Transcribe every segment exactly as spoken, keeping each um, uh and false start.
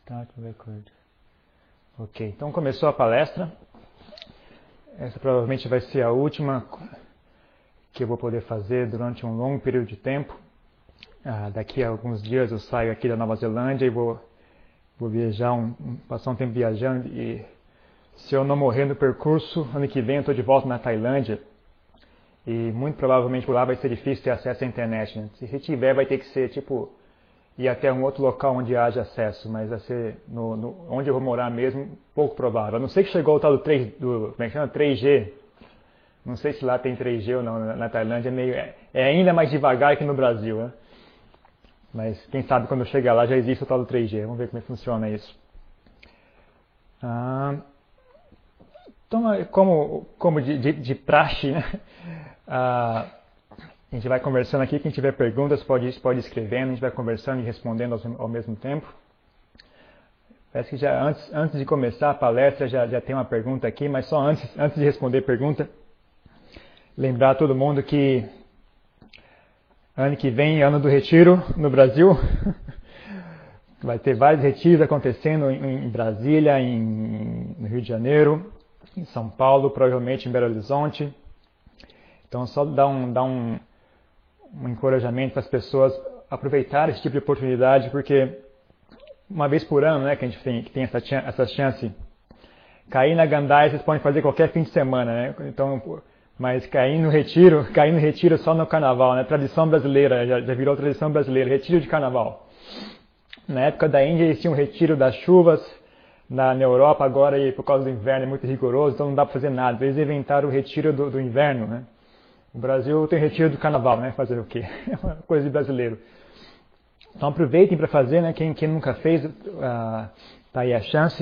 Start record. Ok, então começou a palestra. Essa provavelmente vai ser a última que eu vou poder fazer durante um longo período de tempo. Ah, daqui a alguns dias eu saio aqui da Nova Zelândia e vou, vou viajar, um, passar um tempo viajando. E se eu não morrer no percurso, ano que vem eu estou de volta na Tailândia. E muito provavelmente por lá vai ser difícil ter acesso à internet, né? Se tiver, vai ter que ser tipo ir até um outro local onde haja acesso, mas vai ser no, no, onde eu vou morar mesmo, pouco provável. A não ser que chegou o tal do, três, do como é que chama? três G. Não sei se lá tem três G ou não, na, na Tailândia é, meio, é, é ainda mais devagar que no Brasil, né? Mas quem sabe quando chegar lá já existe o tal do três G. Vamos ver como é que funciona isso. Ah, então, como, como de, de, de praxe, né? Ah, a gente vai conversando aqui. Quem tiver perguntas pode, pode ir escrevendo. A gente vai conversando e respondendo ao, ao mesmo tempo. Parece que já antes, antes de começar a palestra já, já tem uma pergunta aqui, mas só antes, antes de responder a pergunta, lembrar a todo mundo que ano que vem, ano do retiro no Brasil. Vai ter vários retiros acontecendo em, em Brasília, em, no Rio de Janeiro, em São Paulo, provavelmente em Belo Horizonte. Então, só dar um, dar um, um encorajamento para as pessoas aproveitarem esse tipo de oportunidade, porque uma vez por ano, né, que a gente tem, que tem essa, essa chance, cair na gandaia vocês podem fazer qualquer fim de semana, né? Então, mas cair no retiro, cair no retiro só no carnaval, né? Tradição brasileira, já, já virou tradição brasileira, retiro de carnaval. Na época da Índia eles tinham retiro das chuvas, na, na Europa agora, e por causa do inverno é muito rigoroso, então não dá para fazer nada. Eles inventaram o retiro do, do inverno, né? O Brasil tem retiro do carnaval, né? Fazer o quê? É uma coisa de brasileiro. Então aproveitem para fazer, né? Quem, quem nunca fez, uh, tá aí a chance.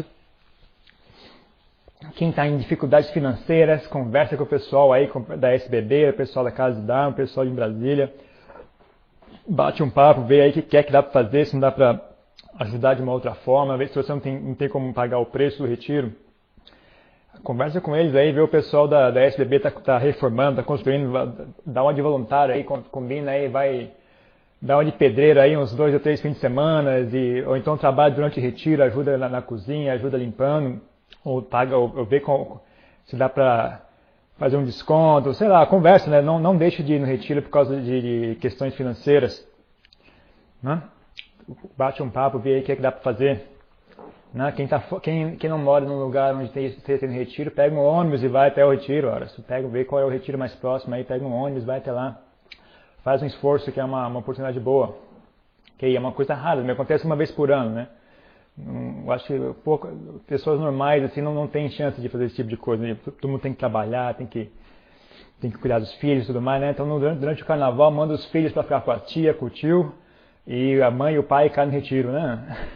Quem está em dificuldades financeiras, conversa com o pessoal aí da S B B, o pessoal da Casa de Dharma, o pessoal de Brasília. Bate um papo, vê aí o que quer que dá para fazer, se não dá para ajudar de uma outra forma, vê se você não tem, não tem como pagar o preço do retiro. Conversa com eles aí, vê o pessoal da, da S B B tá, tá reformando, tá construindo, dá uma de voluntário aí, combina aí, vai dar uma de pedreiro aí uns dois ou três fins de semana, e, ou então trabalha durante o retiro, ajuda na, na cozinha, ajuda limpando, ou paga, ou, ou vê com, se dá para fazer um desconto, sei lá, conversa, né? Não, não deixe de ir no retiro por causa de, de questões financeiras, né? Bate um papo, vê aí o que é que dá para fazer. Né? Quem, tá, quem, quem não mora num lugar onde tem, tem retiro, pega um ônibus e vai até o retiro. Ora. Você pega, vê qual é o retiro mais próximo, aí pega um ônibus, vai até lá. Faz um esforço, que é uma, uma oportunidade boa. Que é uma coisa rara, me acontece uma vez por ano, né? Eu acho que pouco, pessoas normais assim não, não têm chance de fazer esse tipo de coisa. Né? Todo mundo tem que trabalhar, tem que, tem que cuidar dos filhos e tudo mais, né? Então durante, durante o carnaval manda os filhos para ficar com a tia, com o tio, e a mãe e o pai caem no retiro, né?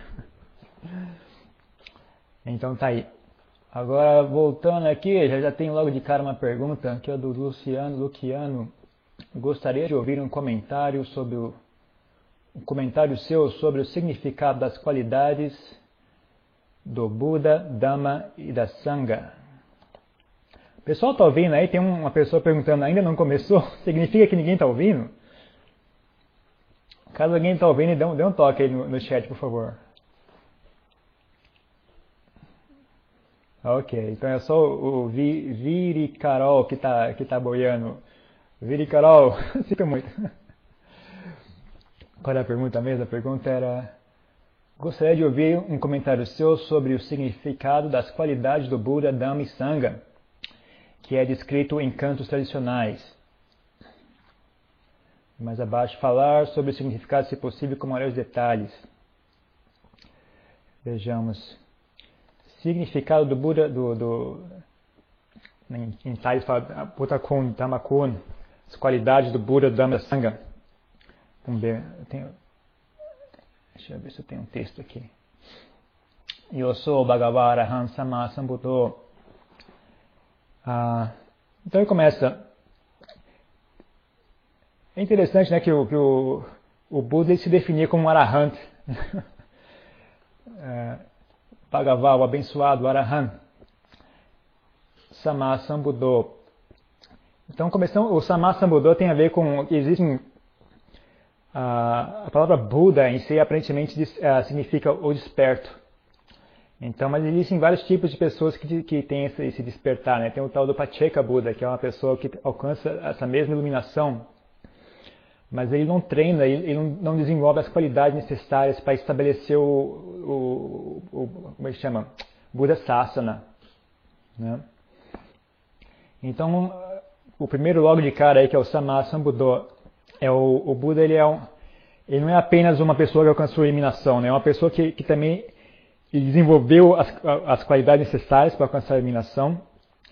Então tá aí. Agora voltando aqui, já, já tem logo de cara uma pergunta que é do Luciano Luciano. Gostaria de ouvir um comentário sobre o um comentário seu sobre o significado das qualidades do Buda, Dhamma e da Sangha. O pessoal está ouvindo aí? Tem uma pessoa perguntando, ainda não começou? Significa que ninguém está ouvindo? Caso alguém está ouvindo, dê um, dê um toque aí no, no chat, por favor. Ok, então é só o, o Vi, Viri Carol que está que tá boiando. Viri Carol, fica muito. Qual era a pergunta mesmo? A pergunta era: gostaria de ouvir um comentário seu sobre o significado das qualidades do Buda, Dhamma e Sangha, que é descrito em cantos tradicionais. Mais abaixo, falar sobre o significado, se possível, com maiores detalhes. Vejamos. Significado do Buda, do, do em, em Thais fala Buddha-kun, Dhamma-kun, as qualidades do Buda, Dhamma e Sangha. Vamos ver, eu tenho, deixa eu ver se eu tenho um texto aqui. Eu sou o Bhagava Arahant Sama Sambuddho. Ah, então ele começa. É interessante, né, que o, que o, o Buda ele se definia como um Arahant. é, Bhagava, o abençoado, Arahant. Sama Sambuddho. Então, começando, o Sama Sambuddho tem a ver com que existem. Uh, a palavra Buda em si aparentemente uh, significa o desperto. Então, mas existem vários tipos de pessoas que, que têm esse, esse despertar, né? Tem o tal do Pacceka Buda, que é uma pessoa que alcança essa mesma iluminação, mas ele não treina, ele, ele não, não desenvolve as qualidades necessárias para estabelecer o, o, o, como é que chama? Buda Sasana, né? Então, o primeiro logo de cara aí, que é o Samma Sambuddho, é o, o Buda, ele, é um, ele não é apenas uma pessoa que alcançou a iluminação, né? É uma pessoa que, que também ele desenvolveu as, as qualidades necessárias para alcançar a iluminação,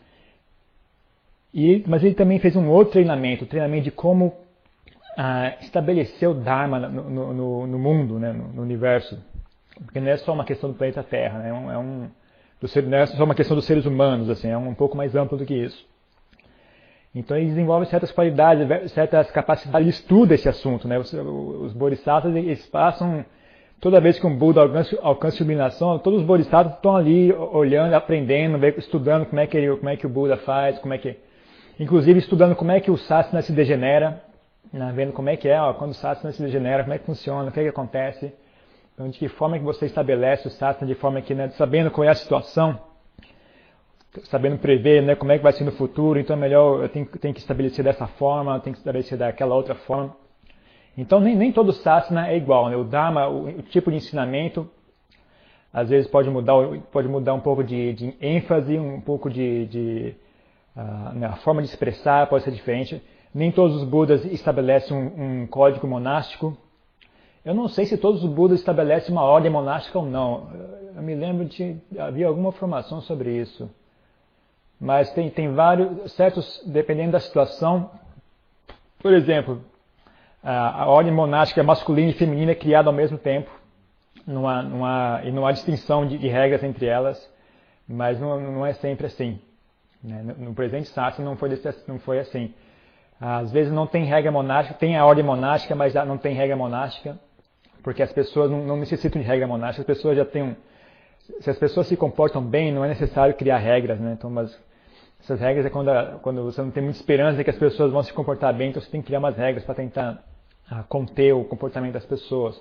e, mas ele também fez um outro treinamento, o treinamento de como ah, estabelecer o Dharma no, no, no, no mundo, né? no, no universo, porque não é só uma questão do planeta Terra, né? é, um, é um, do ser, não é só uma questão dos seres humanos, assim, é um, um pouco mais amplo do que isso. Então ele desenvolve certas qualidades, certas capacidades, ele estuda esse assunto, né? Os, os bodhisattvas, eles passam, toda vez que um Buda alcança, alcança iluminação, todos os bodhisattvas estão ali olhando, aprendendo, estudando como é que, ele, como é que o Buda faz, como é que, inclusive estudando como é que o sasana se degenera, né? Vendo como é que é, ó, quando o sasana se degenera, como é que funciona, o que é que acontece, então, de que forma que você estabelece o sasana, de forma que, né, sabendo qual é a situação, sabendo prever, né, como é que vai ser no futuro, então é melhor, eu tenho, tenho que estabelecer dessa forma, eu tenho que estabelecer daquela outra forma. Então nem, nem todo sasana é igual, né? O Dharma, o, o tipo de ensinamento, às vezes pode mudar, pode mudar um pouco de, de ênfase, um pouco de, de uh, né, a forma de expressar pode ser diferente. Nem todos os Budas estabelecem um, um código monástico. Eu não sei se todos os Budas estabelecem uma ordem monástica ou não. Eu me lembro de havia alguma informação sobre isso. Mas tem, tem vários, certos, dependendo da situação, por exemplo, a, a ordem monástica masculina e feminina é criada ao mesmo tempo, não há, não há, e não há distinção de, de regras entre elas, mas não, não é sempre assim. Né? No, no presente sasana não foi, desse, não foi assim. Às vezes não tem regra monástica, tem a ordem monástica, mas não tem regra monástica, porque as pessoas não, não necessitam de regra monástica, as pessoas já têm um, se as pessoas se comportam bem, não é necessário criar regras, né? Então, mas essas regras é quando, a, quando você não tem muita esperança de que as pessoas vão se comportar bem, então você tem que criar umas regras para tentar ah, conter o comportamento das pessoas.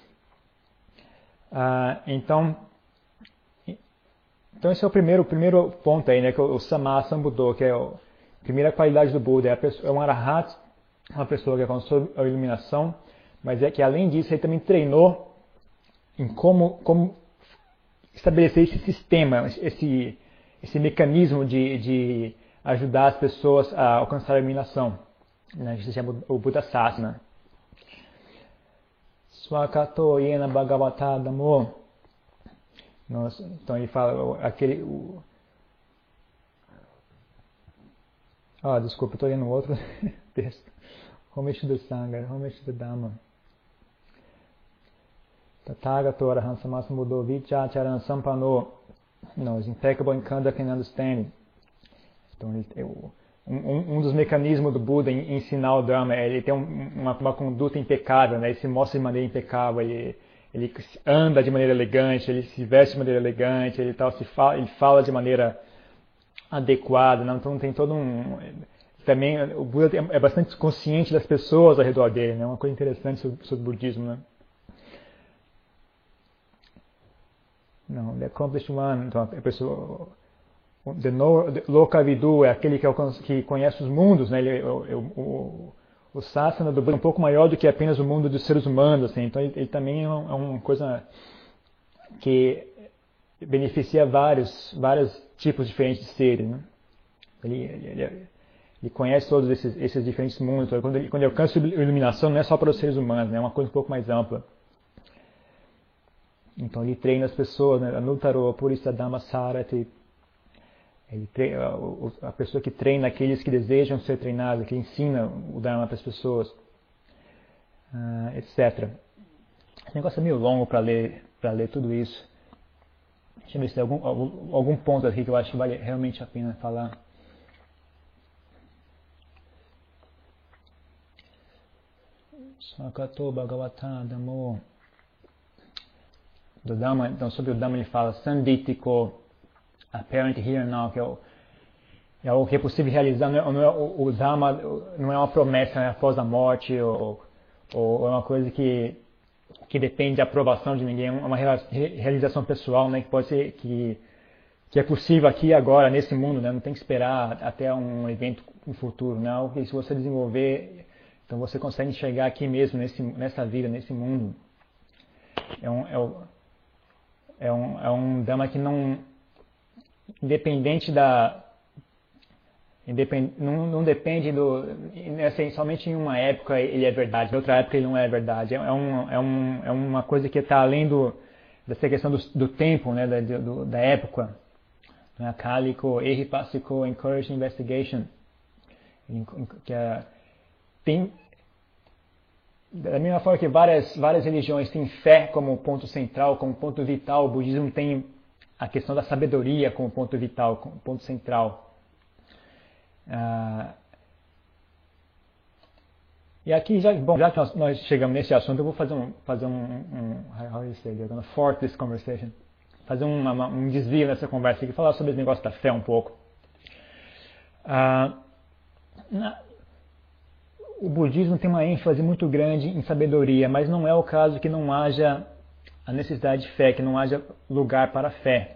Ah, então, então esse é o primeiro, o primeiro ponto aí, né? Que é o Samma Sambuddho, que é a primeira qualidade do Buda, é, a pessoa, é um arahat, uma pessoa que alcançou a iluminação, mas é que além disso ele também treinou em como, como estabelecer esse sistema, esse, esse mecanismo de, de ajudar as pessoas a alcançar a iluminação, né, que se chama o Buddha Sasana. Swakato yena bhagavata dhammo. Nossa, então ele fala aquele... O... Ah, desculpa, estou lendo outro texto. Homeshuddha Sangha, Homeshuddha Dhamma. Tathagata Arahant Sammasambuddho Vichacharan Sampano. Não, is impeccable in conduct and understanding. Então, ele, um, um dos mecanismos do Buda em ensinar o Dharma é ele tem uma, uma conduta impecável, né? Ele se mostra de maneira impecável, ele, ele anda de maneira elegante, ele se veste de maneira elegante, ele, tal, se fala, ele fala de maneira adequada, né? Então tem todo um... Também o Buda é bastante consciente das pessoas ao redor dele, né? Uma coisa interessante sobre, sobre o budismo, né? Não, the accomplished one, então a pessoa, the Lokavidu é aquele que, alcança, que conhece os mundos, né? Ele, o, o, o Sasana do Buda é um pouco maior do que apenas o mundo dos seres humanos, assim, então ele, ele também é, um, é uma coisa que beneficia vários, vários tipos diferentes de seres, né? Ele, ele, ele conhece todos esses, esses diferentes mundos, então, quando ele, quando ele alcança a iluminação não é só para os seres humanos, né? É uma coisa um pouco mais ampla. Então ele treina as pessoas, né? Anutaro Purisa Dhamma Sarati. Ele treina, a pessoa que treina aqueles que desejam ser treinados, que ensina o Dharma para as pessoas, uh, etcétera. Esse negócio é meio longo para ler, para ler tudo isso. Deixa eu ver se tem algum, algum, algum ponto aqui que eu acho que vale realmente a pena falar. Sakato Bhagavata Dhammo. Do Dhamma, então sobre o Dhamma ele fala Sanditiko, apparent here and now, que é o, é o que é possível realizar, não é, não é, o, o Dhamma não é uma promessa, né, após a morte, ou, ou é uma coisa que que depende da aprovação de ninguém, é uma realização pessoal, né, que pode ser que, que é possível aqui e agora, nesse mundo, né, não tem que esperar até um evento no futuro, não, porque se você desenvolver, então você consegue enxergar aqui mesmo, nesse, nessa vida, nesse mundo. É um, é, um, é um, é um Dhamma que não, independente da, independ, não, não depende do, assim, somente em uma época ele é verdade, em outra época ele não é verdade. É, um, é, um, é uma coisa que está além do, dessa questão do, do tempo, né, da, do, da época. Kaliko, Ehipasiko, Encouraged Investigation. Que é, tem, da mesma forma que várias, várias religiões têm fé como ponto central, como ponto vital, o budismo tem a questão da sabedoria como ponto vital, como ponto central. Ah, e aqui, já, bom, já que nós, nós chegamos nesse assunto, eu vou fazer um, fazer um, um how do you say, I'm gonna fork this conversation, fazer um, uma, um desvio nessa conversa aqui, falar sobre esse negócio da fé um pouco. Ah, na, o budismo tem uma ênfase muito grande em sabedoria, mas não é o caso que não haja a necessidade de fé, que não haja lugar para a fé.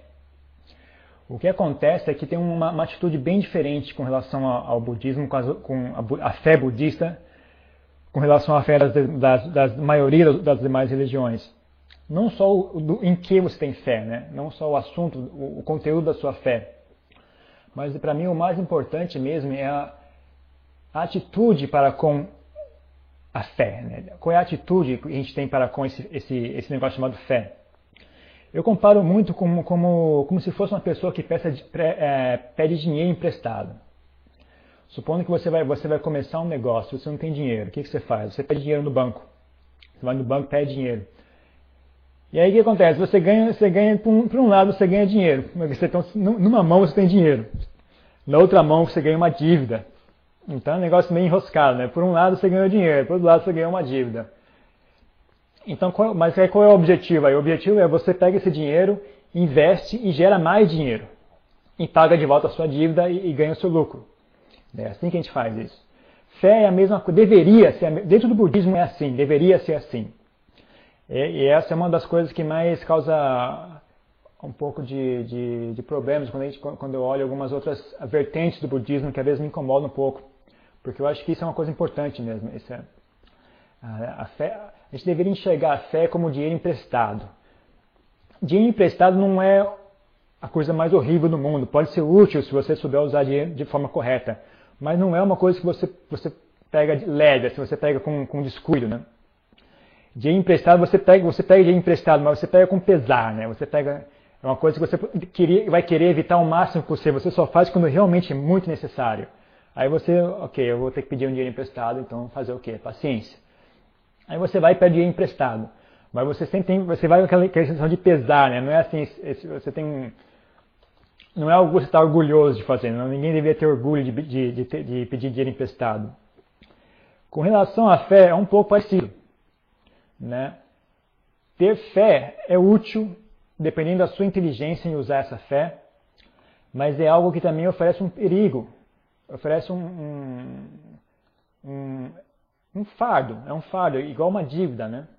O que acontece é que tem uma, uma atitude bem diferente com relação ao, ao budismo, com, as, com a, a fé budista, com relação à fé das, das, das maioria das demais religiões. Não só o, do, em que você tem fé, né? Não só o assunto, o, o conteúdo da sua fé, mas para mim o mais importante mesmo é a, a atitude para com a fé. Né? Qual é a atitude que a gente tem para com esse, esse, esse negócio chamado fé? Eu comparo muito como, como, como se fosse uma pessoa que peça, é, pede dinheiro emprestado. Supondo que você vai, você vai começar um negócio, você não tem dinheiro, o que, que você faz? Você pede dinheiro no banco. Você vai no banco e pede dinheiro. E aí o que acontece? Você ganha, você ganha por, um, por um lado você ganha dinheiro. Você, então, numa mão você tem dinheiro. Na outra mão você ganha uma dívida. Então é um negócio meio enroscado, né? Por um lado você ganha dinheiro, por outro lado você ganha uma dívida. Então, qual, mas aí qual é o objetivo? Aí, o objetivo é você pega esse dinheiro, investe e gera mais dinheiro. E paga de volta a sua dívida e, e ganha o seu lucro. É assim que a gente faz isso. Fé é a mesma coisa, deveria ser, dentro do budismo é assim, deveria ser assim. E, e essa é uma das coisas que mais causa um pouco de, de, de problemas quando, a gente, quando eu olho algumas outras vertentes do budismo que às vezes me incomodam um pouco. Porque eu acho que isso é uma coisa importante mesmo. Isso é, a, a, fé, a gente deveria enxergar a fé como dinheiro emprestado. Dinheiro emprestado não é a coisa mais horrível do mundo. Pode ser útil se você souber usar dinheiro de forma correta. Mas não é uma coisa que você, você pega leve, se você pega com, com descuido, né? Dinheiro emprestado, você pega, você pega dinheiro emprestado, mas você pega com pesar, né? Você pega, é uma coisa que você queria, vai querer evitar o máximo possível. Você só faz quando realmente é muito necessário. Aí você, ok, eu vou ter que pedir um dinheiro emprestado, então fazer o quê? Paciência. Aí você vai e pede dinheiro emprestado. Mas você sempre tem, você vai com aquela questão de pesar, né? Não é assim, você tem um... Não é algo que você está orgulhoso de fazer. Não, ninguém deveria ter orgulho de, de, de, de pedir dinheiro emprestado. Com relação à fé, é um pouco parecido. Né? Ter fé é útil, dependendo da sua inteligência em usar essa fé, mas é algo que também oferece um perigo. Oferece um, um, um, um fardo. É um fardo, igual uma dívida, né?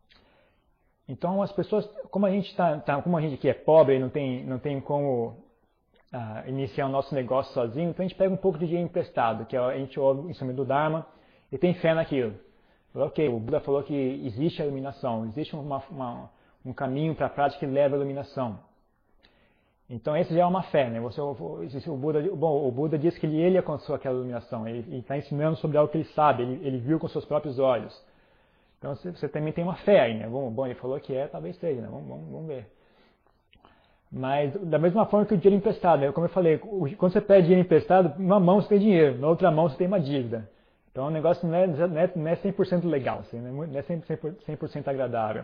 Então, as pessoas, como a gente, tá, tá, como a gente aqui é pobre e não tem, não tem como... Uh, iniciar o nosso negócio sozinho, então a gente pega um pouco de dinheiro emprestado, que a gente ouve o ensinamento do Dharma e tem fé naquilo. Ok, o Buda falou que existe a iluminação, existe uma, uma, um caminho para a prática que leva à iluminação. Então esse já é uma fé, né? Você, o, Buda, bom, o Buda diz que ele, ele alcançou aquela iluminação, ele está ensinando sobre algo que ele sabe, ele, ele viu com seus próprios olhos. Então você, você também tem uma fé aí, né? Bom, bom, ele falou que é, talvez seja, né? Vamos, vamos, vamos ver. Mas da mesma forma que o dinheiro emprestado, né? Como eu falei, quando você pede dinheiro emprestado, numa mão você tem dinheiro, na outra mão você tem uma dívida. Então o negócio não é, não é cem por cento legal, assim, não é cem por cento agradável.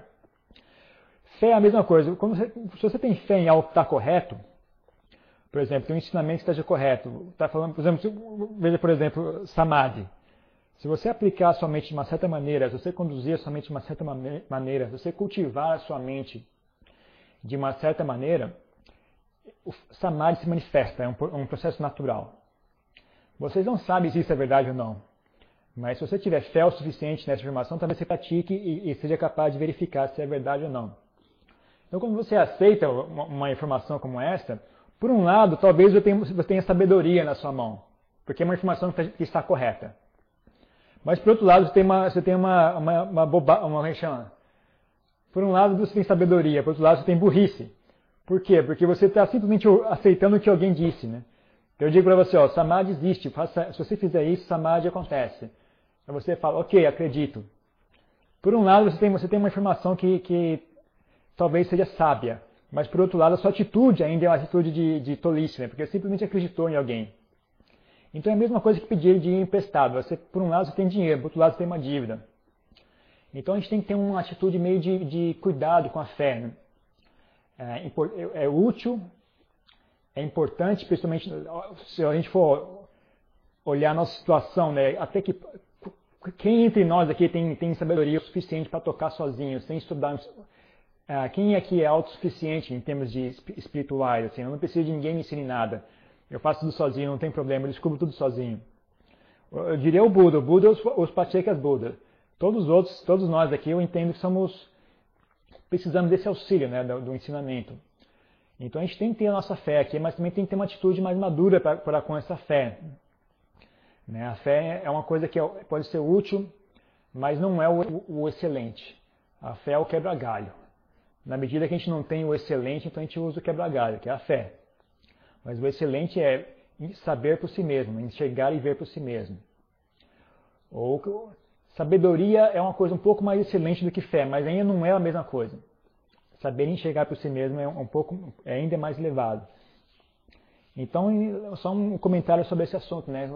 Fé é a mesma coisa. Quando você, se você tem fé em algo que está correto, por exemplo, tem um ensinamento que esteja correto, está falando, por exemplo, veja por exemplo, Samadhi. Se você aplicar a sua mente de uma certa maneira, se você conduzir a sua mente de uma certa maneira, se você cultivar a sua mente de uma certa maneira, o Samadhi se manifesta, é um, um processo natural. Vocês não sabem se isso é verdade ou não, Mas se você tiver fé o suficiente nessa informação, talvez você pratique e, e seja capaz de verificar se é verdade ou não. Então, quando você aceita uma, uma informação como essa, por um lado, talvez você tenha, você tenha sabedoria na sua mão, porque é uma informação que está correta. Mas, por outro lado, você tem uma, você tem uma, uma, uma boba, uma, como é que chama? Por um lado, você tem sabedoria, por outro lado, você tem burrice. Por quê? Porque você está simplesmente aceitando o que alguém disse, né? Eu digo para você, ó, Samadhi existe, faça, se você fizer isso, Samadhi acontece. Aí você fala, ok, acredito. Por um lado, você tem, você tem uma informação que, que talvez seja sábia, mas por outro lado, a sua atitude ainda é uma atitude de, de tolice, né? Porque você simplesmente acreditou em alguém. Então é a mesma coisa que pedir dinheiro emprestado. Você, por um lado, você tem dinheiro, por outro lado, você tem uma dívida. Então a gente tem que ter uma atitude meio de, de cuidado com a fé, né? É, é útil, é importante, principalmente se a gente for olhar a nossa situação, né? Até que quem entre nós aqui tem, tem sabedoria o suficiente para tocar sozinho, sem estudar. Quem aqui é autossuficiente em termos de espirituais? Assim, eu não preciso de ninguém me ensine nada. Eu faço tudo sozinho, não tem problema, eu descubro tudo sozinho. Eu diria o Buda, o Buda os, os Pachekas Buda. Todos os outros, todos nós aqui, eu entendo que somos, precisamos desse auxílio, né, do, do ensinamento. Então a gente tem que ter a nossa fé aqui, mas também tem que ter uma atitude mais madura para, para com essa fé. Né? A fé é uma coisa que é, pode ser útil, mas não é o, o, o excelente. A fé é o quebra-galho. Na medida que a gente não tem o excelente, então a gente usa o quebra-galho, que é a fé. Mas o excelente é saber por si mesmo, enxergar e ver por si mesmo. Ou sabedoria é uma coisa um pouco mais excelente do que fé, mas ainda não é a mesma coisa. Saber enxergar por si mesmo é um pouco, é ainda mais elevado. Então, só um comentário sobre esse assunto, né?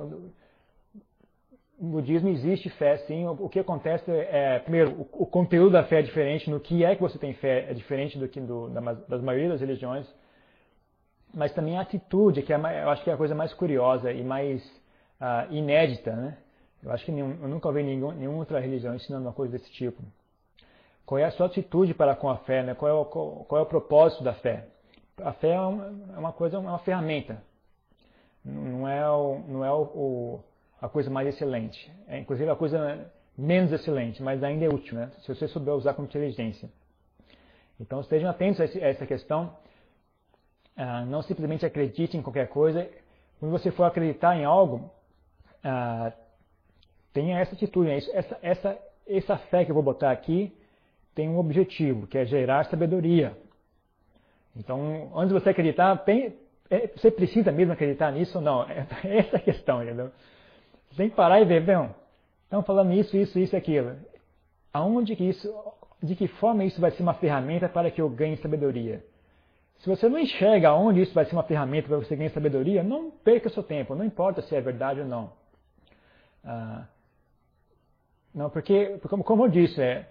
No budismo existe fé, sim. O que acontece é, primeiro, o, o conteúdo da fé é diferente, no que é que você tem fé é diferente do que do, da, das maioria das religiões, mas também a atitude, que é, eu acho que é a coisa mais curiosa e mais uh, inédita, né? Eu acho que nenhum, eu nunca ouvi nenhum, nenhuma outra religião ensinando uma coisa desse tipo. Qual é a sua atitude para com a fé, né? Qual é o, qual, qual é o propósito da fé? A fé é uma, é uma coisa, é uma ferramenta. Não é, o, não é o, o, a coisa mais excelente. É inclusive a coisa menos excelente, mas ainda é útil, né? Se você souber usar com inteligência. Então estejam atentos a, esse, a essa questão. Ah, não simplesmente acredite em qualquer coisa. Quando você for acreditar em algo, ah, tenha essa atitude. Né? Essa, essa, essa fé que eu vou botar aqui tem um objetivo, que é gerar sabedoria. Então, antes de você acreditar, tem, é, você precisa mesmo acreditar nisso ou não? É, essa é a questão, entendeu? Você tem que parar e ver, bem, estão falando isso, isso, isso e aquilo. Aonde que isso, de que forma isso vai ser uma ferramenta para que eu ganhe sabedoria? Se você não enxerga aonde isso vai ser uma ferramenta para você ganhar sabedoria, não perca seu tempo, não importa se é verdade ou não. Ah, não, porque, como, como eu disse, é,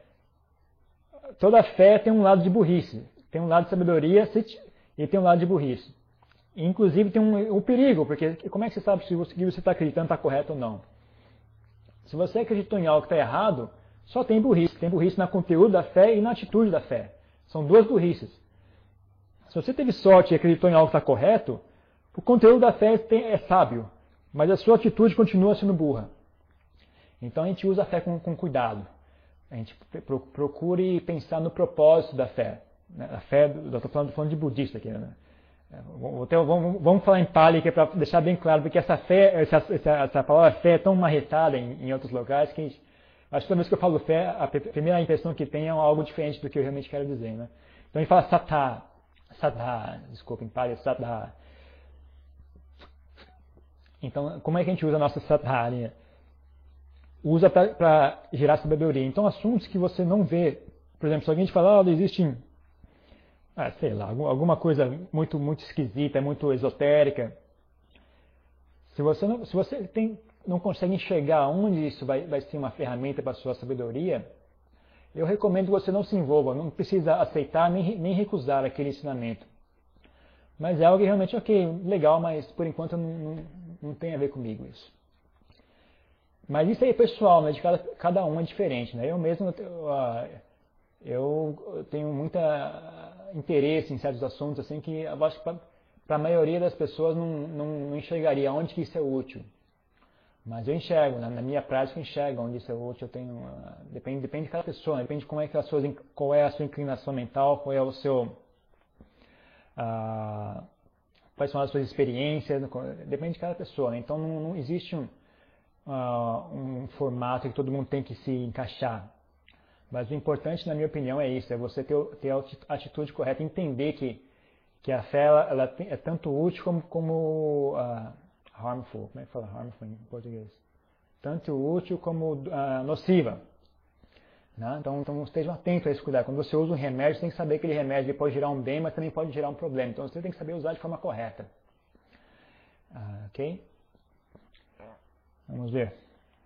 toda fé tem um lado de burrice, tem um lado de sabedoria e tem um lado de burrice. E, inclusive tem um, um perigo, porque como é que você sabe se o que você está acreditando está correto ou não? Se você acreditou em algo que está errado, só tem burrice. Tem burrice no conteúdo da fé e na atitude da fé. São duas burrices. Se você teve sorte e acreditou em algo que está correto, o conteúdo da fé tem, é sábio, mas a sua atitude continua sendo burra. Então a gente usa a fé com, com cuidado. A gente procure pensar no propósito da fé. A fé, eu estou falando, falando de budista aqui, né? Então, vamos, vamos falar em Pali, que é para deixar bem claro, porque essa fé, essa, essa, essa palavra fé é tão marretada em, em outros lugares que gente, acho que toda vez que eu falo fé, a primeira impressão que tem é algo diferente do que eu realmente quero dizer, né? Então a gente fala sattha, sattha, desculpa, em Pali é sattha. Então, como é que a gente usa a nossa sattha, né? Usa para gerar sabedoria. Então, assuntos que você não vê, por exemplo, se alguém te fala, oh, existe, ah, sei lá, alguma coisa muito, muito esquisita, muito esotérica. Se você não, se você tem, não consegue enxergar onde isso vai, vai ser uma ferramenta para a sua sabedoria, eu recomendo que você não se envolva, não precisa aceitar nem, nem recusar aquele ensinamento. Mas é algo que realmente, ok, legal, mas por enquanto não, não, não tem a ver comigo isso. Mas isso aí é pessoal, né? De cada, cada um é diferente, né? Eu mesmo eu, eu tenho muito interesse em certos assuntos assim que eu acho que para a maioria das pessoas não, não, não enxergaria onde que isso é útil. Mas eu enxergo, na, na minha prática eu enxergo onde isso é útil, eu tenho, uh, depende, depende de cada pessoa, né? Depende de como é que as suas, qual é a sua inclinação mental, qual é o seu, uh, quais são as suas experiências, depende de cada pessoa, né? Então não, não existe um, uh, um formato que todo mundo tem que se encaixar. Mas o importante, na minha opinião, é isso, é você ter, ter a atitude correta, entender que, que a fé ela, ela é tanto útil como, como uh, harmful, como é que fala harmful em português? Tanto útil como uh, nociva. Né? Então, então esteja atento a esse cuidado. Quando você usa um remédio, você tem que saber que aquele remédio ele pode gerar um bem, mas também pode gerar um problema. Então você tem que saber usar de forma correta. Uh, ok? Vamos ver.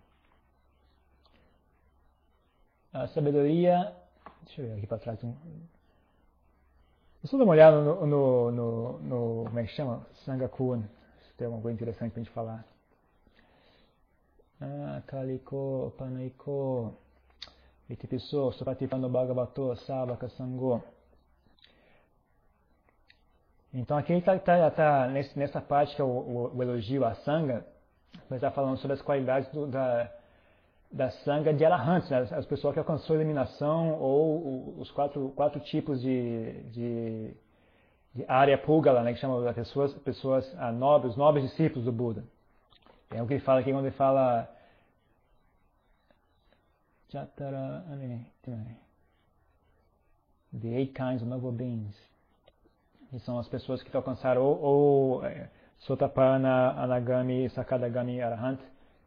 A sabedoria. Deixa eu ver aqui para trás. Um... Deixa eu dar uma olhada no, no, no, no. Como é que chama? Sangakun. Se tem alguma coisa interessante para a gente falar. Ah, Kaliko, Panaiko. Itipiso, Supatipano Bhagavato, Savaka Sango. Então aqui está tá, tá, nessa parte que é o, o, o elogio à Sangha, mas está falando sobre as qualidades do, da, da Sangha de Arahants, né? As pessoas que alcançou a iluminação ou os quatro, quatro tipos de, de, de Arya Pugala, né? Que chamam as pessoas, pessoas ah, nobres, os nobres discípulos do Buda. É o que ele fala aqui quando ele fala Chatara, the eight kinds of noble beings. Que são as pessoas que alcançaram ou, ou é, Sotapanna, Anagami, Sakadagami, Arahant.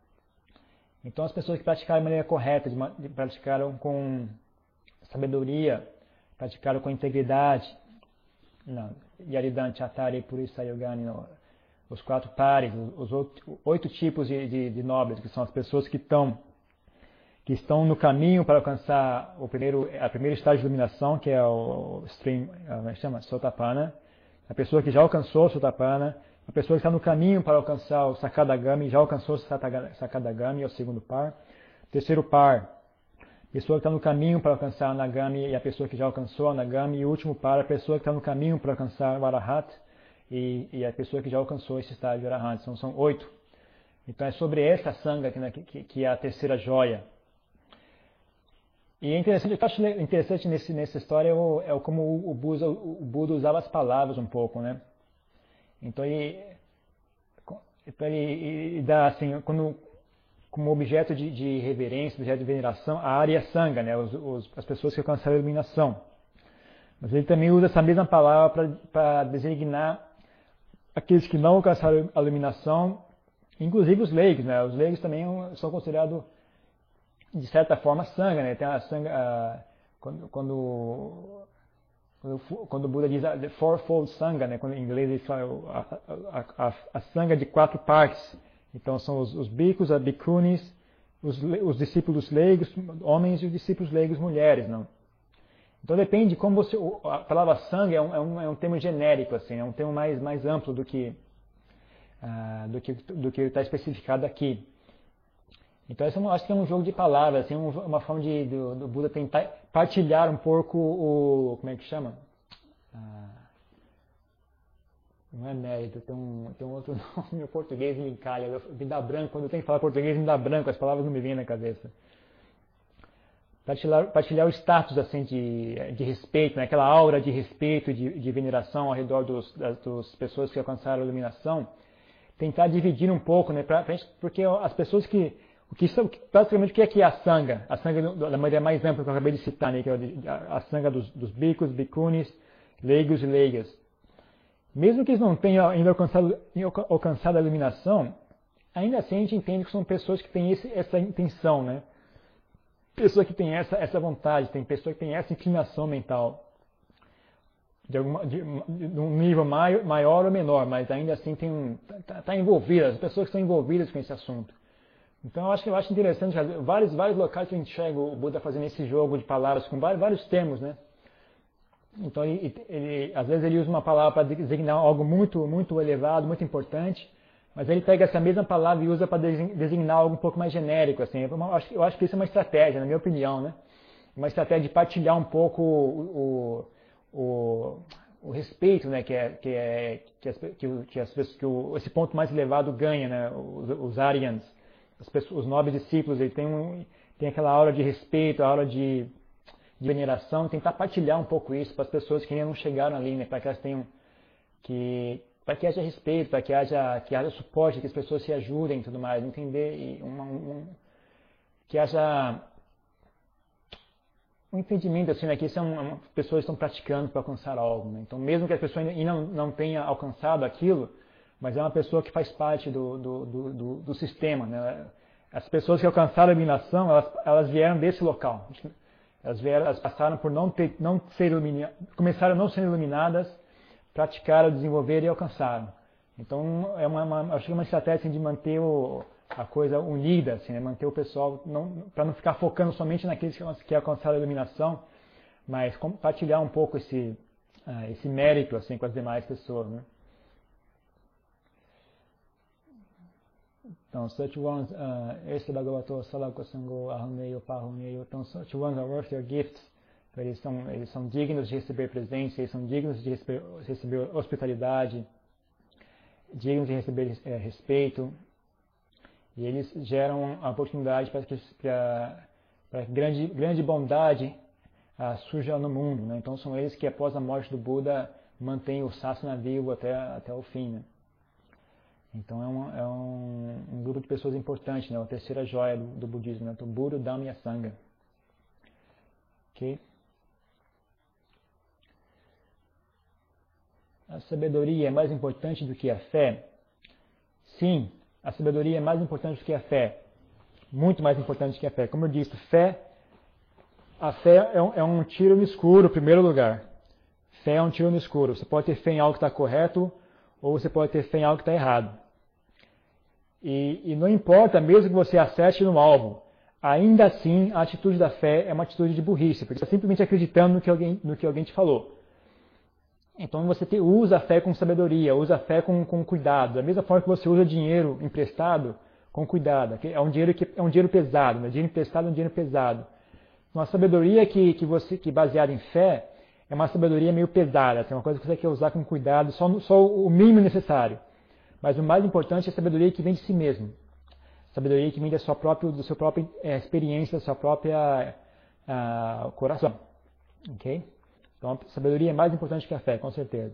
Então as pessoas que praticaram de maneira correta, de, de, praticaram com sabedoria, praticaram com integridade, Yaridan, Chatari, Purisayogani, os quatro pares, os, os oito tipos de, de, de nobres, que são as pessoas que estão que estão no caminho para alcançar o primeiro, a primeira estágio de iluminação, que é o stream, como é que chama? Sotapanna. A pessoa que já alcançou o Sotapanna, a pessoa que está no caminho para alcançar o Sakadagami, já alcançou o Sakadagami, é o segundo par. Terceiro par, a pessoa que está no caminho para alcançar o Anagami e a pessoa que já alcançou o Anagami. E o último par, a pessoa que está no caminho para alcançar o Arahat e, e a pessoa que já alcançou esse estágio de Arahat. Então são oito. Então é sobre essa Sangha que, que, que é a terceira joia. E é interessante, o que eu acho interessante nesse, nessa história é, o, é como o, o, Buda, o Buda usava as palavras um pouco, né? Então ele, então ele, ele dá assim, quando, como objeto de, de reverência, objeto de veneração, a Arya Sangha, né? Os, os, as pessoas que alcançaram a iluminação. Mas ele também usa essa mesma palavra para designar aqueles que não alcançaram a iluminação, inclusive os leigos, né? Os leigos também são considerados de certa forma Sangha, né? Tem a Sangha, a, quando, quando, quando o Buda diz a the fourfold Sangha, né? Quando em inglês ele fala a, a, a, a Sangha de quatro partes. Então são os, os bhikkhus, as bhikkhunis, os, os discípulos leigos, homens, e os discípulos leigos, mulheres, não? Então depende de como você, a palavra Sangha é um, é um, é um termo genérico, assim, é um termo mais, mais amplo do que uh, do que do que está especificado aqui. Então, isso eu acho que é um jogo de palavras, assim, uma forma de, do, do Buda tentar partilhar um pouco o... Como é que chama? Ah, não é mérito, tem um, tem um outro nome em português me encalha. Me dá branco, quando eu tenho que falar português me dá branco, as palavras não me vêm na cabeça. Partilhar, partilhar o status assim, de, de respeito, né? Aquela aura de respeito, de, de veneração ao redor dos, das, das pessoas que alcançaram a iluminação. Tentar dividir um pouco, né? Pra, pra gente, porque as pessoas que... O que são, basicamente, o que é, que é a Sangha? A Sangha da maneira mais ampla que eu acabei de citar, né, que é a Sangha dos, dos bhikkhus, bhikkhunis, leigos e leigas. Mesmo que eles não tenham ainda alcançado, alcançado a iluminação, ainda assim a gente entende que são pessoas que têm esse, essa intenção, né? Pessoa que tem essa, essa vontade, tem pessoa que tem essa inclinação mental. De, alguma, de, de um nível maior, maior ou menor, mas ainda assim tem tá, tá envolvida, as pessoas que estão envolvidas com esse assunto. Então eu acho que eu acho interessante, vários, vários locais que a gente enxerga o Buda fazendo esse jogo de palavras com vários, vários termos, né? Então ele, ele, às vezes ele usa uma palavra para designar algo muito, muito elevado, muito importante, mas ele pega essa mesma palavra e usa para designar algo um pouco mais genérico, assim. Eu acho, eu acho que isso é uma estratégia, na minha opinião, né? Uma estratégia de partilhar um pouco o, o, o, o respeito, né? Que é que é que, as, que, que, as, que o, esse ponto mais elevado ganha, né? Os, os Aryans. as pessoas, os nobres discípulos, ele tem, um, tem aquela aura de respeito, a aura de, de veneração, tentar partilhar um pouco isso para as pessoas que ainda não chegaram ali, né, para que elas tenham, que, para que haja respeito, para que haja, que haja suporte, que as pessoas se ajudem e tudo mais, entender, e uma, um, que haja um entendimento assim, né, que são é pessoas que estão praticando para alcançar algo, né? Então, mesmo que a pessoa ainda não, não tenha alcançado aquilo, mas é uma pessoa que faz parte do, do, do, do, do sistema, né? As pessoas que alcançaram a iluminação, elas, elas vieram desse local. Elas, vieram, elas passaram por não, ter, não ser iluminadas, começaram a não ser iluminadas, praticaram, desenvolveram e alcançaram. Então, é uma, uma, acho que é uma estratégia assim, de manter o, a coisa unida, assim, né? Manter o pessoal, para não ficar focando somente naqueles que, que alcançaram a iluminação, mas compartilhar um pouco esse, uh, esse mérito assim, com as demais pessoas, né? Então, such ones, este Bhagavato Salakosango Ahuneyo Pahuneyo, então, such ones are worth your gifts. Então, eles, são, eles são dignos de receber presentes, eles são dignos de receber, receber hospitalidade, dignos de receber é, respeito, e eles geram a oportunidade para que, para, para que grande, grande bondade ah, surja no mundo, né? Então, são eles que, após a morte do Buda, mantêm o Sasana vivo até, até o fim, né? Então é, uma, é um, um grupo de pessoas importante, né? A terceira joia do, do budismo, né? Então, Buddha, Dhamma e a Sangha. Ok? A sabedoria é mais importante do que a fé? Sim, a sabedoria é mais importante do que a fé. Muito mais importante do que a fé. Como eu disse, fé, a fé é um, é um tiro no escuro, em primeiro lugar. Fé é um tiro no escuro. Você pode ter fé em algo que está correto, ou você pode ter fé em algo que está errado. E, e não importa, mesmo que você acerte no alvo, ainda assim a atitude da fé é uma atitude de burrice, porque você está simplesmente acreditando no que alguém, no que alguém te falou. Então você te, usa a fé com sabedoria, usa a fé com, com cuidado, da mesma forma que você usa dinheiro emprestado com cuidado. É um dinheiro, que, é um dinheiro pesado, né? Dinheiro emprestado é um dinheiro pesado. Uma sabedoria que, que, você, que baseada em fé é uma sabedoria meio pesada, é uma coisa que você quer usar com cuidado, só, só o mínimo necessário. Mas o mais importante é a sabedoria que vem de si mesmo. Sabedoria que vem da sua própria, da sua própria é, experiência, da sua própria uh, coração. Ok? Então, a sabedoria é mais importante que a fé, com certeza.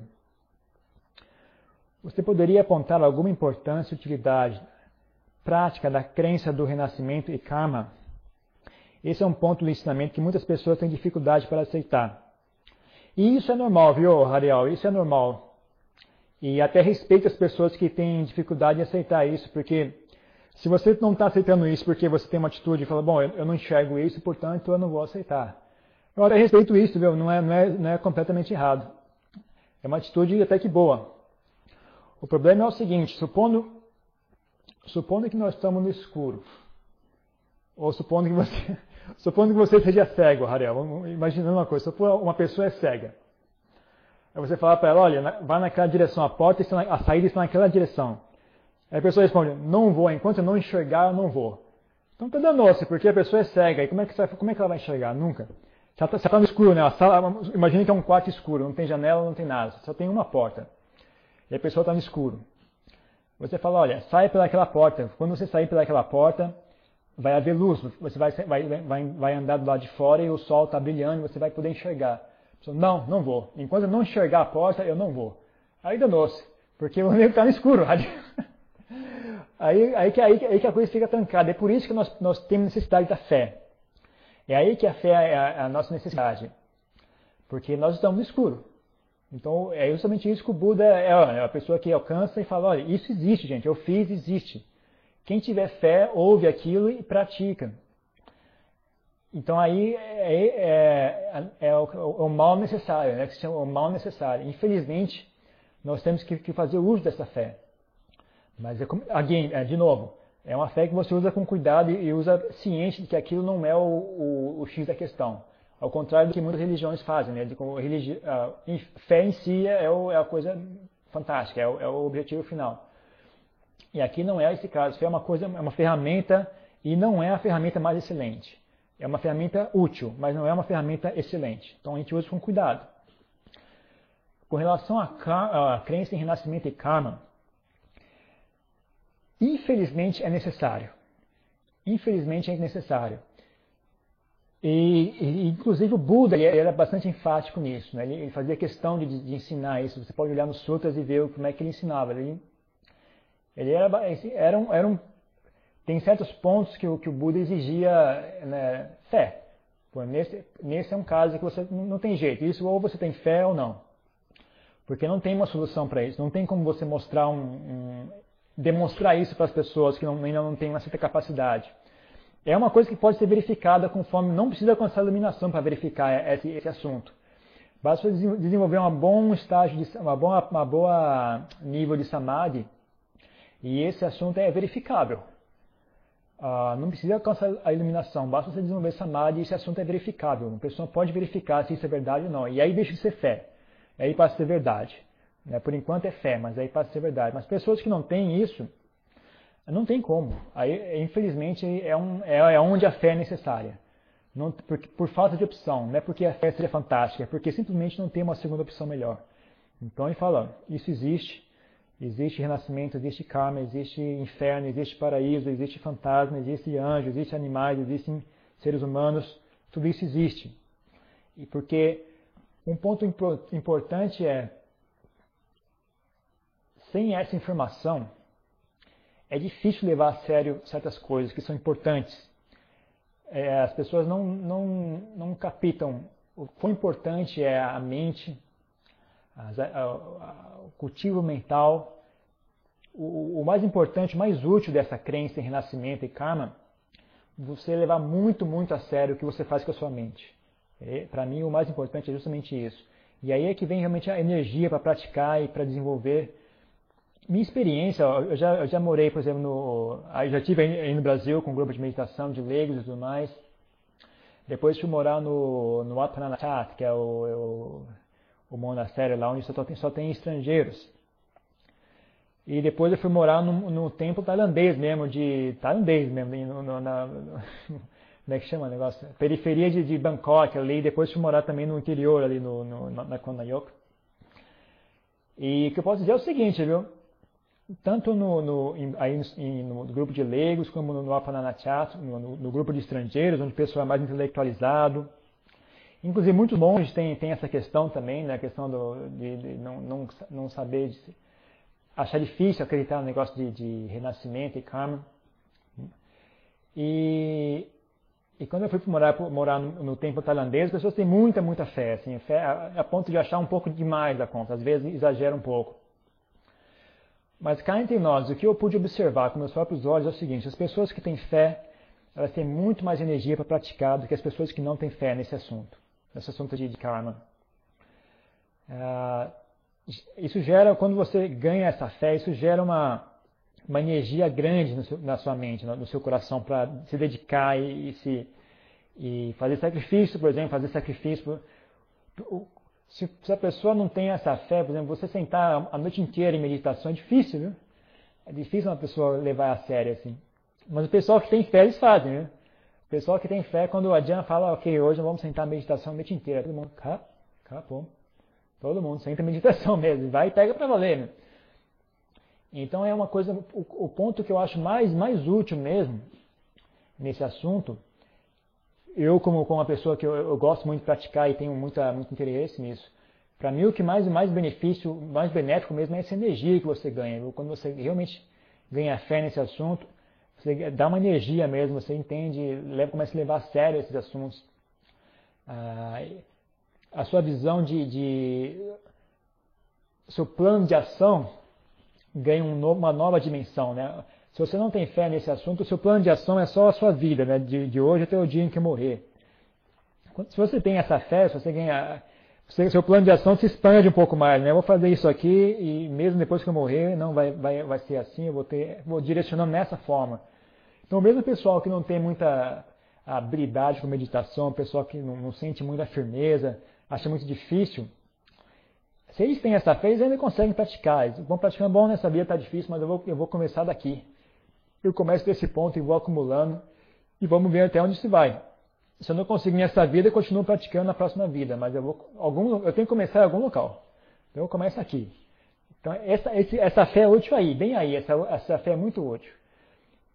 Você poderia apontar alguma importância e utilidade prática da crença do renascimento e karma? Esse é um ponto do ensinamento que muitas pessoas têm dificuldade para aceitar. E isso é normal, viu, Hariel? Isso é normal. E até respeito as pessoas que têm dificuldade em aceitar isso, porque se você não está aceitando isso porque você tem uma atitude e fala, bom, eu não enxergo isso, portanto eu não vou aceitar. Eu até respeito isso, viu? Não é, não é, não é completamente errado. É uma atitude até que boa. O problema é o seguinte, supondo, supondo que nós estamos no escuro, ou supondo que você, supondo que você seja cego, Hariel, imaginando uma coisa, supondo uma pessoa é cega. Aí você fala para ela, olha, vai naquela direção, a porta está na, a saída está naquela direção. Aí a pessoa responde, não vou, enquanto eu não enxergar, eu não vou. Então tá danou-se, porque a pessoa é cega, e como é que, você, como é que ela vai enxergar? Nunca. Você está tá no escuro, né? A sala, imagina que é um quarto escuro, não tem janela, não tem nada, só tem uma porta. E a pessoa está no escuro. Você fala, olha, sai pelaquela porta. Quando você sair pelaquela porta, vai haver luz, você vai, vai, vai, vai andar do lado de fora e o sol está brilhando e você vai poder enxergar. Não, não vou. Enquanto eu não enxergar a porta, eu não vou. Aí danou-se, porque o nego está no escuro. Aí, aí, que, aí, aí que a coisa fica trancada. É por isso que nós, nós temos necessidade da fé. É aí que a fé é a, a nossa necessidade. Porque nós estamos no escuro. Então, é justamente isso que o Buda é, é a pessoa que alcança e fala, olha, isso existe, gente, eu fiz, existe. Quem tiver fé, ouve aquilo e pratica. Então aí é, é, é, o, é o mal necessário, né, que se chama o mal necessário. Infelizmente, nós temos que, que fazer uso dessa fé. Mas, é, again, é, de novo, é uma fé que você usa com cuidado e, e usa ciente de que aquilo não é o, o, o X da questão. Ao contrário do que muitas religiões fazem, né, de, como religi, a, fé em si é, o, é a coisa fantástica, é o, é o objetivo final. E aqui não é esse caso, fé é uma coisa, é uma ferramenta e não é a ferramenta mais excelente. É uma ferramenta útil, mas não é uma ferramenta excelente. Então a gente usa com cuidado. Com relação à crença em renascimento e karma, infelizmente é necessário. infelizmente, é necessário. E, e, inclusive, o Buda ele era bastante enfático nisso. Né? Ele, ele fazia questão de, de ensinar isso. Você pode olhar nos sutras e ver como é que ele ensinava. Ele, ele era, era, um, era um... Tem certos pontos que o, que o Buda exigia, né, fé. Pô, nesse, nesse é um caso que você não tem jeito. Isso ou você tem fé ou não. Porque não tem uma solução para isso. Não tem como você mostrar um, um, demonstrar isso para as pessoas que não, ainda não têm uma certa capacidade. É uma coisa que pode ser verificada conforme... Não precisa alcançar a iluminação para verificar esse, esse assunto. Basta desenvolver um bom estágio, de, uma boa, uma boa nível de samadhi, e esse assunto é verificável. Uh, não precisa alcançar a iluminação, basta você desenvolver samadhi e esse assunto é verificável. Uma pessoa pode verificar se isso é verdade ou não. E aí deixa de ser fé. Aí passa a ser verdade. Né? Por enquanto é fé, mas aí passa a ser verdade. Mas pessoas que não têm isso, não tem como. Aí, infelizmente, é, um, é, é onde a fé é necessária. Não, por, por falta de opção. Não é porque a fé seria fantástica, é porque simplesmente não tem uma segunda opção melhor. Então ele fala, isso existe. Existe renascimento, existe karma, existe inferno, existe paraíso, existe fantasma, existe anjo, existe animais, existem seres humanos. Tudo isso existe. E porque um ponto importante é, sem essa informação, é difícil levar a sério certas coisas que são importantes. É, as pessoas não, não, não capitam o quão importante é a mente, as, a, a, o cultivo mental. O, o mais importante, o mais útil dessa crença em renascimento e karma, você levar muito, muito a sério o que você faz com a sua mente. Para mim, o mais importante é justamente isso. E aí é que vem realmente a energia para praticar e para desenvolver. Minha experiência, eu já, eu já morei, por exemplo, no, eu já estive aí no Brasil com um grupo de meditação de leigos e tudo mais. Depois fui morar no, no Wat Pah Nanachat, que é o, o, o monastério lá onde só tem, só tem estrangeiros. E depois eu fui morar no, no templo tailandês mesmo, de tailandês mesmo, no, no, na, no, como é que chama o negócio? Periferia de, de Bangkok ali. Depois fui morar também no interior ali no, no, na Konayok. E o que eu posso dizer é o seguinte, viu? Tanto no, no, aí no, no grupo de leigos, como no Wat Pah Nanachat, no, no, no grupo de estrangeiros, onde o pessoal é mais intelectualizado. Inclusive, muitos monges têm, têm essa questão também, né? A questão do, de, de não, não, não saber, de, achar difícil acreditar no negócio de, de renascimento e karma. E, e quando eu fui morar, morar no, no templo tailandês, as pessoas têm muita, muita fé, assim, fé a, a ponto de achar um pouco demais da conta, às vezes exagera um pouco. Mas cá entre nós, o que eu pude observar com meus próprios olhos é o seguinte, as pessoas que têm fé, elas têm muito mais energia para praticar do que as pessoas que não têm fé nesse assunto, nesse assunto de, de karma. Ah, isso gera, quando você ganha essa fé, isso gera uma, uma energia grande no seu, na sua mente, no, no seu coração, para se dedicar e, e, se, e fazer sacrifício, por exemplo, fazer sacrifício. Por, Se, se a pessoa não tem essa fé, por exemplo, você sentar a noite inteira em meditação é difícil, viu? É difícil uma pessoa levar a sério assim. Mas o pessoal que tem fé, eles fazem, viu? O pessoal que tem fé, quando o Adjan fala, ok, hoje nós vamos sentar a meditação a noite inteira, todo mundo, cá, cá, pô. Todo mundo senta a meditação mesmo, vai e pega para valer, né? Então é uma coisa, o, o ponto que eu acho mais, mais útil mesmo nesse assunto, eu, como, como uma pessoa que eu, eu gosto muito de praticar e tenho muita, muito interesse nisso, para mim o que mais, mais benefício, mais benéfico mesmo é essa energia que você ganha. Quando você realmente ganha fé nesse assunto, você dá uma energia mesmo, você entende, leva, começa a levar a sério esses assuntos. Ah, a sua visão de, de... seu plano de ação ganha um no, uma nova dimensão, né? Se você não tem fé nesse assunto, o seu plano de ação é só a sua vida, né? de, de hoje até o dia em que morrer. Se você tem essa fé, se você ganha, você, seu plano de ação se expande um pouco mais, né? Eu vou fazer isso aqui e mesmo depois que eu morrer, não vai, vai, vai ser assim, eu vou, ter, vou direcionando nessa forma. Então, mesmo o pessoal que não tem muita habilidade com meditação, o pessoal que não, não sente muita firmeza, acha muito difícil, se eles têm essa fé, eles ainda conseguem praticar. Eles vão praticando, bom, nessa vida está difícil, mas eu vou, eu vou começar daqui. Eu começo desse ponto e vou acumulando e vamos ver até onde se vai. Se eu não conseguir nessa vida, eu continuo praticando na próxima vida, mas eu, vou, algum, eu tenho que começar em algum local. Então eu começo aqui. Então essa, esse, essa fé é útil aí, bem aí, essa, essa fé é muito útil.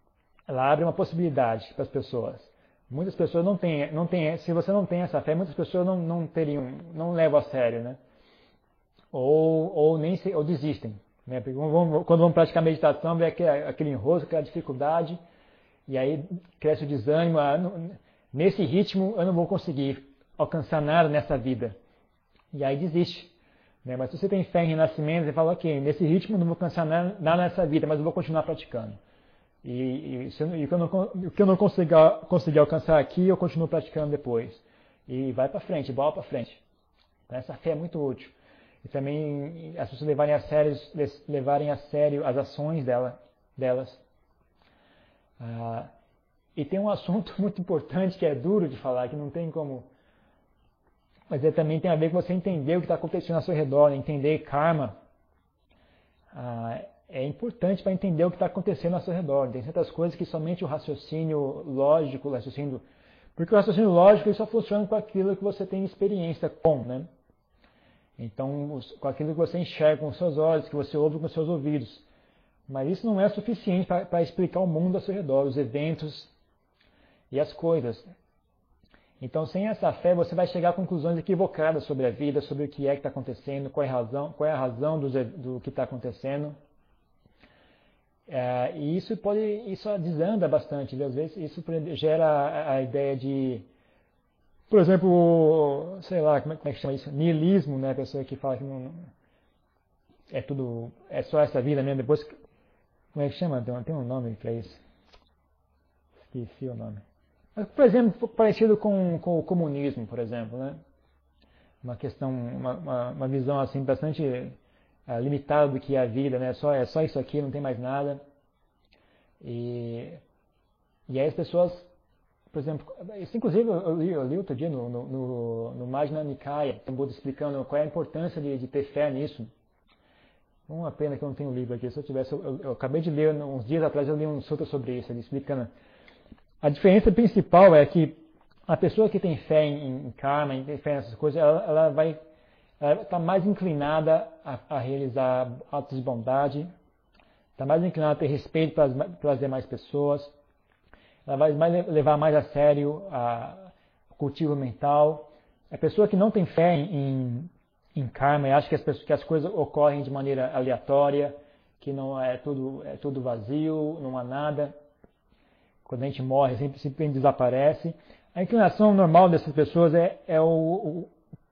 ela abre uma possibilidade para as pessoas. Muitas pessoas não têm, não têm, se você não tem essa fé, muitas pessoas não, não teriam, não levam a sério, né? Ou, ou nem se, ou desistem, né? Porque vão, quando vão praticar meditação, vê aquele, aquele enrosco, aquela dificuldade, e aí cresce o desânimo. Ah, não, nesse ritmo eu não vou conseguir alcançar nada nessa vida. E aí desiste. Né? Mas se você tem fé em renascimento, você fala, ok, nesse ritmo eu não vou alcançar nada, nada nessa vida, mas eu vou continuar praticando. E, e, se eu, e o que eu não, o que eu não conseguir, conseguir alcançar aqui, eu continuo praticando depois. E vai para frente, bola para frente. Então, essa fé é muito útil. E também as pessoas levarem a sério, levarem a sério as ações dela, delas. Ah, e tem um assunto muito importante que é duro de falar, que não tem como... Mas é, também tem a ver com você entender o que está acontecendo ao seu redor, né? Entender karma. Ah, é importante para entender o que está acontecendo ao seu redor. Tem certas coisas que somente o raciocínio lógico, o raciocínio... Porque o raciocínio lógico ele só funciona com aquilo que você tem experiência com, né? Então, com aquilo que você enxerga com os seus olhos, que você ouve com os seus ouvidos. Mas isso não é suficiente para explicar o mundo ao seu redor, os eventos e as coisas. Então, sem essa fé, você vai chegar a conclusões equivocadas sobre a vida, sobre o que é que está acontecendo, qual é a razão, qual é a razão do, do que está acontecendo. É, e isso pode, isso desanda bastante, viu? Às vezes isso gera a, a ideia de, por exemplo, sei lá, como é, como é que chama isso? Niilismo, né? A pessoa que fala que não, é tudo, é só essa vida mesmo. Depois, como é que chama? Tem, tem um nome para isso. Esqueci o nome. Mas, por exemplo, parecido com, com o comunismo, por exemplo, né? Uma questão, uma, uma, uma visão assim bastante uh, limitada do que é a vida, né? Só, é só isso aqui, não tem mais nada. E, e aí as pessoas, por exemplo, isso inclusive eu li, eu li outro dia no, no, no, no Majjhima Nikaya, o Buda explicando qual é a importância de, de ter fé nisso. Uma pena que eu não tenho o livro aqui, se eu tivesse, eu, eu, eu acabei de ler, uns dias atrás eu li um sutra sobre isso, ele explicando. A diferença principal é que a pessoa que tem fé em, em karma, em fé nessas coisas, ela, ela vai está mais inclinada a, a realizar atos de bondade, está mais inclinada a ter respeito pelas, pelas demais pessoas, ela vai mais, levar mais a sério a, o cultivo mental. A pessoa que não tem fé em, em, em karma e acha que as, pessoas, que as coisas ocorrem de maneira aleatória, que não é tudo, é tudo vazio, não há nada. Quando a gente morre, sempre, sempre desaparece. A inclinação normal dessas pessoas é, é o, o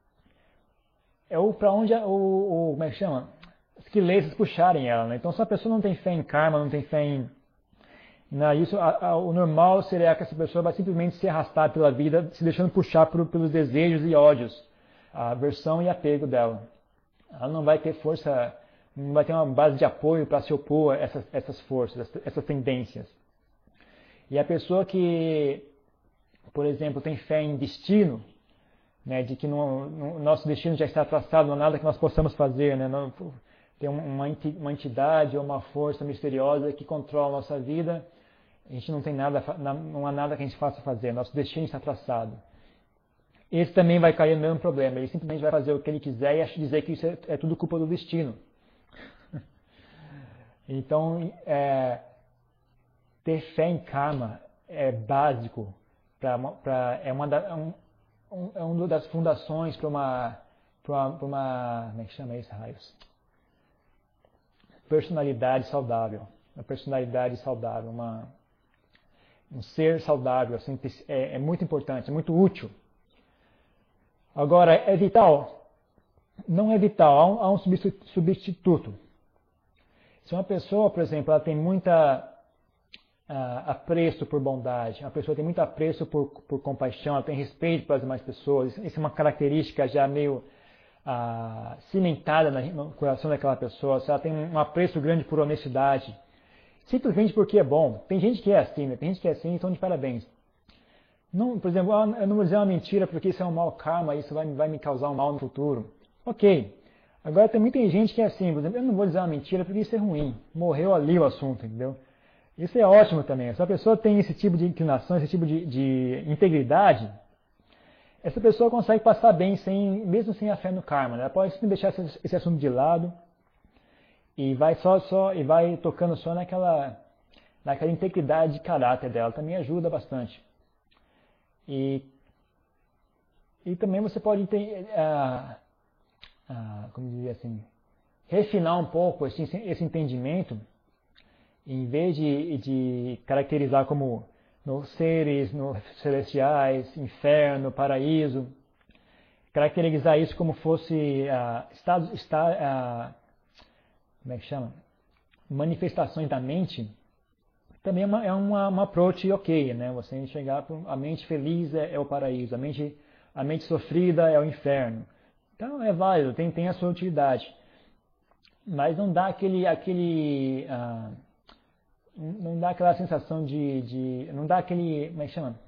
é o para onde o, o como é que chama? As kilesas puxarem ela, né? Então se a pessoa não tem fé em karma, não tem fé em na, isso, a, a, o normal seria que essa pessoa vai simplesmente se arrastar pela vida, se deixando puxar por, pelos desejos e ódios, a aversão e apego dela. Ela não vai ter força, não vai ter uma base de apoio para se opor a essas, essas forças, essas, essas tendências. E a pessoa que, por exemplo, tem fé em destino, né, de que o no, nosso destino já está traçado, não há nada que nós possamos fazer, né, não, tem uma, uma entidade ou uma força misteriosa que controla a nossa vida, a gente não tem nada, não há nada que a gente faça fazer, nosso destino está traçado. Esse também vai cair no mesmo problema, ele simplesmente vai fazer o que ele quiser e dizer que isso é, é tudo culpa do destino. Então, é, ter fé em karma é básico, pra, pra, é, uma da, é, um, é uma das fundações para uma, pra uma, pra uma, como é que chama isso, raios? Personalidade saudável, uma personalidade saudável, uma, um ser saudável, assim, é, é muito importante, é muito útil. Agora, é vital? Não é vital, há um, há um substituto. Se uma pessoa, por exemplo, ela tem muita uh, apreço por bondade, uma pessoa tem muito apreço por, por compaixão, ela tem respeito pelas demais pessoas, isso é uma característica já meio uh, cimentada no coração daquela pessoa, se ela tem um apreço grande por honestidade, simplesmente porque é bom. Tem gente que é assim, né? Tem gente que é assim, então de parabéns. Não, por exemplo, eu não vou dizer uma mentira porque isso é um mau karma, isso vai, vai me causar um mal no futuro. Ok. Agora também tem gente que é assim, por exemplo, eu não vou dizer uma mentira porque isso é ruim. Morreu ali o assunto, entendeu? Isso é ótimo também. Se a pessoa tem esse tipo de inclinação, esse tipo de, de integridade, essa pessoa consegue passar bem, sem, mesmo sem a fé no karma. Né? Ela pode deixar esse, esse assunto de lado e vai, só, só, e vai tocando só naquela, naquela integridade de caráter dela, também ajuda bastante. E, e também você pode ter, ah, ah, como dizer assim, refinar um pouco esse, esse entendimento, em vez de, de caracterizar como nos seres, nos celestiais, inferno, paraíso, caracterizar isso como fosse ah, estado, está, ah, como é que chama? Manifestações da mente, também é uma, é uma, uma approach ok, né? Você enxergar a mente feliz é, é o paraíso, a mente, a mente sofrida é o inferno. Então é válido, tem, tem a sua utilidade. Mas não dá aquele, aquele ah, não dá aquela sensação de, de, não dá aquele, como é que chama?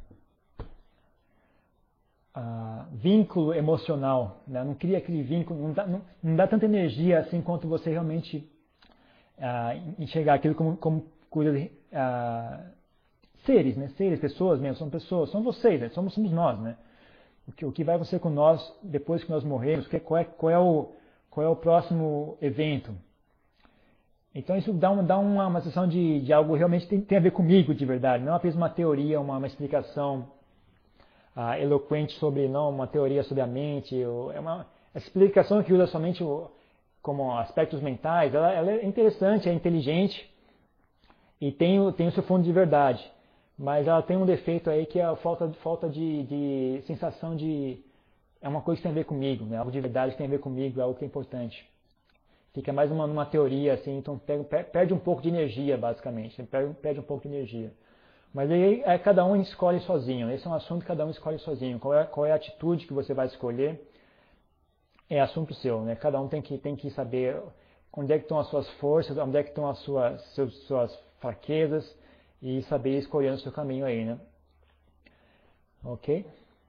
Ah, vínculo emocional, né? Não cria aquele vínculo, não dá, não, não dá tanta energia assim quanto você realmente ah, enxergar aquilo como, como coisa de ah, seres, né? Seres, pessoas mesmo, são pessoas, são vocês, né? somos, somos nós, né? O que, o que vai acontecer com nós depois que nós morremos, que, qual, é, qual, é o, qual é o próximo evento. Então isso dá uma, dá uma, uma sensação de, de algo realmente tem, tem a ver comigo de verdade, não apenas uma teoria, uma, uma explicação ah, eloquente sobre, não, uma teoria sobre a mente, ou, é uma explicação que usa somente o, como aspectos mentais, ela, ela é interessante, é inteligente e tem, o, tem o seu fundo de verdade, mas ela tem um defeito aí que é a falta, falta de, de sensação de, é uma coisa que tem a ver comigo, né? Algo de verdade que tem a ver comigo, é algo que é importante. Fica mais uma, uma teoria, assim, então perde, perde um pouco de energia, basicamente, perde, perde um pouco de energia. Mas aí é, cada um escolhe sozinho, esse é um assunto que cada um escolhe sozinho. Qual é, qual é a atitude que você vai escolher é assunto seu, né? Cada um tem que, tem que saber onde é que estão as suas forças, onde é que estão as suas, seus, suas fraquezas e saber escolher o seu caminho aí, né? Ok?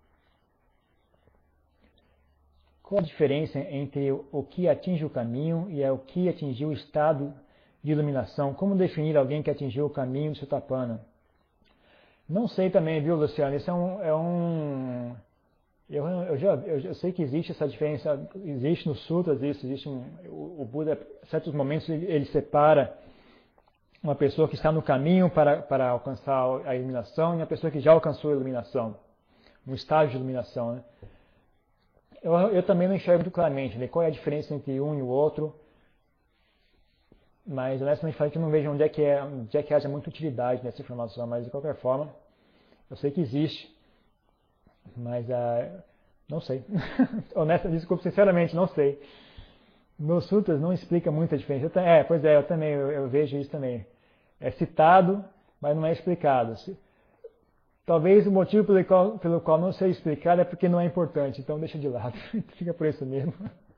Qual a diferença entre o que atinge o caminho e o que atingiu o estado de iluminação? Como definir alguém que atingiu o caminho de Sotapanna? Não sei também, viu, Luciano? Isso é um... É um eu, eu, já, eu, eu sei que existe essa diferença, existe nos sutras isso, existe um, o, o Buda, em certos momentos, ele, ele separa uma pessoa que está no caminho para, para alcançar a iluminação e uma pessoa que já alcançou a iluminação, um estágio de iluminação, né? Eu, eu também não enxergo muito claramente, né? Qual é a diferença entre um e o outro, mas honestamente falando que eu não vejo onde é que, é, onde é que haja muita utilidade nessa informação, mas de qualquer forma, eu sei que existe, mas uh, não sei. Honestamente, desculpa, sinceramente, não sei. Nos sutras não explica muita diferença. Eu, é, pois é, eu também eu, eu vejo isso também. É citado, mas não é explicado. Talvez o motivo pelo qual, pelo qual não seja explicado é porque não é importante, então deixa de lado, fica por isso mesmo.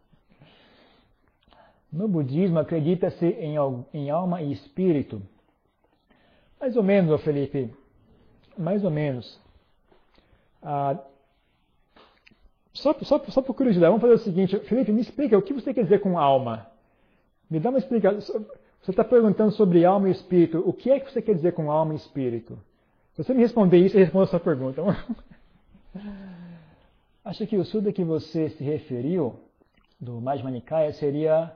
No budismo acredita-se em, em alma e espírito. Mais ou menos, ô Felipe, mais ou menos. Ah, só, só, só por curiosidade, vamos fazer o seguinte, Felipe, me explica o que você quer dizer com alma. Me dá uma explicação. Você está perguntando sobre alma e espírito. O que é que você quer dizer com alma e espírito? Se você me responder isso, eu respondo a sua pergunta. Acho que o Sutta que você se referiu, do Majjhima Nikaya, seria...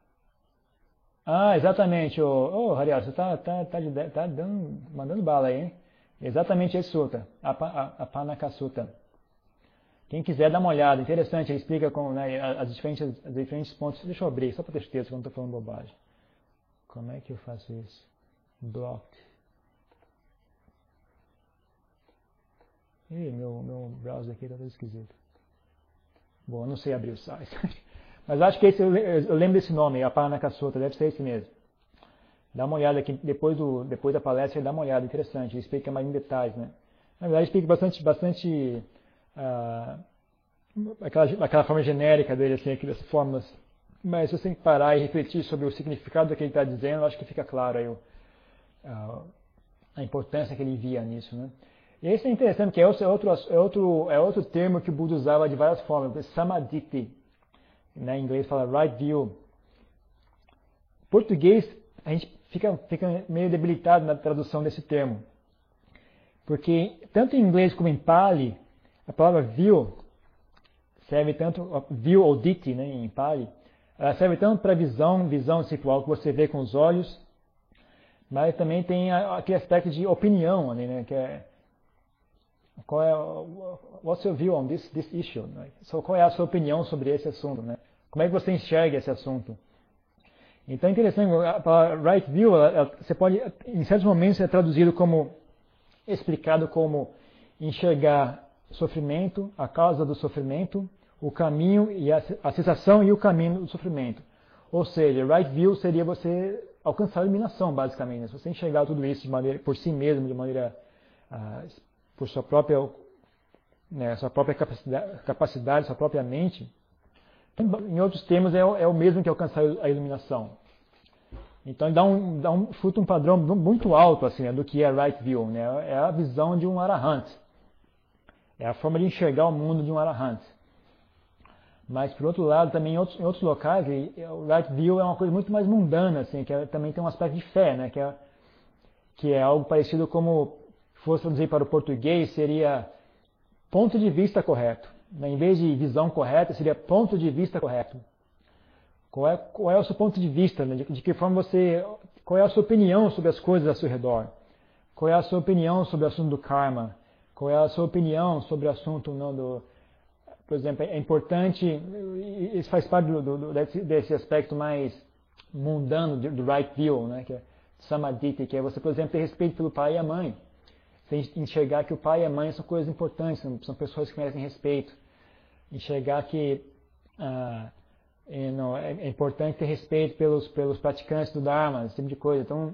Ah, exatamente. Ô, oh, Hariel, você está tá, tá, tá dando, mandando bala aí, hein? Exatamente esse Sutta, a Panaka Sutta. Quem quiser dar uma olhada, interessante, ele explica com, né, as, diferentes, as diferentes pontos. Deixa eu abrir, só para ter certeza que eu não estou falando bobagem. Como é que eu faço isso? Block. Ih, meu, meu browser aqui está todo esquisito. Bom, eu não sei abrir o site. Mas acho que esse, eu, eu lembro desse nome, a Panaka Sutta, deve ser esse mesmo. Dá uma olhada aqui, depois, do, depois da palestra, dá uma olhada, interessante, ele explica mais em detalhes, né? Na verdade, explica bastante, bastante ah, aquela, aquela forma genérica dele, assim, aquelas fórmulas. Mas se você parar e refletir sobre o significado do que ele está dizendo, acho que fica claro aí o, a, a importância que ele via nisso, né? E isso é interessante, porque é outro, é outro, é outro termo que o Buda usava de várias formas, samadhi, né? Em inglês fala right view. Em português, a gente fica, fica meio debilitado na tradução desse termo. Porque tanto em inglês como em Pali, a palavra view serve tanto, view ou diti, né, em Pali, ela serve tanto para visão, visão espiritual que você vê com os olhos, Mas também tem aquele aspecto de opinião ali, né? Que é qual é what's your view on this this issue? Né? So, qual é a sua opinião sobre esse assunto, né? Como é que você enxerga esse assunto? Então é interessante, a palavra right view, ela, ela, você pode, em certos momentos, é traduzido como, explicado como enxergar sofrimento, a causa do sofrimento, o caminho e a, a sensação e o caminho do sofrimento. Ou seja, right view seria você alcançar a iluminação, basicamente. Né? Se você enxergar tudo isso de maneira, por si mesmo, de maneira, ah, por sua própria, né, sua própria capacidade, capacidade, sua própria mente, em outros termos, é, é o mesmo que alcançar a iluminação. Então, dá um, dá um, chuta um padrão muito alto assim, né, do que é right view. Né? É a visão de um arahant. É a forma de enxergar o mundo de um arahant. Mas, por outro lado, também em outros, em outros locais, o right view é uma coisa muito mais mundana, assim, que é, também tem um aspecto de fé, né? que, é, que é algo parecido como, se fosse traduzir para o português, seria ponto de vista correto. Em vez de visão correta, seria ponto de vista correto. Qual é, qual é o seu ponto de vista? Né? De, de que forma você... Qual é a sua opinião sobre as coisas ao seu redor? Qual é a sua opinião sobre o assunto do karma? Qual é a sua opinião sobre o assunto não, do... Por exemplo, é importante... Isso faz parte do, do, desse, desse aspecto mais mundano do right view, né? Que é samadhi, que é você, por exemplo, ter respeito pelo pai e a mãe. Você enxergar que o pai e a mãe são coisas importantes, são pessoas que merecem respeito. Enxergar que ah, é, não, é, é importante ter respeito pelos, pelos praticantes do Dharma, esse tipo de coisa. Então,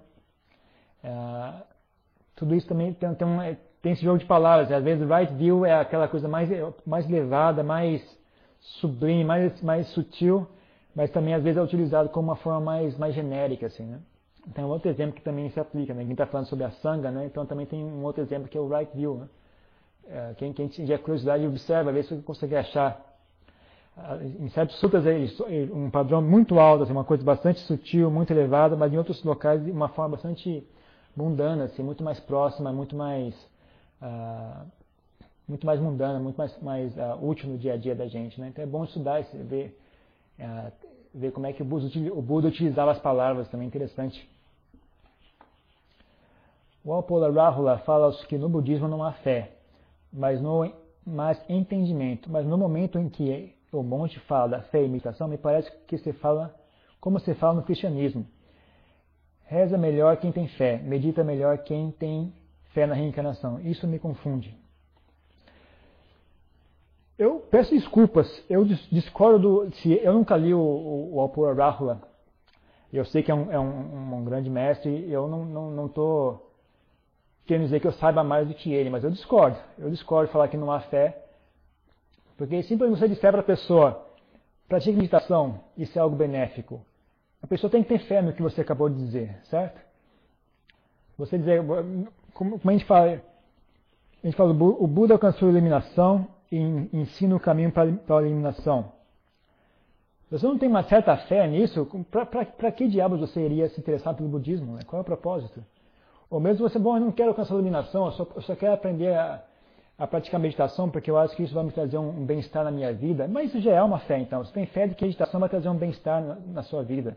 ah, tudo isso também tem, tem, um, tem esse jogo de palavras. Às vezes, right view é aquela coisa mais, mais elevada, mais sublime, mais, mais sutil, mas também às vezes é utilizado como uma forma mais, mais genérica, assim, né? Tem um outro exemplo que também se aplica, né? Quem está falando sobre a Sangha, né? Então também tem um outro exemplo que é o right view. Né? É, quem, quem tiver curiosidade observa, vê se você consegue achar. Em certos sutras um padrão muito alto, assim, uma coisa bastante sutil, muito elevada, mas em outros locais de uma forma bastante mundana, assim, muito mais próxima, muito mais, uh, muito mais mundana, muito mais, mais uh, útil no dia a dia da gente. Né? Então é bom estudar e ver, uh, ver como é que o Buda, o Buda utilizava as palavras, também é interessante. O Walpola Rahula fala que no budismo não há fé, mas, no, mas entendimento. Mas no momento em que o monge fala da fé e imitação, me parece que se fala como se fala no cristianismo. Reza melhor quem tem fé, medita melhor quem tem fé na reencarnação. Isso me confunde. Eu peço desculpas, eu discordo, se eu nunca li o, o, o Walpola Rahula, eu sei que é um, é um, um grande mestre, eu não estou... Não querendo dizer que eu saiba mais do que ele, mas eu discordo. Eu discordo de falar que não há fé, porque simplesmente você disser para a pessoa, pratique meditação, isso é algo benéfico. A pessoa tem que ter fé no que você acabou de dizer, certo? Você dizer, como, como a gente fala, a gente fala, o Buda alcançou a iluminação e ensina o caminho para a iluminação. Se você não tem uma certa fé nisso, para que diabos você iria se interessar pelo budismo? Né? Qual é o propósito? Ou mesmo você, bom, eu não quero alcançar a iluminação, eu só, eu só quero aprender a, a praticar meditação porque eu acho que isso vai me trazer um, um bem-estar na minha vida. Mas isso já é uma fé, então. Você tem fé de que a meditação vai trazer um bem-estar na, na sua vida.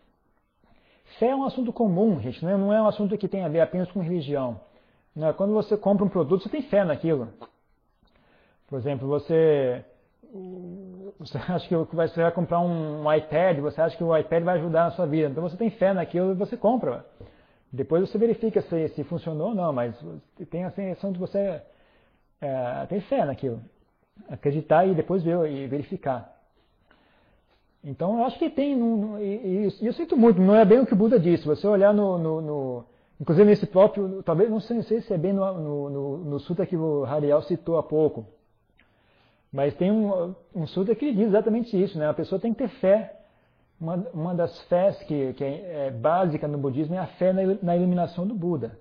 Fé é um assunto comum, gente, né? Não é um assunto que tem a ver apenas com religião. Não é? Quando você compra um produto, você tem fé naquilo. Por exemplo, você, você acha que você vai comprar um, um iPad, você acha que o iPad vai ajudar na sua vida. Então você tem fé naquilo e você compra. Depois você verifica se, se funcionou ou não, mas tem a sensação de você é, ter fé naquilo. Acreditar e depois ver e verificar. Então eu acho que tem, no, e, e eu sinto muito, não é bem o que o Buda disse. Você olhar no, no, no inclusive nesse próprio, talvez, não sei, não sei se é bem no, no, no, no sutra que o Hariel citou há pouco, mas tem um, um sutra que ele diz exatamente isso, né? A pessoa tem que ter fé. Uma, uma das fés que, que é, é básica no budismo é a fé na, na iluminação do Buda.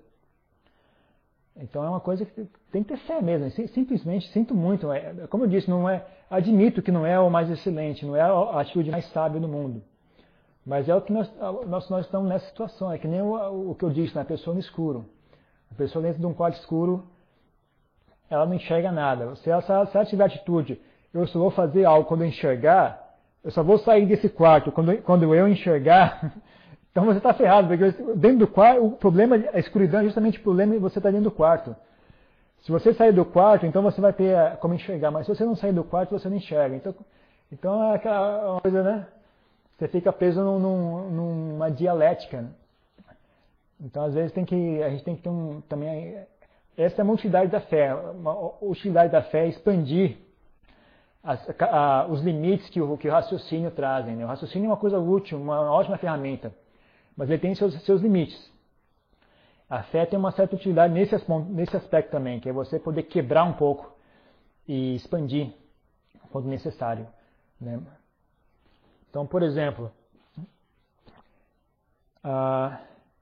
Então é uma coisa que tem que ter fé mesmo. Simplesmente, sinto muito. É, como eu disse, não é, admito que não é o mais excelente, não é a atitude mais sábia do mundo. Mas é o que nós, nós, nós estamos nessa situação. É que nem o, o que eu disse, né? A pessoa no escuro. A pessoa dentro de um quarto escuro, ela não enxerga nada. Se ela, se ela tiver atitude, eu só vou fazer algo quando eu enxergar, eu só vou sair desse quarto quando, quando eu enxergar Então você está ferrado, porque dentro do quarto, o problema, a escuridão é justamente o problema de você estar dentro do quarto. Se você sair do quarto, então você vai ter como enxergar, mas se você não sair do quarto, você não enxerga. Então, então é aquela coisa, né? Você fica preso num, num, numa dialética. Né? Então, às vezes, tem que, a gente tem que ter um, também... Essa é a utilidade da fé. A utilidade da fé é expandir as, a, os limites que o, que o raciocínio trazem. Né? O raciocínio é uma coisa útil, uma ótima ferramenta, mas ele tem seus, seus limites. A fé tem uma certa utilidade nesse, nesse aspecto também, que é você poder quebrar um pouco e expandir quando necessário. Né? Então, por exemplo, a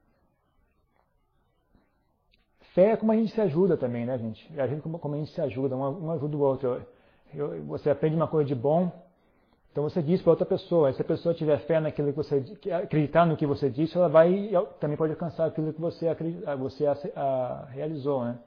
fé é como a gente se ajuda também, né, gente? A gente como, como a gente se ajuda, um, um ajuda o outro. Eu, eu, você aprende uma coisa de bom, então você diz para outra pessoa. Se a pessoa tiver fé naquilo que você, acreditar no que você disse, ela vai também pode alcançar aquilo que você, você a, a, realizou, né?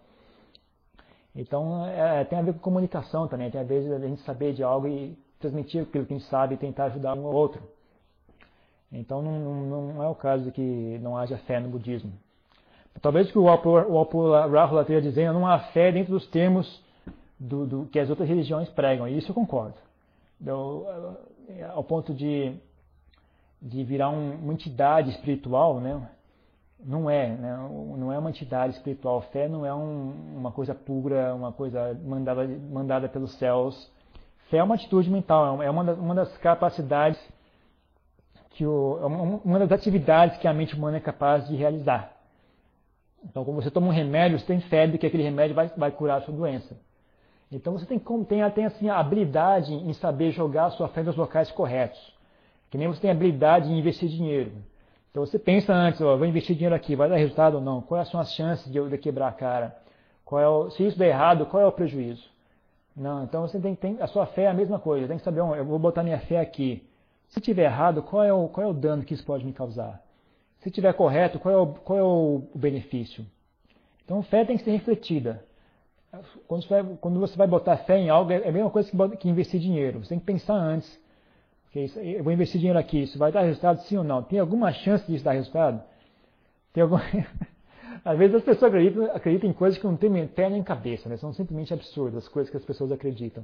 Então, é, tem a ver com comunicação também. Tem a ver a gente saber de algo e transmitir aquilo que a gente sabe e tentar ajudar um ou outro. Então, não, não, não é o caso de que não haja fé no budismo. Talvez o que o Walpola Rahula esteja dizendo, não há fé dentro dos termos do, do, que as outras religiões pregam. E isso eu concordo. Eu, ao ponto de, de virar um, uma entidade espiritual, né? Não é, né? Não é uma entidade espiritual. Fé não é um, uma coisa pura, uma coisa mandada, mandada pelos céus. Fé é uma atitude mental, é uma das, uma das capacidades, que o, uma das atividades que a mente humana é capaz de realizar. Então, quando você toma um remédio, você tem fé de que aquele remédio vai, vai curar a sua doença. Então, você tem, tem, tem assim, a habilidade em saber jogar a sua fé nos locais corretos. Que nem você tem a habilidade em investir dinheiro. Então, você pensa antes, ó, vou investir dinheiro aqui, vai dar resultado ou não? Quais são as chances de eu de quebrar a cara? Qual é o, se isso der errado, qual é o prejuízo? Não, então, você tem, tem, a sua fé é a mesma coisa. Tem que saber, ó, eu vou botar minha fé aqui. Se tiver errado, qual é o, qual é o dano que isso pode me causar? Se estiver correto, qual é, o, qual é o benefício? Então, fé tem que ser refletida. Quando você vai, quando você vai botar fé em algo, é a mesma coisa que, que investir dinheiro. Você tem que pensar antes. Okay, isso, eu vou investir dinheiro aqui, isso vai dar resultado sim ou não? Tem alguma chance disso dar resultado? Tem algum... Às vezes as pessoas acreditam, acreditam em coisas que não têm pé nem cabeça, né? São simplesmente absurdas as coisas que as pessoas acreditam.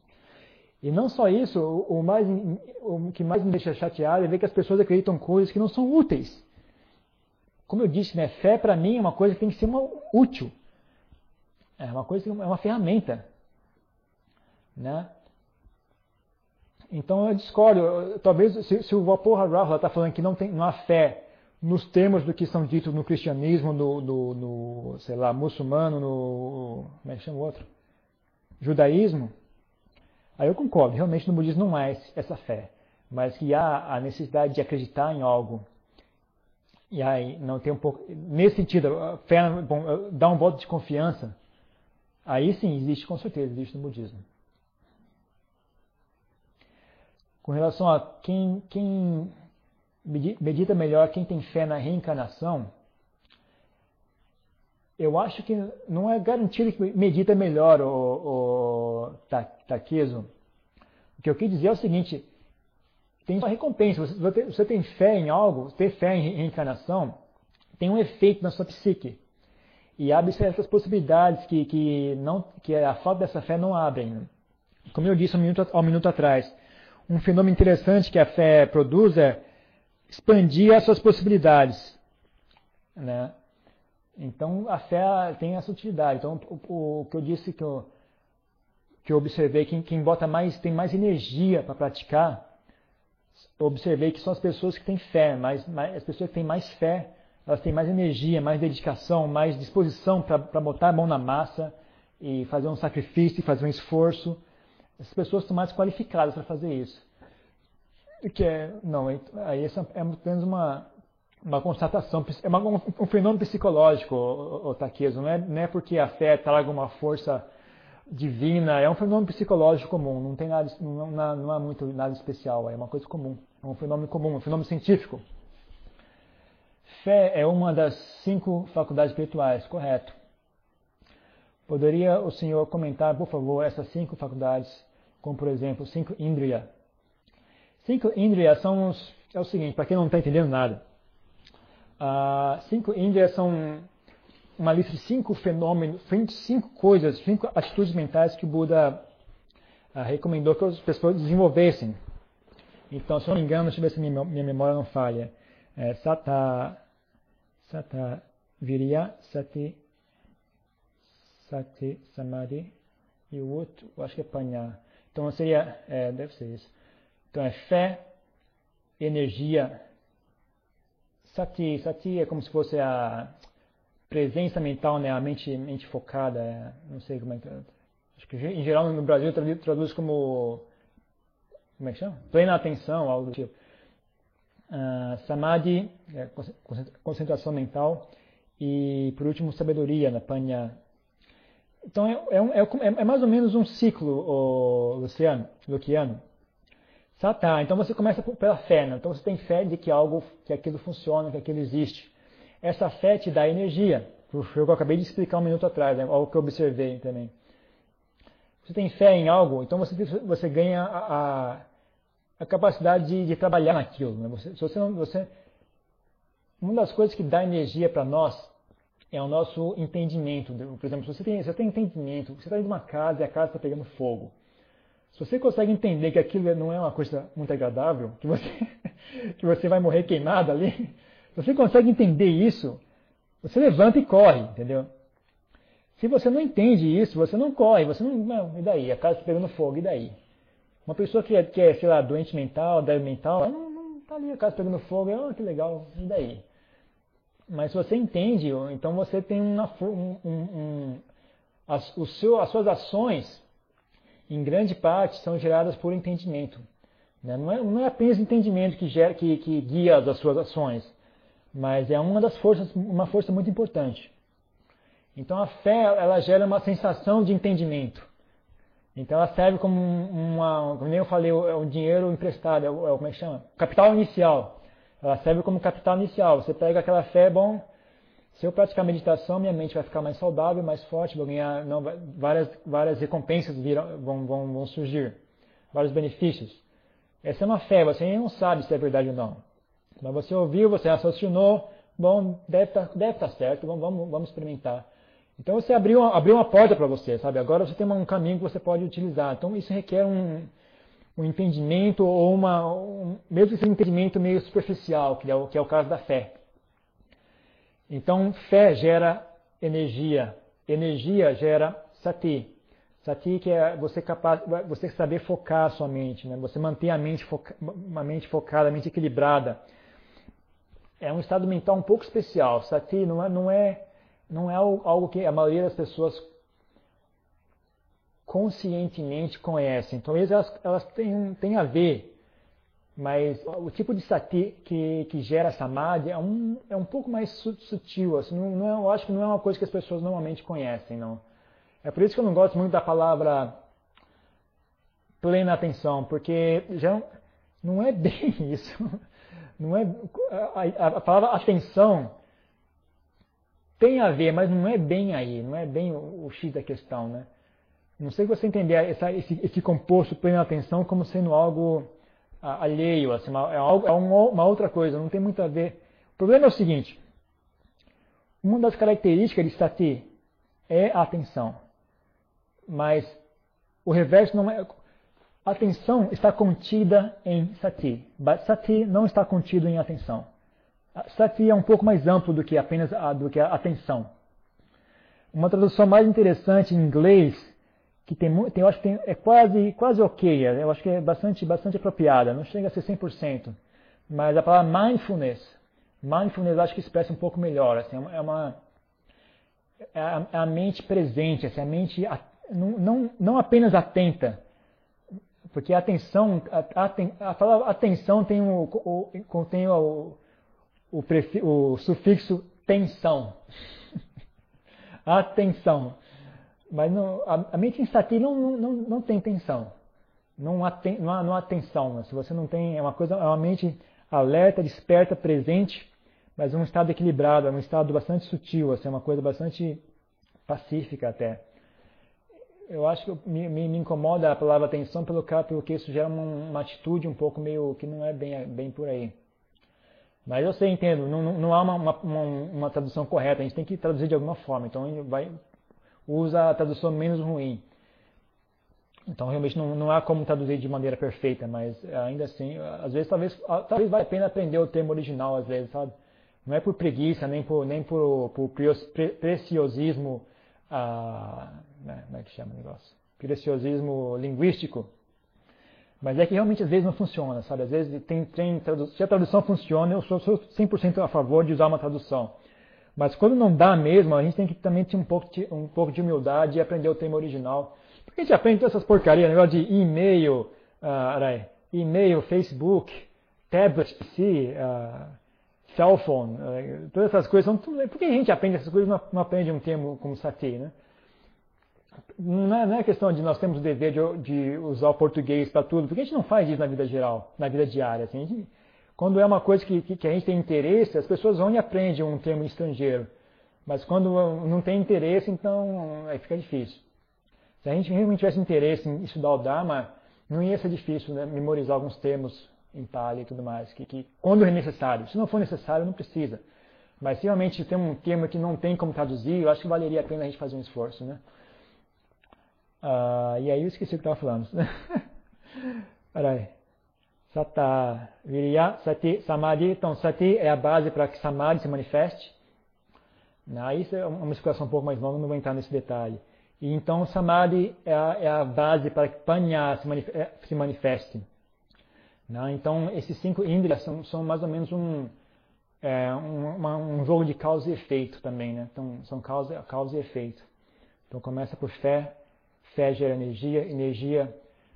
E não só isso, o, o, mais, o que mais me deixa chateado é ver que as pessoas acreditam em coisas que não são úteis. Como eu disse, né, fé para mim é uma coisa que tem que ser uma, útil. É uma coisa, é uma ferramenta. Né? Então eu discordo. Eu, talvez se, se o Walpola Rahula está falando que não, tem, não há fé nos termos do que são ditos no cristianismo, no, no, no sei lá, muçulmano, no como é que chama o outro? Judaísmo, aí eu concordo. Realmente no budismo não há essa fé. Mas que há a necessidade de acreditar em algo. E aí, não tem um pouco. Nesse sentido, fé, bom, dá um voto de confiança. Aí sim, existe, com certeza, existe no budismo. Com relação a quem, quem medita melhor, quem tem fé na reencarnação, eu acho que não é garantido que medita melhor, o, o Takezo. O que eu quis dizer é o seguinte. Tem uma recompensa. Você, você tem fé em algo, ter fé em reencarnação, tem um efeito na sua psique. E abre certas possibilidades que, que, não, que a falta dessa fé não abre ainda. Como eu disse um minuto, um minuto atrás, um fenômeno interessante que a fé produz é expandir as suas possibilidades. Né? Então, a fé tem essa utilidade. Então, o, o que eu disse que eu, que eu observei, quem, quem bota mais, tem mais energia para praticar, eu observei que são as pessoas que têm fé, mais, mais, as pessoas que têm mais fé, elas têm mais energia, mais dedicação, mais disposição para botar a mão na massa e fazer um sacrifício, fazer um esforço. As pessoas estão mais qualificadas para fazer isso. Que é, não, aí essa é apenas uma, uma constatação, é uma, um, um fenômeno psicológico, o, o Takezo, não é, não é porque a fé traga alguma força divina, é um fenômeno psicológico comum, não tem nada, não, não, não há muito nada especial, é uma coisa comum, é um fenômeno comum, um fenômeno científico. Fé é uma das cinco faculdades espirituais, correto. Poderia o senhor comentar, por favor, essas cinco faculdades, como por exemplo, cinco Indriya. Cinco Indriya são os, é o seguinte, para quem não está entendendo nada, Uh, cinco Indriyas são uma lista de cinco fenômenos, cinco coisas, cinco atitudes mentais que o Buda uh, recomendou que as pessoas desenvolvessem. Então, se eu não me engano, deixa eu ver se minha, minha memória não falha. É, sata, sata Virya, Sati, Sati, Samadhi e o outro, eu acho que é Panya. Então, seria, é, deve ser isso. Então, é fé, energia. Sati, Sati é como se fosse a presença mental, né? A mente, mente focada. É, não sei como é que... Acho que em geral no Brasil traduz, traduz como... Como é que chama? Plena atenção, algo do tipo. Uh, samadhi, é, concentração mental. E, por último, sabedoria, na Panya. Então, é, é, é, é mais ou menos um ciclo, o Luciano, Luciano. Sata, então você começa pela fé, né? Então você tem fé de que algo, que aquilo funciona, que aquilo existe. Essa fé te dá energia. Foi o que eu acabei de explicar um minuto atrás, né? Algo que eu observei também. Você tem fé em algo, então você, você ganha a, a, a capacidade de, de trabalhar naquilo. Né? Você, se você não, você, uma das coisas que dá energia para nós é o nosso entendimento. Por exemplo, se você tem, você tem entendimento, você está dentro de uma casa e a casa está pegando fogo. Se você consegue entender que aquilo não é uma coisa muito agradável, que você, que você vai morrer queimado ali, se você consegue entender isso, você levanta e corre, entendeu? Se você não entende isso, você não corre, você não... não e daí? A casa está pegando fogo, e daí? Uma pessoa que é, que é sei lá, doente mental, débil mental, ela não, não tá ali, a casa pegando fogo, oh, que legal, e daí? Mas se você entende, então você tem uma... Um, um, um, as, o seu, as suas ações... em grande parte, são geradas por entendimento. Não é, não é apenas entendimento que, gera, que, que guia as suas ações, mas é uma das forças, uma força muito importante. Então a fé, ela gera uma sensação de entendimento. Então ela serve como uma, como eu falei, é o dinheiro emprestado, é o, é o, como é que chama? Capital inicial. Ela serve como capital inicial. Você pega aquela fé, bom... Se eu praticar meditação, minha mente vai ficar mais saudável, mais forte, vou ganhar não, várias, várias recompensas viram, vão, vão, vão surgir, vários benefícios. Essa é uma fé, você nem não sabe se é verdade ou não. Mas você ouviu, você raciocinou, bom, deve estar deve tá certo, vamos, vamos, vamos experimentar. Então você abriu, abriu uma porta para você, sabe? Agora você tem um caminho que você pode utilizar. Então isso requer um, um entendimento, ou uma, um, mesmo esse entendimento meio superficial, que é o, que é o caso da fé. Então, fé gera energia. Energia gera sati. Sati que é você capaz, você saber focar a sua mente, né? Você manter a mente, foca, uma mente focada, a mente equilibrada. É um estado mental um pouco especial. Sati não é, não é, não é algo que a maioria das pessoas conscientemente conhecem. Então, elas, elas têm, têm a ver. Mas o tipo de sati que, que gera samadhi é um, é um pouco mais sutil. Assim, não, não é, eu acho que não é uma coisa que as pessoas normalmente conhecem. Não. É por isso que eu não gosto muito da palavra plena atenção, porque já não é bem isso. Não é, a, a palavra atenção tem a ver, mas não é bem aí. Não é bem o, o X da questão. Né? Não sei se você entender essa, esse, esse composto plena atenção como sendo algo... alheio, assim, é, algo, é uma outra coisa, não tem muito a ver. O problema é o seguinte, uma das características de sati é a atenção, mas o reverso não é... A atenção está contida em sati, sati não está contido em atenção. Sati é um pouco mais amplo do que apenas a, do que a atenção. Uma tradução mais interessante em inglês, que tem, tem, eu acho que tem, é quase, quase ok, eu acho que é bastante, bastante apropriada, não chega a ser cem por cento, mas a palavra mindfulness, mindfulness eu acho que expressa um pouco melhor, assim, é uma, é a, é a mente presente, assim, a mente a, não, não, não apenas atenta, porque a atenção, a, a, a palavra atenção tem o, o, contém o, o, prefi, o sufixo tensão, atenção. Mas não, a, a mente em sati não, não, não, não tem tensão, não há, ten, não, há, não há tensão. Né? Se você não tem, é uma coisa, é uma mente alerta, desperta, presente, mas um estado equilibrado, é um estado bastante sutil, assim, é uma coisa bastante pacífica até. Eu acho que me, me, me incomoda a palavra atenção pelo porque isso gera uma, uma atitude um pouco meio que não é bem, bem por aí. Mas eu sei, entendo, não, não, não há uma, uma, uma, uma tradução correta, a gente tem que traduzir de alguma forma, então a gente vai, usa a tradução menos ruim. Então realmente não, não há como traduzir de maneira perfeita, mas ainda assim, às vezes talvez, talvez vale a pena aprender o termo original, às vezes, sabe? Não é por preguiça, nem por, nem por, por pre, preciosismo, ah, né, como é que chama o negócio? Preciosismo linguístico. Mas é que realmente às vezes não funciona, sabe? Às vezes tem, tem se a tradução funciona, eu sou, sou cem por cento a favor de usar uma tradução. Mas quando não dá mesmo, a gente tem que também ter um pouco de, um pouco de humildade e aprender o tema original. Porque a gente aprende todas essas porcarias, negócio de e-mail, uh, e-mail, Facebook, tablet, P C, uh, cell phone, uh, todas essas coisas. São tudo, por que a gente aprende essas coisas e não, não aprende um termo como sati, né? Não é, não é questão de nós temos o dever de, de usar o português para tudo, porque a gente não faz isso na vida geral, na vida diária. Assim, a gente, quando é uma coisa que, que, que a gente tem interesse, as pessoas vão e aprendem um termo estrangeiro. Mas quando não tem interesse, então aí fica difícil. Se a gente realmente tivesse interesse em estudar o Dharma, não ia ser difícil, né, memorizar alguns termos em Pali e tudo mais, que, que quando é necessário. Se não for necessário, não precisa. Mas se realmente tem um termo que não tem como traduzir, eu acho que valeria a pena a gente fazer um esforço, né? Uh, e aí eu esqueci o que eu estava falando. Peraí. Sata, Viriya, Sati, Samadhi. Então, Sati é a base para que Samadhi se manifeste. Não, isso é uma explicação um pouco mais longa, não vou entrar nesse detalhe. E então, Samadhi é a, é a base para que Panya se, manif se manifeste. Não, então, esses cinco Indriyas são, são mais ou menos um, é, um, uma, um jogo de causa e efeito também, né? Então, são causa, causa e efeito. Então, começa por fé. Fé gera energia, energia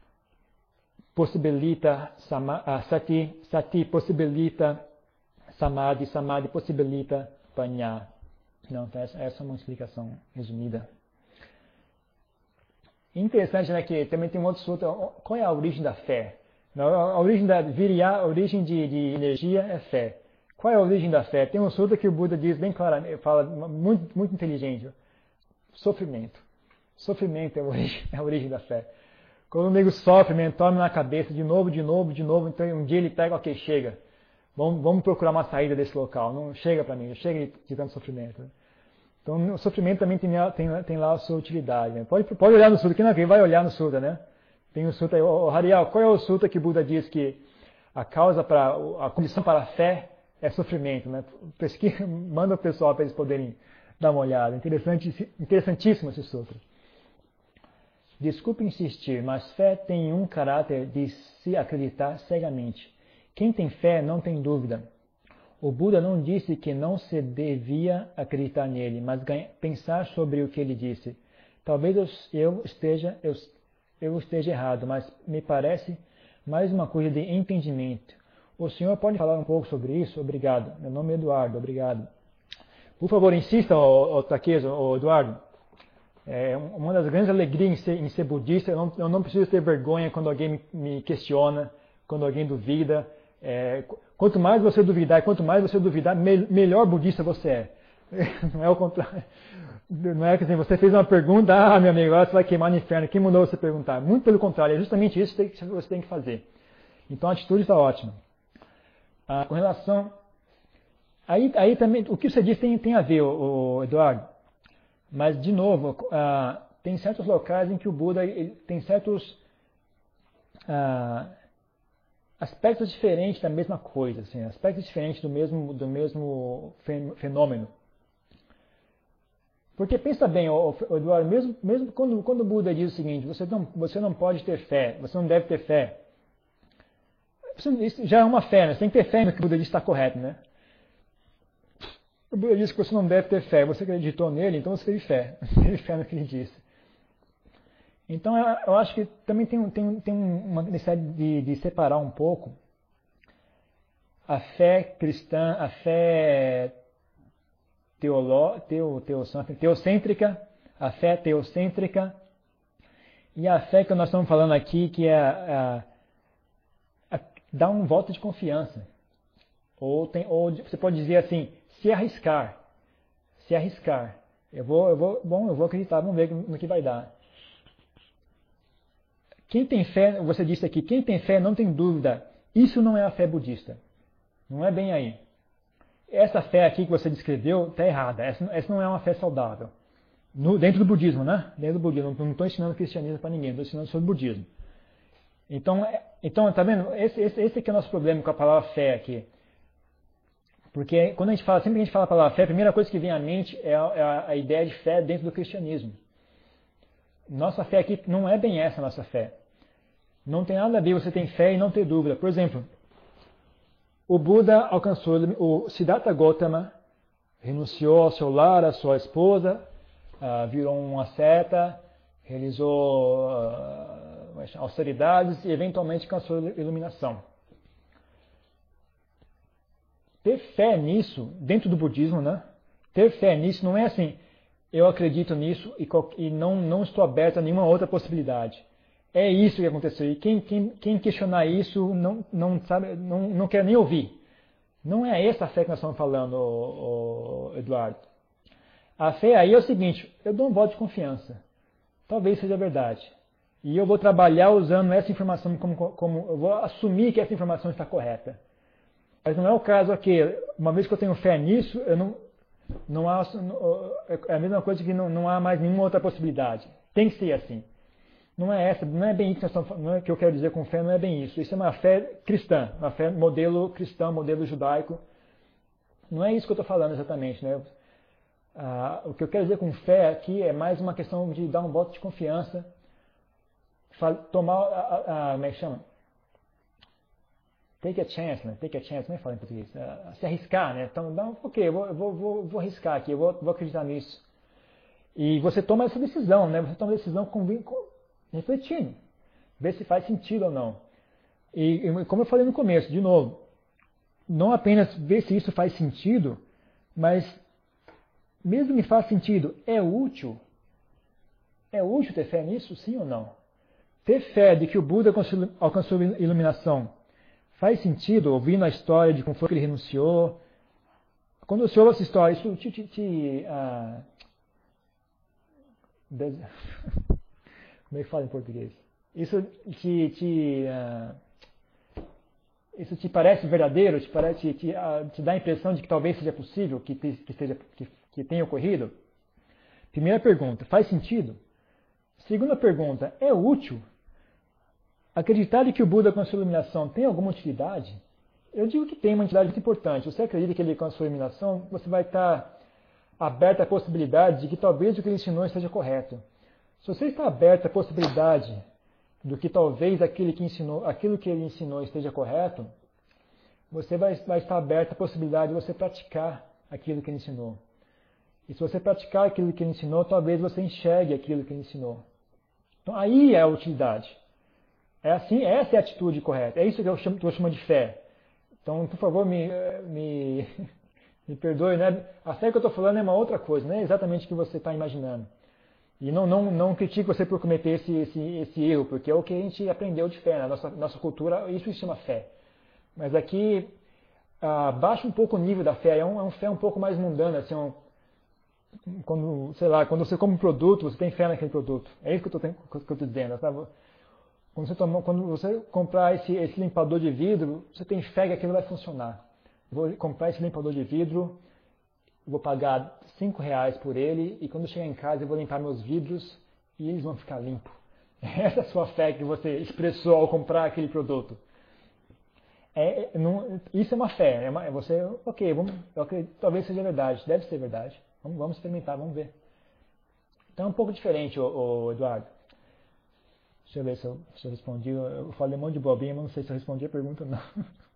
possibilita sama, ah, sati, sati possibilita samadhi, samadhi possibilita panya. Não, então essa, essa é uma explicação resumida. Interessante, né, que também tem um outro sutra. Qual é a origem da fé? A origem da virya, a origem de, de energia é fé. Qual é a origem da fé? Tem um sutra que o Buda diz bem claramente, fala muito, muito inteligente. Sofrimento. Sofrimento é a, origem, é a origem da fé. Quando o nego sofre, mesmo, toma na cabeça de novo, de novo, de novo, então um dia ele pega, ok, chega. Vamos, vamos procurar uma saída desse local. Não chega para mim, chega de tanto sofrimento. Então o sofrimento também tem, tem, tem lá a sua utilidade. Né? Pode, pode olhar no sutra, quem não quem vai olhar no sutra, né? Tem o sutra aí, oh, Harial, qual é o sutra que Buda diz que a causa para, a condição para a fé é sofrimento, né? Pesquisa, manda o pessoal para eles poderem dar uma olhada. Interessante, interessantíssimo esse sutra. Desculpe insistir, mas fé tem um caráter de se acreditar cegamente. Quem tem fé não tem dúvida. O Buda não disse que não se devia acreditar nele, mas pensar sobre o que ele disse. Talvez eu esteja, eu, eu esteja errado, mas me parece mais uma coisa de entendimento. O senhor pode falar um pouco sobre isso? Obrigado. Meu nome é Eduardo, obrigado. Por favor, insista, ô, ô, Takezo, ô, Eduardo. É uma das grandes alegrias em ser, em ser budista. Eu não, eu não preciso ter vergonha quando alguém me, me questiona, quando alguém duvida. É, quanto mais você duvidar, e quanto mais você duvidar, me, melhor budista você é. Não é o contrário. Não é que assim, você fez uma pergunta, ah, meu amigo, agora você vai queimar no inferno. Quem mandou você perguntar? Muito pelo contrário, é justamente isso que você tem que fazer. Então a atitude está ótima. Ah, com relação... Aí, aí também, o que você disse tem, tem a ver, o, o Eduardo. Mas, de novo, uh, tem certos locais em que o Buda ele, tem certos uh, aspectos diferentes da mesma coisa, assim, aspectos diferentes do mesmo, do mesmo fenômeno. Porque pensa bem, Eduardo, mesmo, mesmo quando, quando o Buda diz o seguinte, você não, você não pode ter fé, você não deve ter fé. Isso já é uma fé, né? Você tem que ter fé no que o Buda diz está correto, né? O Buda disse que você não deve ter fé. Você acreditou nele, então você teve fé. Você teve fé no que ele disse. Então eu acho que também tem, tem, tem uma necessidade de, de separar um pouco a fé cristã, a fé teolo, teo, teocêntrica, a fé teocêntrica e a fé que nós estamos falando aqui, que é a, a, a, dar um voto de confiança. Ou, tem, ou você pode dizer assim, se arriscar, se arriscar, eu vou, eu vou, bom, eu vou acreditar, vamos ver no que vai dar. Quem tem fé, você disse aqui, quem tem fé não tem dúvida, isso não é a fé budista, não é bem aí. essa fé aqui que você descreveu está errada. Essa, essa não é uma fé saudável. No, dentro do budismo, né? Dentro do budismo. Não estou ensinando cristianismo para ninguém, estou ensinando sobre budismo. Então, então tá vendo? Esse, esse, esse aqui é o nosso problema com a palavra fé aqui. Porque quando a gente fala, sempre que a gente fala a palavra fé, a primeira coisa que vem à mente é a, é a ideia de fé dentro do cristianismo. Nossa fé aqui não é bem essa a nossa fé. Não tem nada a ver você ter fé e não ter dúvida. Por exemplo, o Buda alcançou, o Siddhartha Gautama renunciou ao seu lar, à sua esposa, uh, virou um asceta, realizou uh, austeridades e eventualmente alcançou a iluminação. Ter fé nisso, dentro do budismo, né? Ter fé nisso não é assim, eu acredito nisso e, e não, não estou aberto a nenhuma outra possibilidade. É isso que aconteceu. E quem, quem, quem questionar isso não, não, sabe, não, não quer nem ouvir. Não é essa a fé que nós estamos falando, ô, ô, Eduardo. A fé aí é o seguinte, eu dou um voto de confiança. Talvez seja verdade. E eu vou trabalhar usando essa informação como, como eu vou assumir que essa informação está correta. Mas não é o caso aqui. Uma vez que eu tenho fé nisso, eu não, não há, é a mesma coisa que não, não há mais nenhuma outra possibilidade. Tem que ser assim. Não é essa, não é bem isso que, nós estamos, não é que eu quero dizer com fé, não é bem isso. Isso é uma fé cristã, uma fé modelo cristão, modelo judaico. Não é isso que eu estou falando exatamente, né? Ah, o que eu quero dizer com fé aqui é mais uma questão de dar um voto de confiança, tomar, a, a, a, como é que chama? Take a chance, né? Take a chance, como é que fala em português? Uh, se arriscar, né? Então, não, ok, eu vou, eu vou, vou, vou arriscar aqui, eu vou, vou acreditar nisso. E você toma essa decisão, né? Você toma a decisão com, com, refletindo, ver se faz sentido ou não. E, e como eu falei no começo, de novo, não apenas ver se isso faz sentido, mas mesmo que faz sentido, é útil? É útil ter fé nisso, sim ou não? Ter fé de que o Buda alcançou a iluminação faz sentido, ouvindo a história de como foi que ele renunciou? Quando você ouve essa história, isso te... te, te ah, des... como é que fala em português? Isso te, te, uh, isso te parece verdadeiro? Te, parece, te, te, uh, te dá a impressão de que talvez seja possível, que, que, seja, que, que tenha ocorrido? Primeira pergunta, faz sentido? Segunda pergunta, é útil? Acreditar que o Buda alcançou a iluminação tem alguma utilidade? Eu digo que tem uma utilidade muito importante. Se você acredita que ele alcançou a iluminação, você vai estar aberto à possibilidade de que talvez o que ele ensinou esteja correto. Se você está aberto à possibilidade do que talvez aquele que ensinou, aquilo que ele ensinou esteja correto, você vai, vai estar aberto à possibilidade de você praticar aquilo que ele ensinou. E se você praticar aquilo que ele ensinou, talvez você enxergue aquilo que ele ensinou. Então aí é a utilidade. É assim, essa é a atitude correta. É isso que eu chamo, que eu chamo de fé. Então, por favor, me, me, me perdoe, né? A fé que eu estou falando é uma outra coisa, não é exatamente o que você está imaginando. E não, não, não critico você por cometer esse, esse, esse erro, porque é o que a gente aprendeu de fé. Na nossa, nossa cultura, isso se chama fé. Mas aqui, ah, baixa um pouco o nível da fé. É um, é um fé um pouco mais mundana. Assim, um, quando, sei lá, quando você come um produto, você tem fé naquele produto. É isso que eu estou dizendo. Sabe? Quando você, toma, quando você comprar esse, esse limpador de vidro, você tem fé que aquilo vai funcionar. Eu vou comprar esse limpador de vidro, vou pagar cinco reais por ele e quando eu chegar em casa eu vou limpar meus vidros e eles vão ficar limpos. Essa é a sua fé que você expressou ao comprar aquele produto. É, não, isso é uma fé. É uma, é você, ok, vamos, eu acredito, talvez seja verdade, deve ser verdade. Vamos, vamos experimentar, vamos ver. Então é um pouco diferente, ô, ô, Eduardo. Deixa eu ver se eu, se eu respondi. Eu falei um monte de bobinha, mas não sei se eu respondi a pergunta ou não.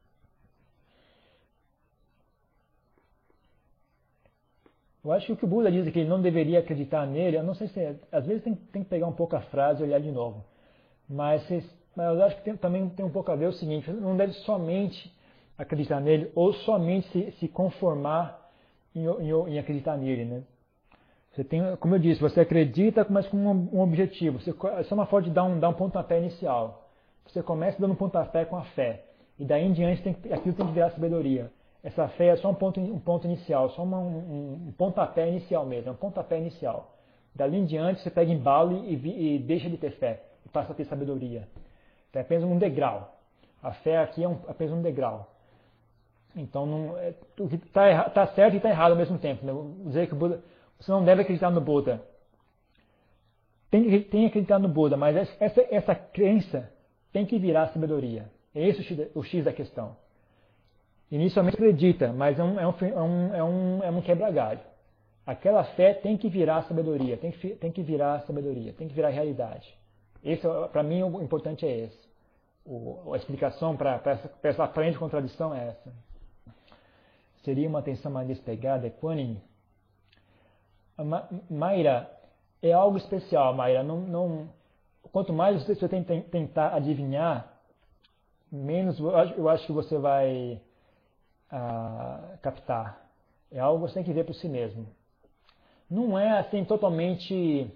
Eu acho que o que o Buda diz é que ele não deveria acreditar nele, eu não sei se é, às vezes tem, tem que pegar um pouco a frase e olhar de novo. Mas, mas eu acho que tem, também tem um pouco a ver o seguinte, você não deve somente acreditar nele ou somente se, se conformar em, em, em acreditar nele, né? Você tem, como eu disse, você acredita, mas com um, um objetivo. Você, isso é uma forma de dar um, dar um pontapé inicial. Você começa dando um pontapé com a fé. E daí em diante tem, aquilo tem que virar sabedoria. Essa fé é só um ponto, um ponto inicial, só uma, um, um pontapé inicial mesmo, é um pontapé inicial. Dali em diante você pega embalo e, e, e deixa de ter fé, e passa a ter sabedoria. Então é apenas um degrau. A fé aqui é um, apenas um degrau. Então, não, é, o que está tá certo e está errado ao mesmo tempo. Né? Dizer que o Buda, você não deve acreditar no Buda. Tem que, tem que acreditar no Buda, mas essa, essa crença tem que virar sabedoria. Esse é o X, o X da questão. Inicialmente acredita, mas é um, é um, é um, é um, é um quebra-galho. Aquela fé tem que virar sabedoria, tem que, tem que virar sabedoria, tem que virar realidade. Esse, para mim, o importante é esse. O, a explicação para essa, essa aparente contradição é essa. Seria uma atenção mais despegada, equânime? Ma, Mayra, é algo especial, Mayra. Não, não, quanto mais você, você tem, tem, tentar adivinhar, menos eu acho, eu acho que você vai ah, captar. É algo que você tem que ver por si mesmo. Não é assim totalmente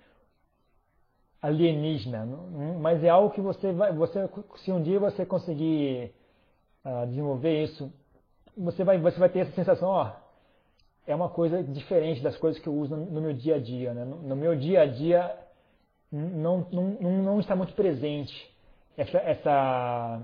alienígena, mas é algo que você vai, você, se um dia você conseguir uh, desenvolver isso, você vai, você vai ter essa sensação, ó, é uma coisa diferente das coisas que eu uso no, no meu dia a dia, né? no, no meu dia a dia não, não, não, não está muito presente essa, essa,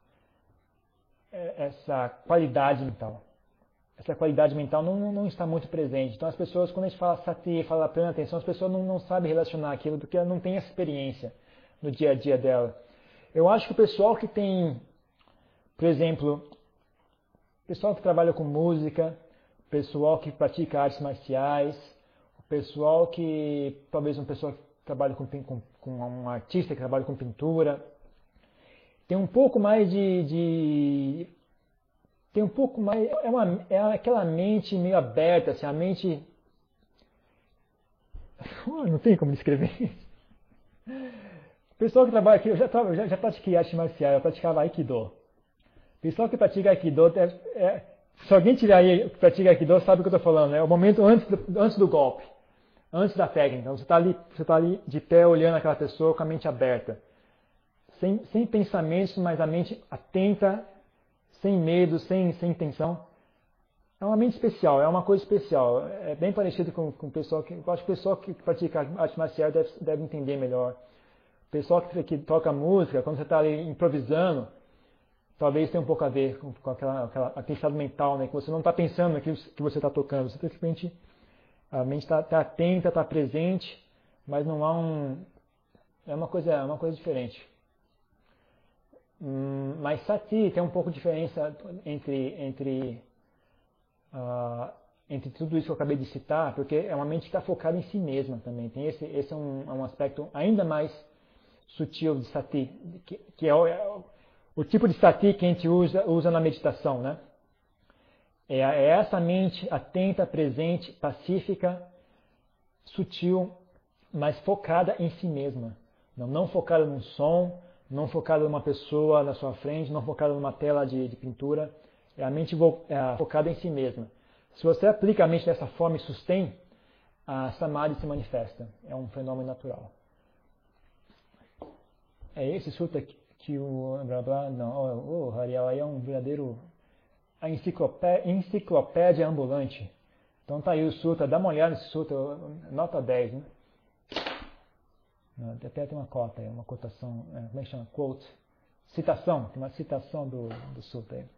essa qualidade mental. Essa qualidade mental não, não está muito presente. Então as pessoas, quando a gente fala sati, fala plena atenção, as pessoas não, não sabem relacionar aquilo porque ela não tem essa experiência no dia a dia dela. Eu acho que o pessoal que tem, por exemplo, o pessoal que trabalha com música, o pessoal que pratica artes marciais, o pessoal que, talvez uma pessoa que trabalha com, com, com um artista que trabalha com pintura, tem um pouco mais de... de tem um pouco mais, é, uma, é aquela mente meio aberta, assim, a mente, não tem como descrever isso. O pessoal que trabalha aqui, eu já, já, já pratiquei arte marcial, eu praticava Aikido. O pessoal que pratica Aikido, é, é, se alguém tiver aí que pratica Aikido, sabe o que eu estou falando, é o momento antes do, antes do golpe, antes da técnica. Então você está ali, você tá ali de pé olhando aquela pessoa com a mente aberta, sem, sem pensamentos, mas a mente atenta, sem medo, sem, sem intenção. É uma mente especial, é uma coisa especial. É bem parecido com, com o pessoal que... Eu acho que o pessoal que pratica arte marcial deve, deve entender melhor. O pessoal que, que toca música, quando você está ali improvisando, talvez tenha um pouco a ver com, com aquela, aquela, aquele estado mental, né? Que você não está pensando naquilo que você está tocando. Você simplesmente... A mente está tá atenta, está presente, mas não há um... É uma coisa, é uma coisa diferente. Hum, mas sati tem um pouco de diferença entre, entre, uh, entre tudo isso que eu acabei de citar, porque é uma mente que está focada em si mesma também. Tem esse, esse é, um, é um aspecto ainda mais sutil de sati, que, que é, o, é o tipo de sati que a gente usa, usa na meditação, né? É, é essa mente atenta, presente, pacífica, sutil, mas focada em si mesma. Não, não focada num som, não focada numa pessoa na sua frente, não focada numa tela de, de pintura. É a mente é, focada em si mesma. Se você aplica a mente dessa forma e sustém, a samadhi se manifesta. É um fenômeno natural. É esse sutta que, que o... Blá, blá, não, o oh, Hariel aí é um verdadeiro... A enciclopédia, enciclopédia ambulante. Então tá aí o sutta, dá uma olhada nesse sutta, nota dez, né? Até tem uma cota aí, uma cotação, como é que chama? Quote. Citação, tem uma citação do, do sutta aí.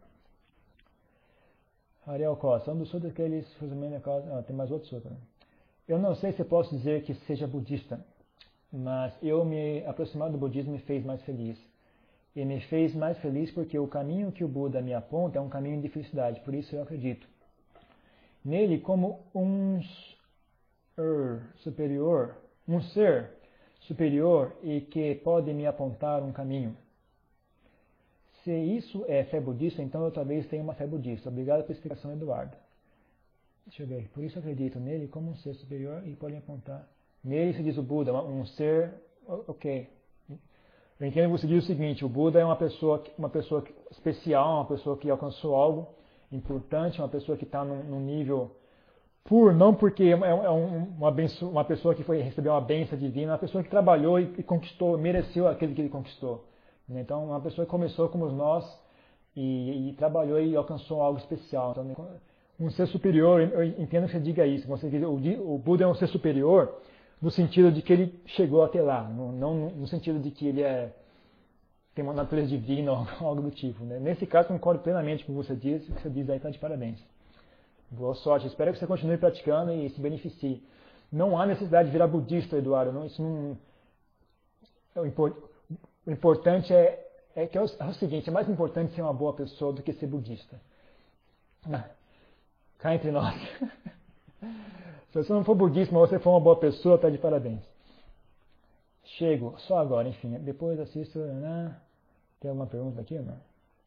Ariel Costa, um dos suttas que eles, ah, tem mais outro sutta. Né? Eu não sei se posso dizer que seja budista, mas eu me aproximar do budismo me fez mais feliz. E me fez mais feliz porque o caminho que o Buda me aponta é um caminho de felicidade, por isso eu acredito nele como um ser superior, um ser superior e que pode me apontar um caminho. Se isso é fé budista, então eu talvez tenha uma fé budista. Obrigado pela explicação, Eduardo. Deixa eu ver. Por isso eu acredito nele como um ser superior e pode me apontar. Nele se diz o Buda, um ser... Ok. Eu entendo que você diz o seguinte, o Buda é uma pessoa, uma pessoa especial, uma pessoa que alcançou algo importante, uma pessoa que está num, num nível puro, não porque é, é um, uma, benção, uma pessoa que foi receber uma bênção divina, uma pessoa que trabalhou e, e conquistou, mereceu aquilo que ele conquistou. Então, uma pessoa que começou como nós e, e trabalhou e alcançou algo especial. Então, um ser superior, eu entendo que você diga isso, você diz, o, o Buda é um ser superior, no sentido de que ele chegou até lá, não, não no sentido de que ele é tem uma natureza divina ou algo do tipo. Né? Nesse caso, concordo plenamente com o que você diz, o que você diz aí está de parabéns. Boa sorte, espero que você continue praticando e se beneficie. Não há necessidade de virar budista, Eduardo. Não, isso não... o, import... o importante é, é que é o, é o seguinte, é mais importante ser uma boa pessoa do que ser budista. Cá entre nós. Se você não for budista, mas você for uma boa pessoa, está de parabéns. Chego, só agora, enfim. Depois assisto... Né? Tem alguma pergunta aqui ou não?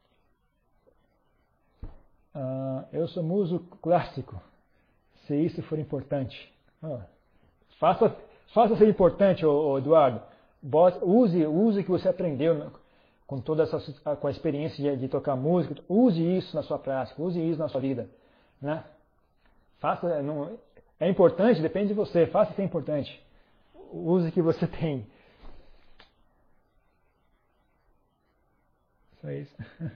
Uh, eu sou músico clássico, se isso for importante. Oh, faça, faça ser importante, oh, oh, Eduardo. Use, use o que você aprendeu com toda essa com a experiência de, de tocar música. Use isso na sua prática, use isso na sua vida. Né? Faça, não, é importante, depende de você. Faça ser importante. Use o que você tem. Só isso.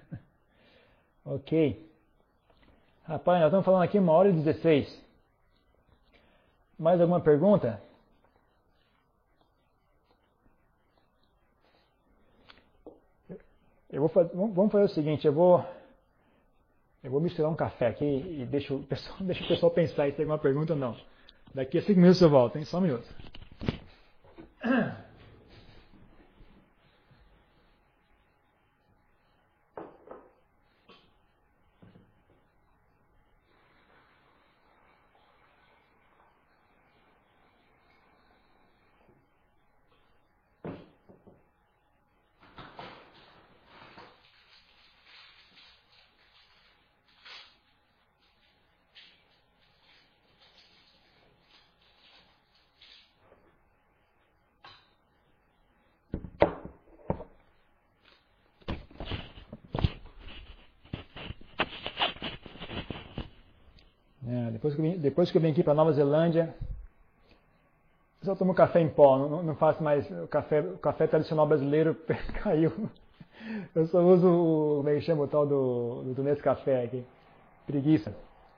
Ok. Rapaz, nós estamos falando aqui uma hora e dezesseis. Mais alguma pergunta? Eu vou fazer, vamos fazer o seguinte, eu vou, eu vou misturar um café aqui e deixa o pessoal, deixa o pessoal pensar se tem alguma pergunta ou não. Daqui a cinco minutos eu volto, hein? Só um minuto. É, depois, que eu vim, depois que eu vim aqui para Nova Zelândia, eu só tomo café em pó, não, não faço mais o café, o café tradicional brasileiro caiu. Eu só uso o, como é que chama o tal do, do Nescafé aqui, preguiça.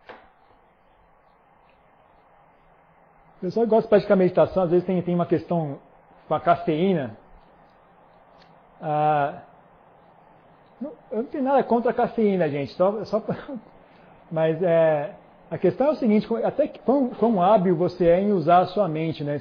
O pessoal gosta de praticar meditação, às vezes tem, tem uma questão com a cafeína. Ah, não, eu não tenho nada contra a cafeína, gente, só, só mas é... A questão é o seguinte, até que quão, quão hábil você é em usar a sua mente, né?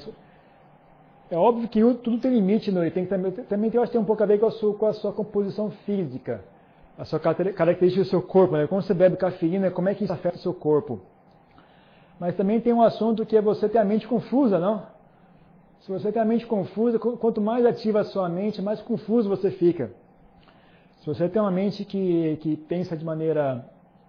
É óbvio que tudo tem limite, né? Tem que também, também tem, eu acho que tem um pouco a ver com a sua, com a sua composição física, a sua característica do seu corpo, né? Quando você bebe cafeína, como é que isso afeta o seu corpo? Mas também tem um assunto que é você ter a mente confusa, não? Se você tem a mente confusa, quanto mais ativa a sua mente, mais confuso você fica. Se você tem uma mente que, que pensa de maneira...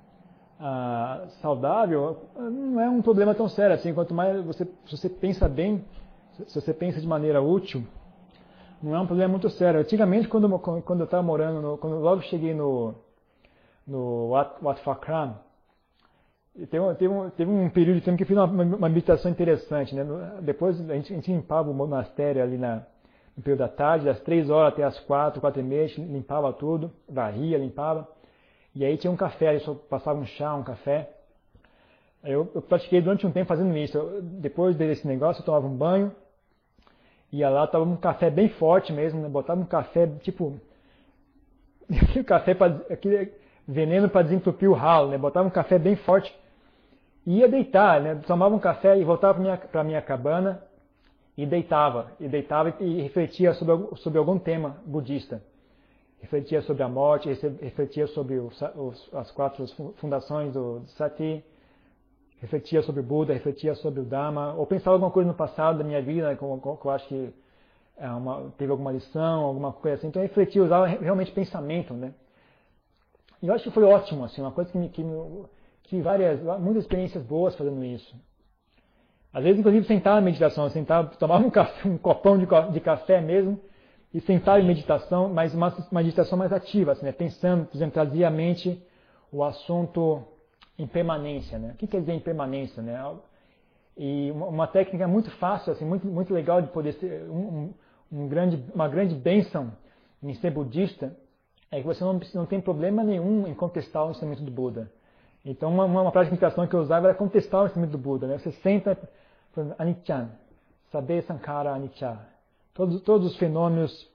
Ah, saudável, não é um problema tão sério assim. Quanto mais você, se você pensa bem, se você pensa de maneira útil, não é um problema muito sério. Antigamente, quando, quando eu estava morando, no, quando eu logo cheguei no, no Wat, Wat Phra Kramt, teve, teve, um, teve um período de tempo que eu fiz uma, uma meditação interessante. Né? Depois a gente, a gente limpava o monastério ali na, no período da tarde, das três horas até as quatro, quatro e meia, limpava tudo, varria, limpava. E aí tinha um café, eu só passava um chá, um café. Eu, eu pratiquei durante um tempo fazendo isso. Eu, depois desse negócio, eu tomava um banho, ia lá, tomava um café bem forte mesmo, né? Botava um café, tipo, aquele café, pra, aquele veneno para desentupir o ralo, né? Botava um café bem forte e ia deitar, né? Tomava um café e voltava para minha, para minha cabana e deitava, e deitava e refletia sobre, sobre algum tema budista. Refletia sobre a morte, refletia sobre os, os, as quatro fundações do Sati, refletia sobre o Buda, refletia sobre o Dhamma, ou pensava alguma coisa no passado da minha vida, né, como, como eu acho que é uma, teve alguma lição, alguma coisa assim. Então eu refletia, usava realmente pensamento, né? E eu acho que foi ótimo, assim, uma coisa que me, que me tive várias, muitas experiências boas fazendo isso. Às vezes, inclusive, sentava na meditação, sentava, tomava um, café, um copão de, de café mesmo, e sentar em meditação, mas uma, uma meditação mais ativa, assim, né? Pensando, por exemplo, trazia à mente o assunto impermanência, né? O que quer dizer impermanência, né? E uma, uma técnica muito fácil, assim, muito, muito legal de poder ser um, um, um grande, uma grande bênção em ser budista, é que você não, não tem problema nenhum em contestar o ensinamento do Buda. Então, uma, uma prática de meditação que eu usava era contestar o ensinamento do Buda, né? Você senta, por exemplo, Anicca, saber Sankhara Anicca. Todos, todos os fenômenos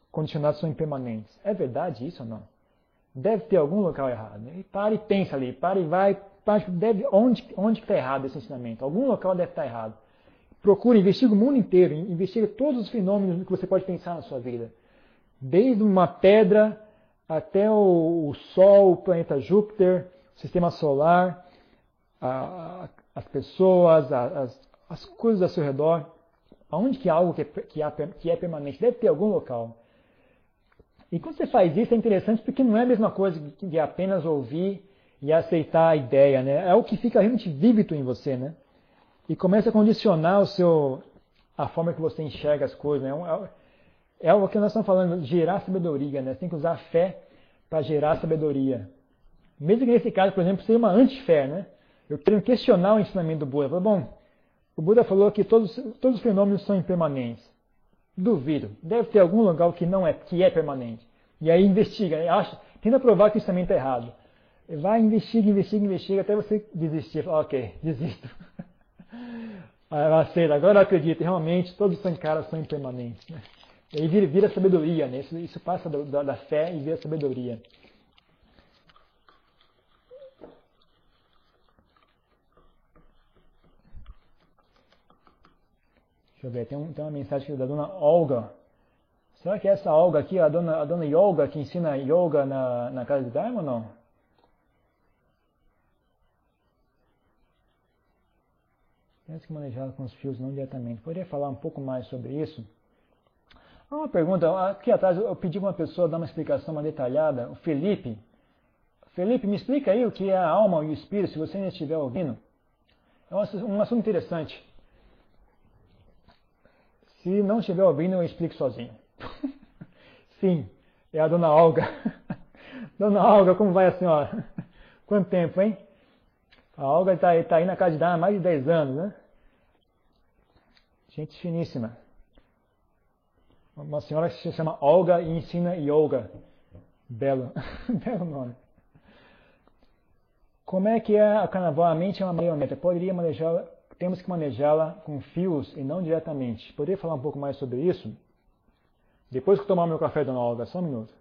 condicionados são impermanentes. É verdade isso ou não? Deve ter algum local errado. E para e pensa ali, para e vai, para, deve, onde onde está errado esse ensinamento? Algum local deve estar errado. Procure, investigue o mundo inteiro, investigue todos os fenômenos que você pode pensar na sua vida. Desde uma pedra até o, o Sol, o planeta Júpiter, o Sistema Solar, a, a, as pessoas, a, as, as coisas ao seu redor. Aonde que há algo que é, que, há, que é permanente? Deve ter algum local. E quando você faz isso é interessante porque não é a mesma coisa de apenas ouvir e aceitar a ideia, né? É o que fica realmente vívido em você, né? E começa a condicionar o seu, a forma que você enxerga as coisas, né? É, é o que nós estamos falando, gerar sabedoria, né? Você tem que usar a fé para gerar sabedoria. Mesmo que nesse caso, por exemplo, seja uma antifé, né? Eu quero questionar o ensinamento do Buda. Eu falo, bom, o Buda falou que todos, todos os fenômenos são impermanentes. Duvido. Deve ter algum lugar que não é, que é permanente. E aí investiga, acha, tenta provar que o ensinamento é errado. Vai, investiga, investiga, investiga, até você desistir. Fala, ok, desisto. Aí eu aceito, agora eu acredito, realmente todos os sankaras são impermanentes. Né? E aí vira, vira sabedoria, né? Isso, isso passa da, da, da fé e vira sabedoria. Deixa eu ver, tem, um, tem uma mensagem aqui da dona Olga. Será que é essa Olga aqui, a dona, a dona Yoga, que ensina yoga na, na casa de Dharma ou não? Temos que manejá-la com os fios não diretamente. Poderia falar um pouco mais sobre isso? Ah, uma pergunta, aqui atrás eu pedi para uma pessoa dar uma explicação mais detalhada. O Felipe. Felipe, me explica aí o que é a alma e o espírito, se você ainda estiver ouvindo. É um assunto interessante. Se não estiver ouvindo, eu explico sozinho. Sim, é a dona Olga. Dona Olga, como vai a senhora? Quanto tempo, hein? A Olga está tá aí na casa de Dharma há mais de dez anos, né? Gente finíssima. Uma senhora que se chama Olga e ensina yoga. Belo, belo nome. Como é que é a carnaval? A mente é uma marioneta. Poderia manejá-la, temos que manejá-la com fios e não diretamente. Poderia falar um pouco mais sobre isso? Depois que eu tomar meu café, dona Olga, só um minuto.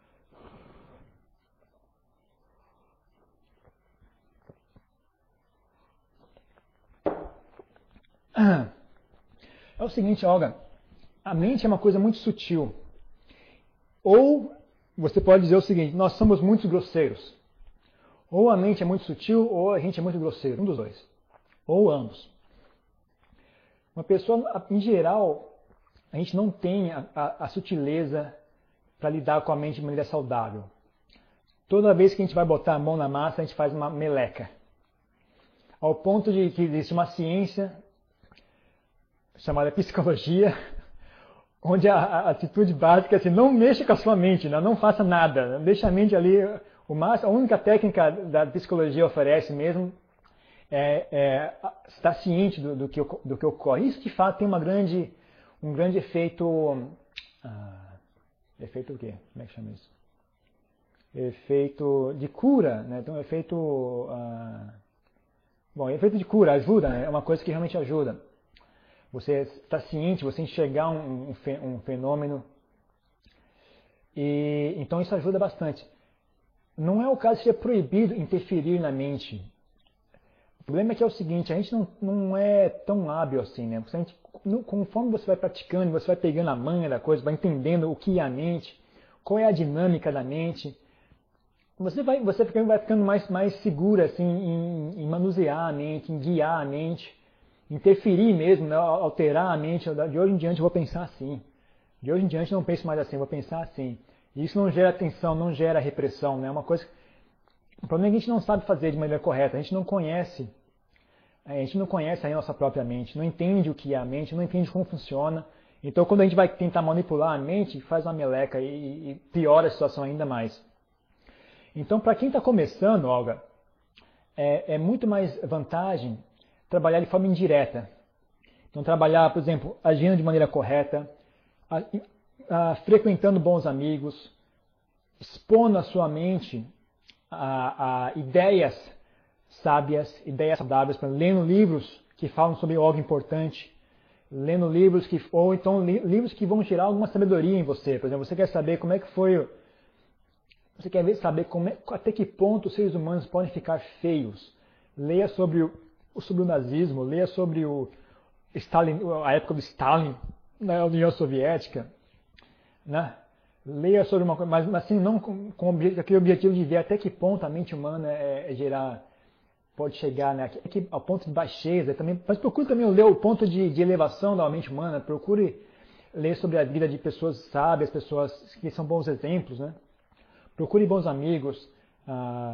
É o seguinte, Olga, a mente é uma coisa muito sutil. Ou você pode dizer o seguinte, nós somos muito grosseiros. Ou a mente é muito sutil, ou a gente é muito grosseiro, um dos dois. Ou ambos. Uma pessoa, em geral, a gente não tem a, a, a sutileza para lidar com a mente de maneira saudável. Toda vez que a gente vai botar a mão na massa, a gente faz uma meleca. Ao ponto de que existe uma ciência chamada psicologia, onde a, a atitude básica é assim, não mexa com a sua mente, né? Não faça nada, deixa a mente ali, o máximo, a única técnica da psicologia oferece mesmo é, é estar ciente do, do, que, do que ocorre. Isso de fato tem uma grande, um grande efeito, ah, efeito o quê? Como é que chama isso? Efeito de cura, né? Tem um efeito, ah, bom, efeito de cura, ajuda, né? É uma coisa que realmente ajuda. Você está ciente, você enxergar um, um fenômeno. E, então isso ajuda bastante. Não é o caso de ser proibido interferir na mente. O problema é que é o seguinte, a gente não, não é tão hábil assim, né? Porque a gente, conforme você vai praticando, você vai pegando a manha da coisa, vai entendendo o que é a mente, qual é a dinâmica da mente, você vai, você vai ficando mais, mais seguro assim, em, em manusear a mente, em guiar a mente, interferir mesmo, né? Alterar a mente. De hoje em diante eu vou pensar assim. De hoje em diante eu não penso mais assim, eu vou pensar assim. E isso não gera tensão, não gera repressão, né? Uma coisa. O problema é que a gente não sabe fazer de maneira correta, a gente não conhece, a gente não conhece a nossa própria mente, não entende o que é a mente, não entende como funciona. Então quando a gente vai tentar manipular a mente, faz uma meleca e, e piora a situação ainda mais. Então para quem está começando, Olga, é, é muito mais vantagem trabalhar de forma indireta. Então, trabalhar, por exemplo, agindo de maneira correta, a, a, frequentando bons amigos, expondo a sua mente a, a ideias sábias, ideias saudáveis, lendo livros que falam sobre algo importante, lendo livros que, ou então li, livros que vão gerar alguma sabedoria em você. Por exemplo, você quer saber como é que foi, você quer saber como é, até que ponto os seres humanos podem ficar feios. Leia sobre o, sobre o nazismo, leia sobre o Stalin, a época do Stalin na União Soviética, né? Leia sobre uma coisa, mas assim, não com, com aquele objetivo de ver até que ponto a mente humana é, é gerar, pode chegar, né, aqui, ao ponto de baixeza. Também, mas procure também ler o ponto de, de elevação da mente humana, procure ler sobre a vida de pessoas sábias, pessoas que são bons exemplos, né? Procure bons amigos, ah,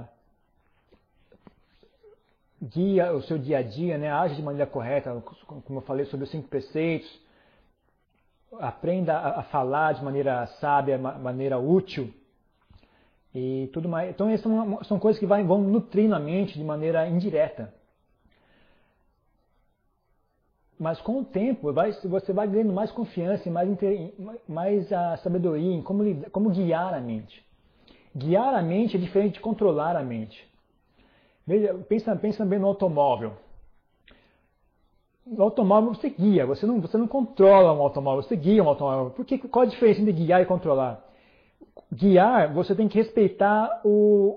guia o seu dia a dia, né? Age de maneira correta, como eu falei sobre os cinco preceitos. Aprenda a falar de maneira sábia, maneira útil e tudo mais. Então, essas são, são coisas que vai, vão nutrindo a mente de maneira indireta. Mas com o tempo, vai, você vai ganhando mais confiança e mais, mais a sabedoria em como, como guiar a mente. Guiar a mente é diferente de controlar a mente. Veja, pensa, pensa bem no automóvel. No automóvel você guia, você não, você não controla um automóvel, você guia um automóvel. Por que, qual a diferença entre guiar e controlar? Guiar, você tem que respeitar o,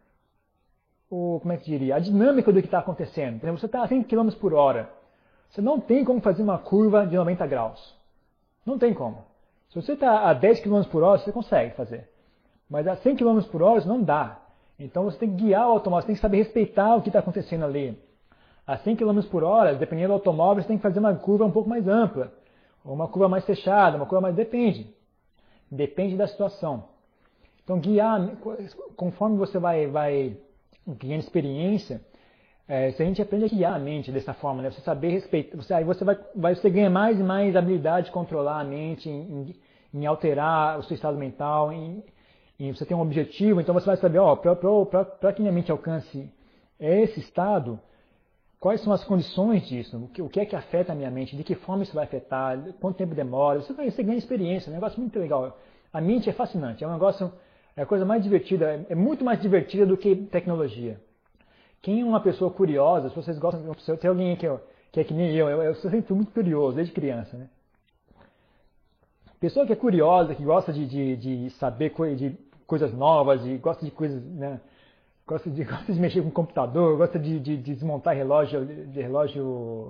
o como é que diria, a dinâmica do que está acontecendo. Por exemplo, você está a cem quilômetros por hora. Você não tem como fazer uma curva de noventa graus. Não tem como. Se você está a dez quilômetros por hora, você consegue fazer. Mas a cem quilômetros por hora não dá. Então você tem que guiar o automóvel, você tem que saber respeitar o que está acontecendo ali. A cem quilômetros por hora, dependendo do automóvel, você tem que fazer uma curva um pouco mais ampla, ou uma curva mais fechada, uma curva mais... Depende. Depende da situação. Então, guiar, conforme você vai, vai ganhando experiência, é, se a gente aprende a guiar a mente dessa forma, né? Você saber respeitar, você, aí você vai, vai você ganha mais e mais habilidade de controlar a mente, em, em alterar o seu estado mental, em, em você tem um objetivo, então você vai saber, ó, para que minha mente alcance esse estado, quais são as condições disso? O que, o que é que afeta a minha mente? De que forma isso vai afetar? Quanto tempo demora? Você, vai, você ganha experiência, é um negócio muito legal. A mente é fascinante, é um negócio, é a coisa mais divertida, é, é muito mais divertida do que tecnologia. Quem é uma pessoa curiosa, se vocês gostam, se tem alguém que, que é que nem eu, eu, eu sempre fui muito curioso, desde criança, né? Pessoa que é curiosa, que gosta de, de, de saber coi, de coisas novas, de, gosta de coisas, né? Gosta de, gosta de mexer com o computador, gosta de, de, de desmontar relógio, de relógio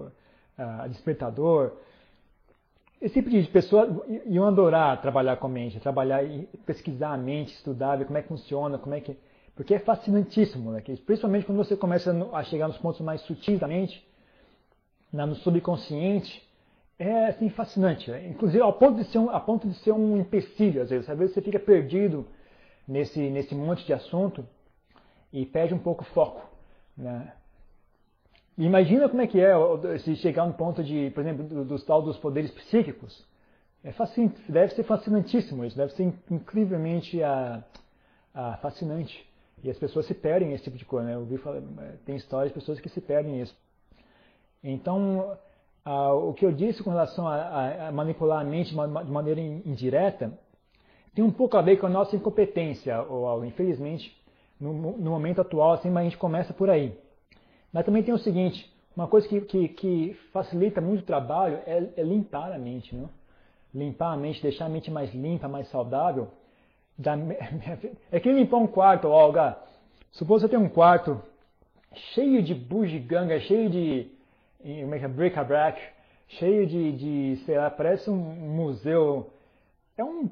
uh, despertador. Esse tipo de pessoa iam adorar trabalhar com a mente, trabalhar e pesquisar a mente, estudar, ver como é que funciona, como é que... Porque é fascinantíssimo, né? Principalmente quando você começa a chegar nos pontos mais sutis da mente, no subconsciente, é assim fascinante, né? Inclusive ao ponto de ser um, a ponto de ser um empecilho, às vezes. Às vezes você fica perdido nesse, nesse monte de assunto e perde um pouco o foco, né? Imagina como é que é se chegar no ponto de, por exemplo, dos do tal dos poderes psíquicos. É fascinante, deve ser fascinantíssimo isso, deve ser incrivelmente ah, ah, fascinante. E as pessoas se perdem nesse tipo de coisa, né? Eu ouvi falar, tem histórias de pessoas que se perdem nisso. Então, ah, o que eu disse com relação a, a, a manipular a mente de maneira indireta tem um pouco a ver com a nossa incompetência, ou infelizmente, no, no momento atual, assim, mas a gente começa por aí. Mas também tem o seguinte, uma coisa que, que, que facilita muito o trabalho é, é limpar a mente, né? Limpar a mente, deixar a mente mais limpa, mais saudável. Da, é que limpar um quarto, Olga. Supôs você tem um quarto cheio de bugiganga, cheio de como é que é, bric-a-brac, cheio de, de, sei lá, parece um museu. É um...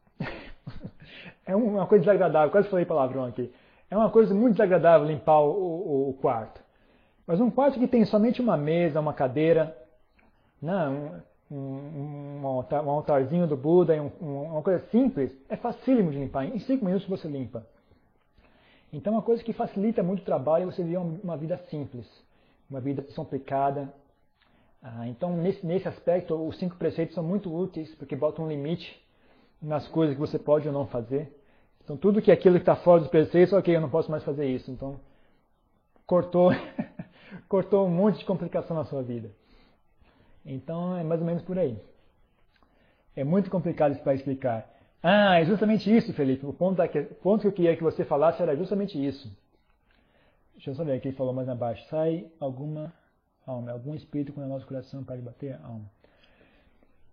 é uma coisa desagradável, quase falei palavrão aqui. É uma coisa muito desagradável limpar o, o, o quarto. Mas um quarto que tem somente uma mesa, uma cadeira, né, um, um, um, altar, um altarzinho do Buda, um, um, uma coisa simples, é facílimo de limpar. Em cinco minutos você limpa. Então, uma coisa que facilita muito o trabalho é você viver uma, uma vida simples, uma vida descomplicada. Ah, então, nesse, nesse aspecto, os cinco preceitos são muito úteis, porque botam um limite nas coisas que você pode ou não fazer. Então, tudo que é aquilo que está fora dos preceitos, ok, eu não posso mais fazer isso. Então, cortou... cortou um monte de complicação na sua vida. Então, é mais ou menos por aí. É muito complicado isso para explicar. Ah, é justamente isso, Felipe. O ponto, da, o ponto que eu queria que você falasse era justamente isso. Deixa eu só ver aqui, ele falou mais abaixo. Sai alguma alma, algum espírito quando o nosso coração para de bater? Alma.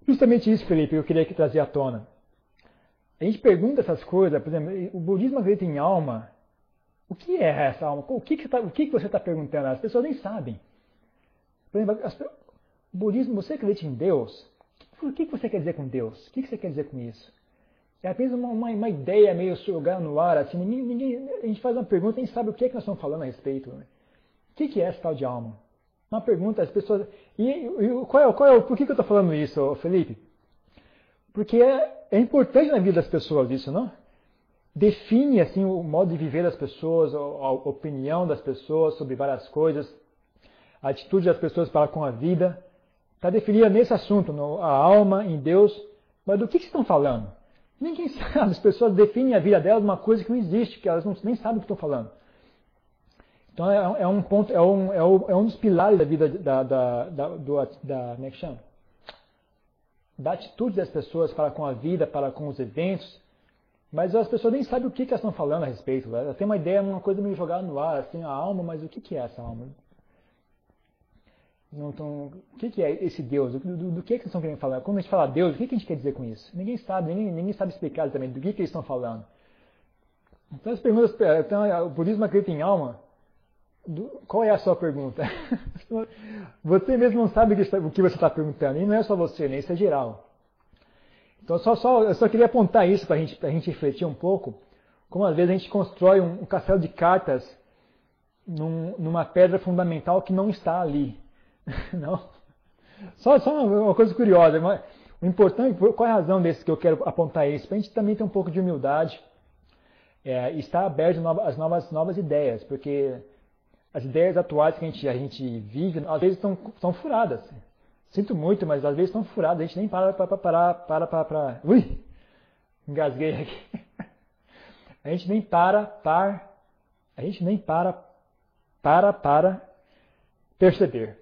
Justamente isso, Felipe, que eu queria que trazer à tona. A gente pergunta essas coisas, por exemplo, o budismo acredita em alma. O que é essa alma? O que, que, tá, o que, que você está perguntando? As pessoas nem sabem. Por exemplo, as, o budismo, você acredita em Deus? O que, que você quer dizer com Deus? O que, que você quer dizer com isso? É apenas uma, uma, uma ideia meio jogada no ar, assim, ninguém, ninguém, a gente faz uma pergunta e nem sabe o que, é que nós estamos falando a respeito. Né? O que, que é essa tal de alma? Uma pergunta, as pessoas... E, e qual é, qual é, por que, que eu estou falando isso, Felipe? Porque é, é importante na vida das pessoas isso, não? Define assim o modo de viver das pessoas, a, a opinião das pessoas sobre várias coisas, a atitude das pessoas para com a vida. Está definida nesse assunto, no, a alma em Deus. Mas do que, que estão falando? Ninguém sabe. As pessoas definem a vida delas uma coisa que não existe, que elas não, nem sabem o que estão falando. Então é, é um ponto, é um, é, um, é um dos pilares da vida da, da, da, do, da, como é que chama? Da atitude das pessoas para com a vida, para com os eventos, mas as pessoas nem sabem o que, que elas estão falando a respeito. Elas têm uma ideia, uma coisa meio jogada no ar, assim, a alma, mas o que, que é essa alma? Não tão, o que, que é esse Deus? Do, do, do que, que eles estão querendo falar? Quando a gente fala Deus, o que, que a gente quer dizer com isso? Ninguém sabe, ninguém, ninguém sabe explicar também do que, que eles estão falando. Então as perguntas, então, o budismo acredita em alma? Do, qual é a sua pergunta? Você mesmo não sabe o que você está perguntando, e não é só você, né? Isso é geral. Então só, só, eu só queria apontar isso para gente, a gente refletir um pouco, como às vezes a gente constrói um, um castelo de cartas num, numa pedra fundamental que não está ali. Não? Só, só uma, uma coisa curiosa, mas o importante, qual é a razão desse que eu quero apontar isso? Para a gente também ter um pouco de humildade, é, estar aberto às novas, novas ideias, porque as ideias atuais que a gente, a gente vive, às vezes estão, estão furadas. Sinto muito, mas às vezes estão furadas. A gente nem para para para para para para. Ui, engasguei aqui. A gente nem para para a gente nem para para para perceber.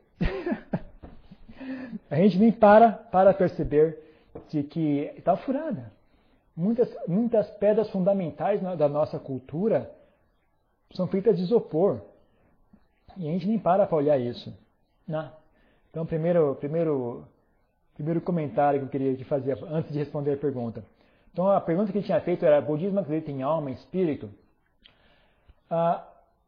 A gente nem para para perceber de que está furada. Muitas muitas pedras fundamentais da nossa cultura são feitas de isopor. E a gente nem para para olhar isso. Né? Então, primeiro, primeiro, primeiro comentário que eu queria te fazer antes de responder a pergunta. Então, a pergunta que ele tinha feito era: budismo acredita em alma, em espírito? Ah,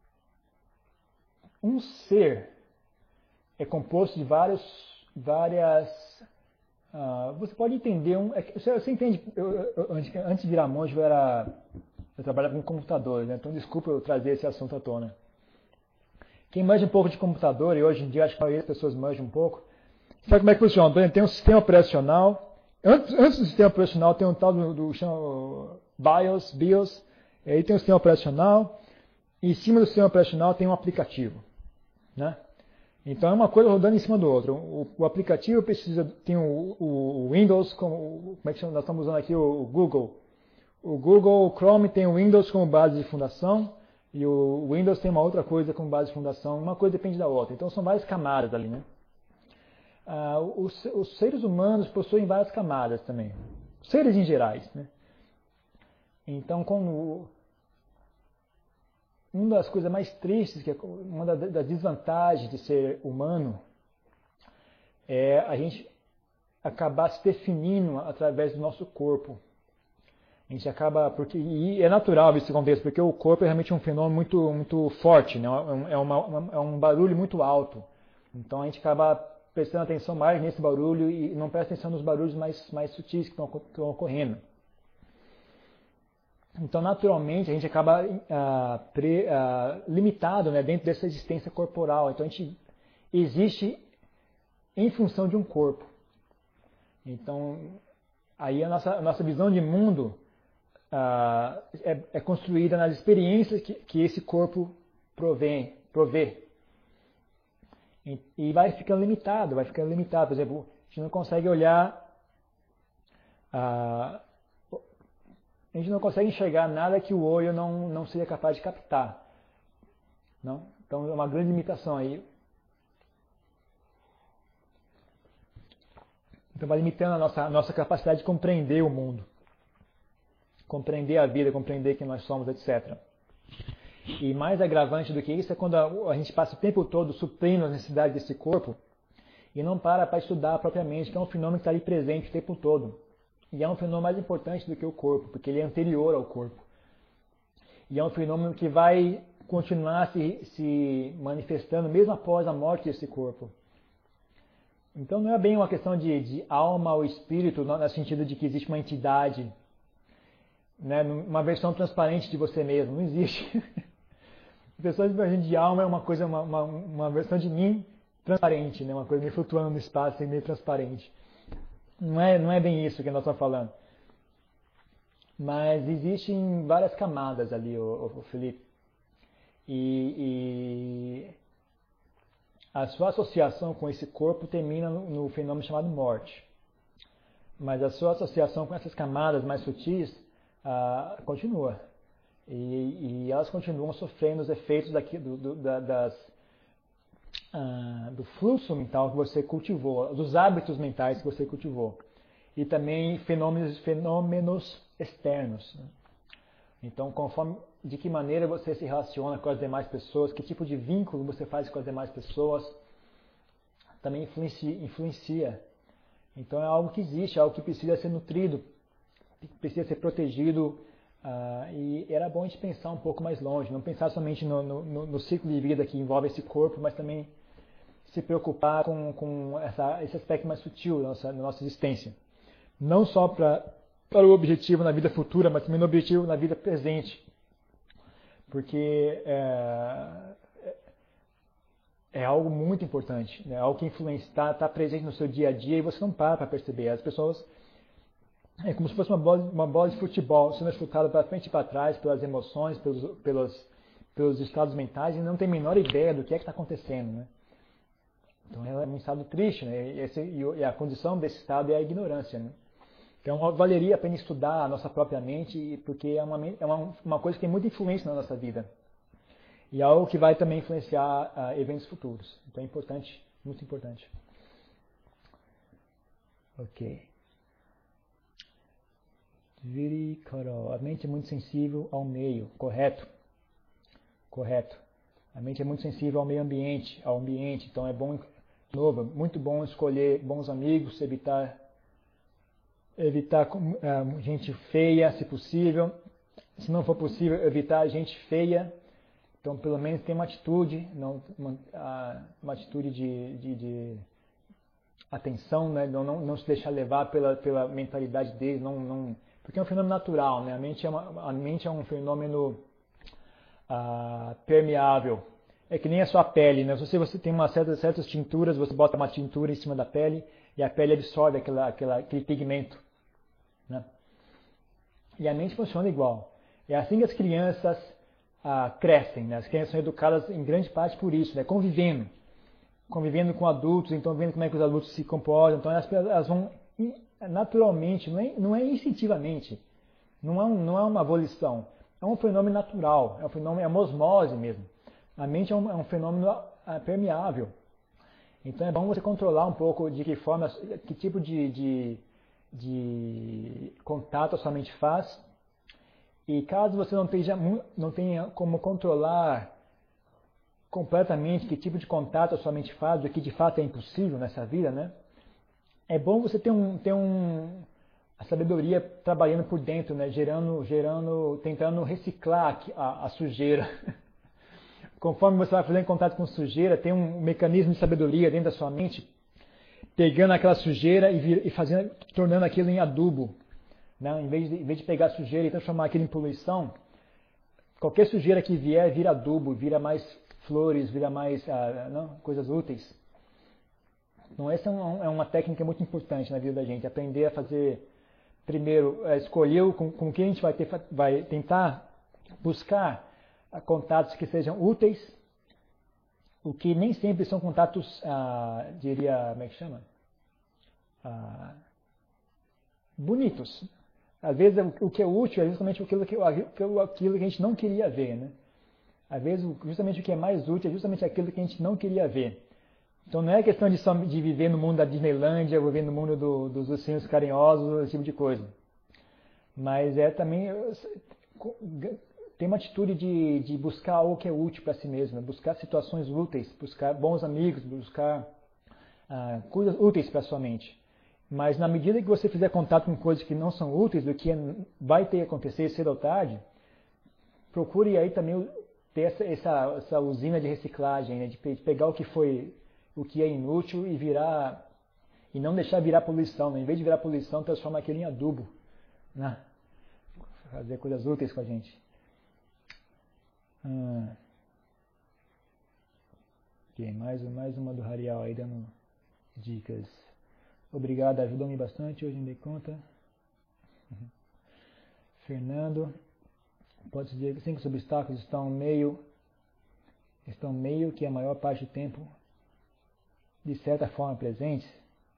um ser é composto de vários, várias... Ah, você pode entender... Um, é, você, você entende... Eu, eu, antes, antes de virar monge, eu, era, eu trabalhava com computadores, né? Então, desculpa eu trazer esse assunto à tona. Quem manja um pouco de computador, e hoje em dia acho que a maioria das pessoas manjam um pouco, sabe como é que funciona? Tem um sistema operacional. Antes, antes do sistema operacional tem um tal do, do chama, BIOS, BIOS, e aí tem o sistema operacional, e em cima do sistema operacional tem um aplicativo. Né? Então é uma coisa rodando em cima do outro. O, o aplicativo precisa, tem o, o Windows, como, como é que chama? Nós estamos usando aqui o, o Google. O Google Chrome tem o Windows como base de fundação, e o Windows tem uma outra coisa como base de fundação, uma coisa depende da outra. Então são várias camadas ali, né? Ah, os, os seres humanos possuem várias camadas também. Seres em gerais, né? Então, como uma das coisas mais tristes, que é uma das desvantagens de ser humano, é a gente acabar se definindo através do nosso corpo. A gente acaba, porque, e é natural esse contexto, porque o corpo é realmente um fenômeno muito, muito forte, né? É, uma, uma, é um barulho muito alto. Então a gente acaba prestando atenção mais nesse barulho e não presta atenção nos barulhos mais, mais sutis que estão, que estão ocorrendo. Então, naturalmente, a gente acaba ah, pre, ah, limitado, né, dentro dessa existência corporal. Então, a gente existe em função de um corpo. Então, aí a nossa, a nossa visão de mundo ah, é, é construída nas experiências que, que esse corpo provém, provê. E, e vai ficando limitado, vai ficando limitado. Por exemplo, a gente não consegue olhar... Ah, a gente não consegue enxergar nada que o olho não, não seja capaz de captar. Não? Então é uma grande limitação aí. Então vai limitando a nossa, a nossa capacidade de compreender o mundo. Compreender a vida, compreender quem nós somos, etcétera. E mais agravante do que isso é quando a, a gente passa o tempo todo suprindo as necessidades desse corpo e não para para estudar propriamente, que é um fenômeno que está ali presente o tempo todo. E é um fenômeno mais importante do que o corpo, porque ele é anterior ao corpo. E é um fenômeno que vai continuar se, se manifestando mesmo após a morte desse corpo. Então não é bem uma questão de, de alma ou espírito, no sentido de que existe uma entidade, né, uma versão transparente de você mesmo. Não existe. A pessoa de alma é uma coisa, uma, uma, uma versão de mim transparente, né, uma coisa meio flutuando no espaço e meio transparente. Não é, não é bem isso que nós estamos falando. Mas existem várias camadas ali, o, o Felipe. E, e a sua associação com esse corpo termina no, no fenômeno chamado morte. Mas a sua associação com essas camadas mais sutis ah, continua. E, e elas continuam sofrendo os efeitos daqui, do, do, da, das, ah, do fluxo mental que você cultivou, dos hábitos mentais que você cultivou. E também fenômenos, fenômenos externos. Então, conforme de que maneira você se relaciona com as demais pessoas, que tipo de vínculo você faz com as demais pessoas, também influencia. influencia. Então, é algo que existe, é algo que precisa ser nutrido, precisa ser protegido. Uh, e era bom a gente pensar um pouco mais longe, não pensar somente no, no, no ciclo de vida que envolve esse corpo, mas também se preocupar com, com essa, esse aspecto mais sutil da nossa, da nossa existência. Não só pra, para o objetivo na vida futura, mas também no objetivo na vida presente. Porque é, é algo muito importante, né? Algo que influencia, está tá presente no seu dia a dia e você não para para perceber. As pessoas, é como se fosse uma bola, uma bola de futebol, sendo chutada para frente e para trás pelas emoções, pelos, pelos, pelos estados mentais e não tem a menor ideia do que é que está acontecendo, né? Então é um estado triste, né? E, esse, e a condição desse estado é a ignorância, né? Então valeria a pena estudar a nossa própria mente, porque é uma, é uma, uma coisa que tem muita influência na nossa vida. E é algo que vai também influenciar uh, eventos futuros. Então é importante, muito importante. Ok. Viri Carol. A mente é muito sensível ao meio. Correto. Correto. A mente é muito sensível ao meio ambiente, ao ambiente. Então é bom, de novo, muito bom escolher bons amigos, evitar evitar uh, gente feia, se possível. Se não for possível, evitar gente feia. Então, pelo menos tem uma atitude, não, uma, uh, uma atitude de, de, de atenção, né? não, não, não se deixar levar pela, pela mentalidade deles, não, não, porque é um fenômeno natural. Né? A, mente é uma, a mente é um fenômeno uh, permeável. É que nem a sua pele. Né? Se você tem uma certa, certas tinturas, você bota uma tintura em cima da pele e a pele absorve aquela, aquela, aquele pigmento. Né? E a mente funciona igual. É assim que as crianças ah, crescem, né? As crianças são educadas em grande parte por isso, né? Convivendo, convivendo com adultos, então vendo como é que os adultos se comportam, então elas, elas vão naturalmente, não é, não é instintivamente, não é, um, não é uma volição, é um fenômeno natural, é um fenômeno, é uma osmose mesmo. A mente é um, é um fenômeno ah, permeável. Então é bom você controlar um pouco de que forma, que tipo de, de de contato a sua mente faz, e caso você não tenha, não tenha como controlar completamente que tipo de contato a sua mente faz, o que de fato é impossível nessa vida, né? É bom você ter, um, ter um, a sabedoria trabalhando por dentro, né? gerando, gerando, tentando reciclar a, a sujeira. Conforme você vai fazendo contato com sujeira, tem um mecanismo de sabedoria dentro da sua mente, pegando aquela sujeira e, vir, e fazendo, tornando aquilo em adubo. Né? Em, vez de, em vez de pegar a sujeira e transformar aquilo em poluição, qualquer sujeira que vier vira adubo, vira mais flores, vira mais ah, não, coisas úteis. Então essa é, um, é uma técnica muito importante na vida da gente, aprender a fazer, primeiro, é, escolher com, com quem a gente vai, ter, vai tentar buscar ah, contatos que sejam úteis, o que nem sempre são contatos, ah, diria, como é que chama? Ah, bonitos. Às vezes o que é útil é justamente aquilo que, aquilo que a gente não queria ver. Né? Às vezes justamente o que é mais útil é justamente aquilo que a gente não queria ver. Então não é questão de, só, de viver no mundo da Disneylândia, viver no mundo do, dos ursinhos carinhosos, esse tipo de coisa. Mas é também... tem uma atitude de, de buscar algo que é útil para si mesmo, buscar situações úteis, buscar bons amigos, buscar ah, coisas úteis para a sua mente. Mas na medida que você fizer contato com coisas que não são úteis, do que vai ter que acontecer cedo ou tarde, procure aí também ter essa, essa, essa usina de reciclagem, né? de, de pegar o que foi, o que é inútil e virar, e não deixar virar poluição, né? Em vez de virar poluição, transformar aquilo em adubo, né? Fazer coisas úteis com a gente. Hum. Okay, mais, mais uma do Harial aí dando dicas. Obrigado, ajudou-me bastante, hoje me dei conta. Fernando, pode dizer que cinco obstáculos estão meio, estão meio que a maior parte do tempo, de certa forma, presentes?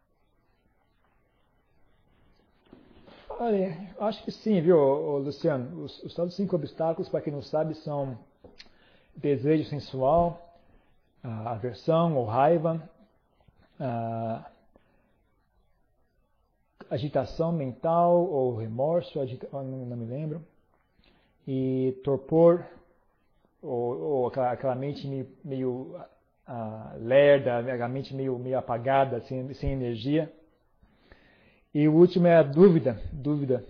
Olha, acho que sim, viu, Luciano? Os, os tal cinco obstáculos, para quem não sabe, são desejo sensual, a aversão ou raiva, a agitação mental ou remorso, agita, não, não me lembro, e torpor, ou, ou aquela, aquela mente meio, meio uh, lerda, a mente meio, meio apagada, sem, sem energia. E o último é a dúvida, dúvida.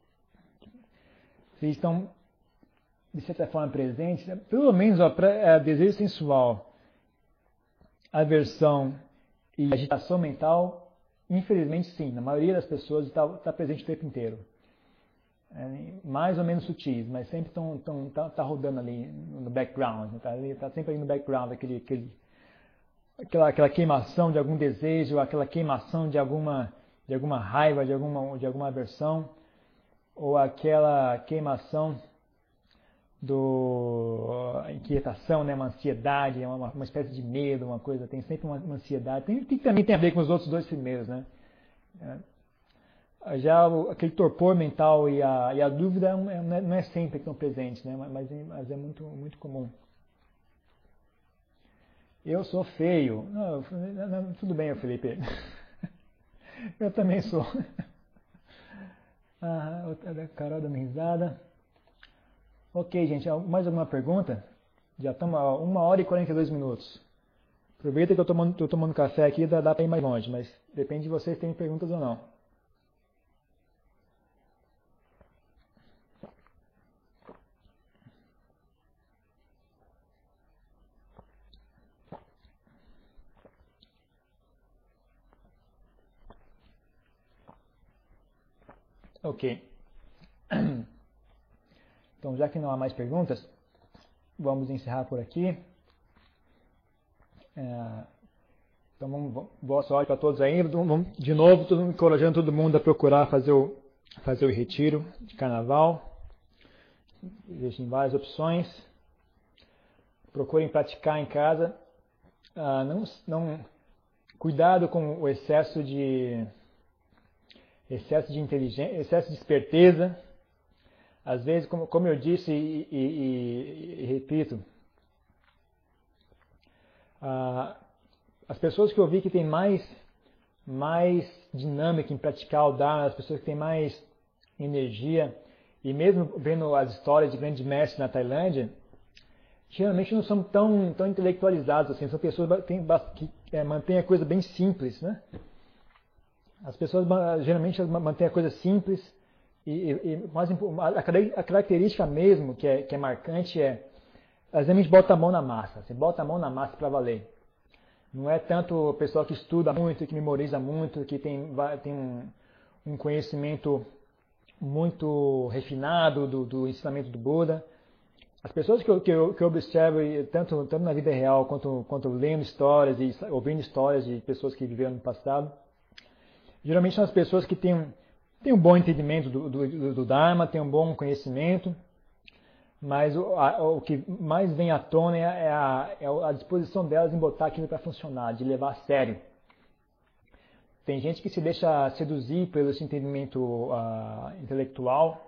Vocês estão, de certa forma, presentes, pelo menos ó, pra, é, desejo sensual, aversão e agitação mental. Infelizmente, sim, na maioria das pessoas está tá presente o tempo inteiro. É, mais ou menos sutis, mas sempre estão tá, tá rodando ali no background, está tá sempre ali no background aquele, aquele, aquela, aquela queimação de algum desejo, aquela queimação de alguma, de alguma raiva, de alguma, de alguma aversão, ou aquela queimação do inquietação, né, uma ansiedade, uma, uma espécie de medo, uma coisa, tem sempre uma, uma ansiedade, tem, tem, também tem a ver com os outros dois primeiros, né? É, já o, aquele torpor mental e a, e a dúvida não é, não é sempre que estão presentes, né? Mas, mas é muito, muito comum. Eu sou feio. Não, não, tudo bem, Felipe. Eu também sou. Ah, a Carol dando risada. Ok, gente, mais alguma pergunta? Já estamos a uma hora e quarenta e dois minutos. Aproveita que eu estou tomando, tomando café aqui, dá, dá para ir mais longe, mas depende de vocês se têm perguntas ou não. Ok. Então, já que não há mais perguntas, vamos encerrar por aqui. É, então, vamos, boa sorte para todos aí. Vamos, de novo, todo mundo, encorajando todo mundo a procurar fazer o, fazer o retiro de carnaval. Existem várias opções. Procurem praticar em casa. Ah, não, não, cuidado com o excesso de, excesso de inteligência, excesso de esperteza. Às vezes, como, como eu disse e, e, e, e repito, ah, as pessoas que eu vi que têm mais, mais dinâmica em praticar o Dharma, as pessoas que têm mais energia, e mesmo vendo as histórias de grandes mestres na Tailândia, geralmente não são tão, tão intelectualizados assim, são pessoas que, tem, que é, mantêm a coisa bem simples, né? As pessoas geralmente mantêm a coisa simples. E, e mais, a característica mesmo que é, que é marcante é, às vezes a gente bota a mão na massa, você bota a mão na massa para valer. Não é tanto o pessoal que estuda muito, que memoriza muito, que tem, tem um, um conhecimento muito refinado do, do ensinamento do Buda. As pessoas que eu, que eu, que eu observo, tanto, tanto na vida real, quanto, quanto lendo histórias e ouvindo histórias de pessoas que viveram no passado, geralmente são as pessoas que têm Tem um bom entendimento do, do, do Dharma, tem um bom conhecimento, mas o, a, o que mais vem à tona é a, é a disposição delas em botar aquilo para funcionar, de levar a sério. Tem gente que se deixa seduzir pelo esse entendimento uh, intelectual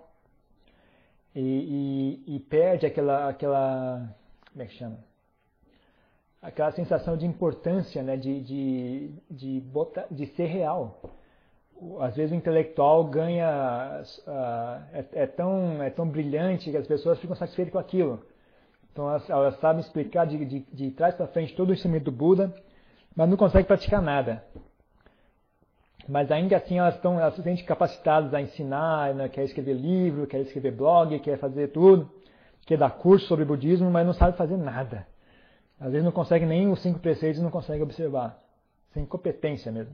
e, e, e perde aquela, aquela, como é que chama? Aquela sensação de importância, né, de, de, de, botar, de ser real. Às vezes o intelectual ganha, uh, é, é, tão, é tão brilhante que as pessoas ficam satisfeitas com aquilo. Então elas, elas sabem explicar de, de, de trás para frente todo o ensinamento do Buda, mas não conseguem praticar nada. Mas ainda assim elas estão elas se sentem capacitadas a ensinar, né? Quer escrever livro, quer escrever blog, quer fazer tudo, quer dar curso sobre budismo, mas não sabe fazer nada. Às vezes não consegue nem os cinco preceitos, não consegue observar. Sem competência mesmo.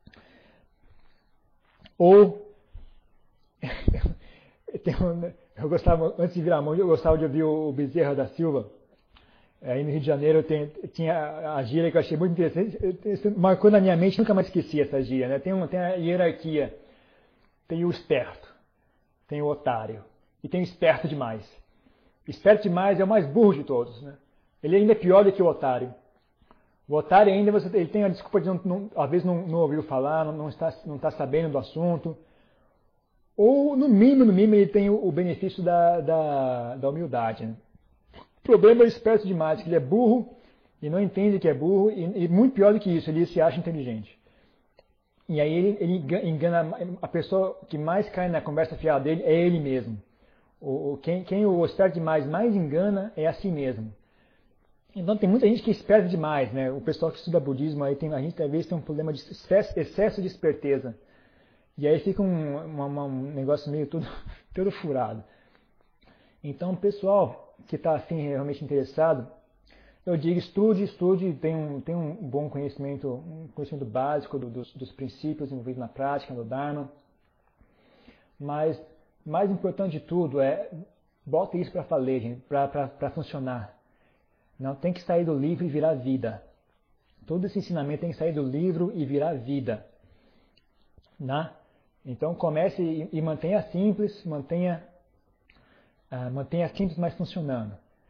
Ou, eu gostava, antes de virar monge, eu gostava de ouvir o Bezerra da Silva. Aí no Rio de Janeiro tem, tinha a gíria que eu achei muito interessante, marcou na minha mente, nunca mais esqueci essa gíria, né? Tem, uma, tem a hierarquia, tem o esperto, tem o otário, e tem o esperto demais. Esperto demais é o mais burro de todos, né? Ele ainda é pior do que o otário. O otário ainda você, ele tem a desculpa de, não, não, às vezes, não, não ouviu falar, não, não, está, não está sabendo do assunto, ou no mínimo, no mínimo, ele tem o, o benefício da, da, da humildade, né? O problema é o esperto demais, que ele é burro e não entende que é burro, e, e muito pior do que isso, ele se acha inteligente. E aí ele, ele engana, a pessoa que mais cai na conversa fiada dele é ele mesmo. O, o, quem, quem o esperto demais mais engana é a si mesmo. Então tem muita gente que é esperta demais, né? O pessoal que estuda budismo, aí tem, a gente às vezes tem um problema de excesso de esperteza. E aí fica um, uma, um negócio meio todo, todo furado. Então, pessoal que está assim realmente interessado, eu digo estude, estude, tem um, tem um bom conhecimento, um conhecimento básico do, dos, dos princípios envolvidos na prática, do Dharma. Mas mais importante de tudo é, bota isso para valer, para funcionar. Não tem que sair do livro e virar vida. Todo esse ensinamento tem que sair do livro e virar vida. Né? Então comece e, e mantenha simples, mantenha, uh, mantenha simples, mas funcionando.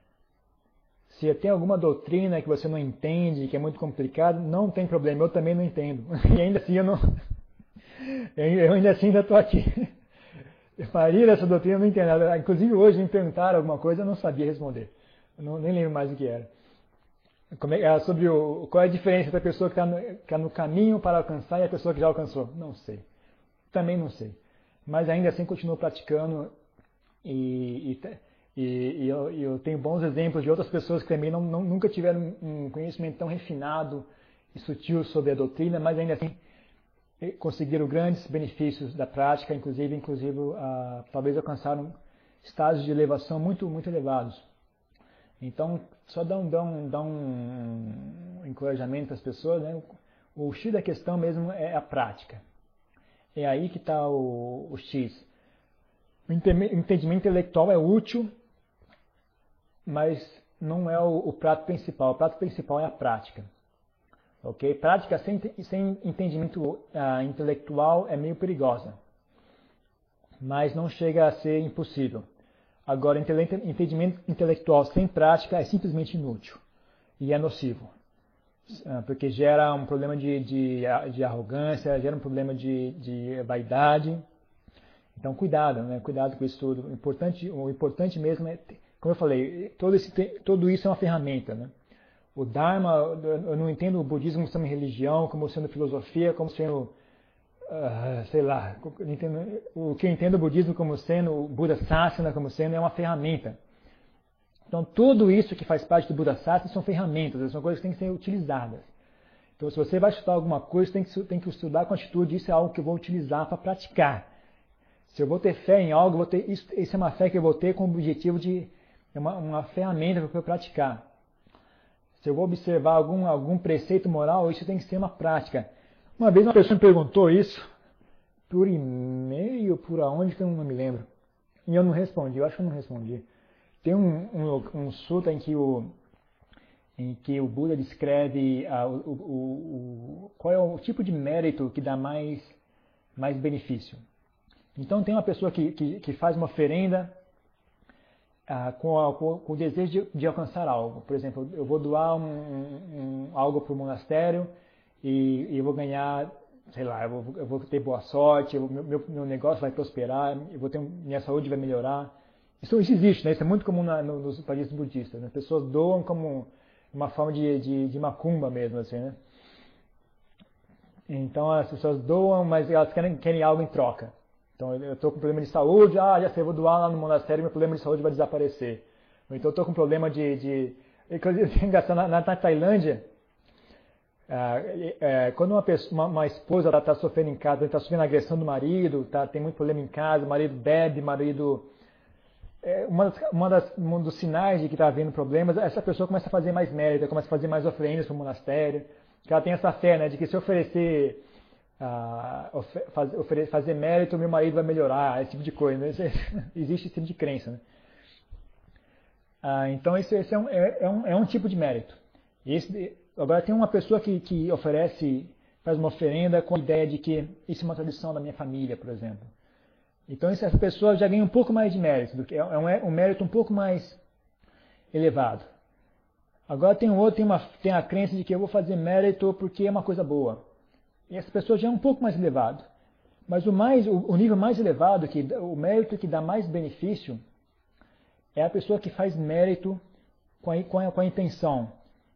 Se tem alguma doutrina que você não entende, que é muito complicado, não tem problema, eu também não entendo. E ainda assim eu não. Eu ainda assim ainda estou aqui. Maria, essa doutrina eu não entendo nada. Inclusive hoje me perguntaram alguma coisa, eu não sabia responder. Eu não, nem lembro mais o que era. Como é, sobre o, qual é a diferença entre a pessoa que está no, tá no caminho para alcançar e a pessoa que já alcançou? Não sei. Também não sei. Mas ainda assim continuo praticando e, e, e, e eu, eu tenho bons exemplos de outras pessoas que também não, não, nunca tiveram um conhecimento tão refinado e sutil sobre a doutrina, mas ainda assim conseguiram grandes benefícios da prática, inclusive, inclusive uh, talvez alcançaram estágios de elevação muito, muito elevados. Então, só dá um, dá um, dá um encorajamento para as pessoas, né? O X da questão mesmo é a prática. É aí que está o, o X. O entendimento intelectual é útil, mas não é o, o prato principal. O prato principal é a prática. Okay? Prática sem, sem entendimento uh, intelectual é meio perigosa, mas não chega a ser impossível. Agora, entendimento intelectual sem prática é simplesmente inútil e é nocivo, porque gera um problema de, de, de arrogância, gera um problema de, de vaidade. Então, cuidado, né? Cuidado com isso tudo. O importante, o importante mesmo é, como eu falei, todo, esse, todo isso é uma ferramenta, né? O Dharma, eu não entendo o budismo como religião, como sendo filosofia, como sendo, uh, sei lá, entendo, o que eu entendo o budismo como sendo, o Buda Sasana como sendo, é uma ferramenta. Então, tudo isso que faz parte do Buda Sasana são ferramentas, são coisas que têm que ser utilizadas. Então, se você vai estudar alguma coisa, tem que, tem que estudar com atitude, isso é algo que eu vou utilizar para praticar. Se eu vou ter fé em algo, eu vou ter, isso, isso é uma fé que eu vou ter com o objetivo de, é uma, uma ferramenta para eu praticar. Se eu vou observar algum, algum preceito moral, isso tem que ser uma prática. Uma vez uma pessoa me perguntou isso, por e-mail, por aonde, que eu não me lembro. E eu não respondi, eu acho que eu não respondi. Tem um, um, um sutta em que o, em que o Buda descreve a, o, o, o, qual é o tipo de mérito que dá mais, mais benefício. Então tem uma pessoa que, que, que faz uma oferenda ah, com, a, com, com o desejo de, de alcançar algo. Por exemplo, eu vou doar um, um, algo para o monastério e, e eu vou ganhar, sei lá, eu vou, eu vou ter boa sorte, eu, meu, meu negócio vai prosperar, eu vou ter, minha saúde vai melhorar. Isso, isso existe, né? Isso é muito comum na, no, nos países budistas. Né? As pessoas doam como uma forma de, de, de macumba mesmo, assim, né? Então as pessoas doam, mas elas querem, querem algo em troca. Então eu estou com problema de saúde, ah, já sei, eu vou doar lá no monastério e meu problema de saúde vai desaparecer. Ou então eu estou com problema de... de... É engraçado, na, na Tailândia, Ah, é, quando uma, pessoa, uma, uma esposa está sofrendo em casa, está sofrendo agressão do marido, tá, tem muito problema em casa, o marido bebe, o marido... É, uma das, uma das, um dos sinais de que está havendo problemas, essa pessoa começa a fazer mais mérito, começa a fazer mais oferendas para o monastério, que ela tem essa fé, né, de que se oferecer, ah, ofer, fazer mérito, meu marido vai melhorar, esse tipo de coisa. Né? Existe esse tipo de crença. Né? Ah, então esse, esse é, um, é, é, um, é um tipo de mérito. Esse, agora tem uma pessoa que, que oferece, faz uma oferenda com a ideia de que isso é uma tradição da minha família, por exemplo. Então essa pessoa já ganha um pouco mais de mérito, do que é um, é um mérito um pouco mais elevado. Agora tem um outro, tem, uma, tem a crença de que eu vou fazer mérito porque é uma coisa boa. E essa pessoa já é um pouco mais elevado. Mas o, mais, o, o nível mais elevado, que, o mérito que dá mais benefício, é a pessoa que faz mérito com a, com a, com a intenção.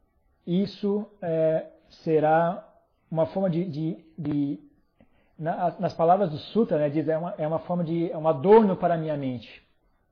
Isso é, será uma forma de... de, de na, nas palavras do Sutra, né, diz é uma, é uma forma de... é um adorno para a minha mente.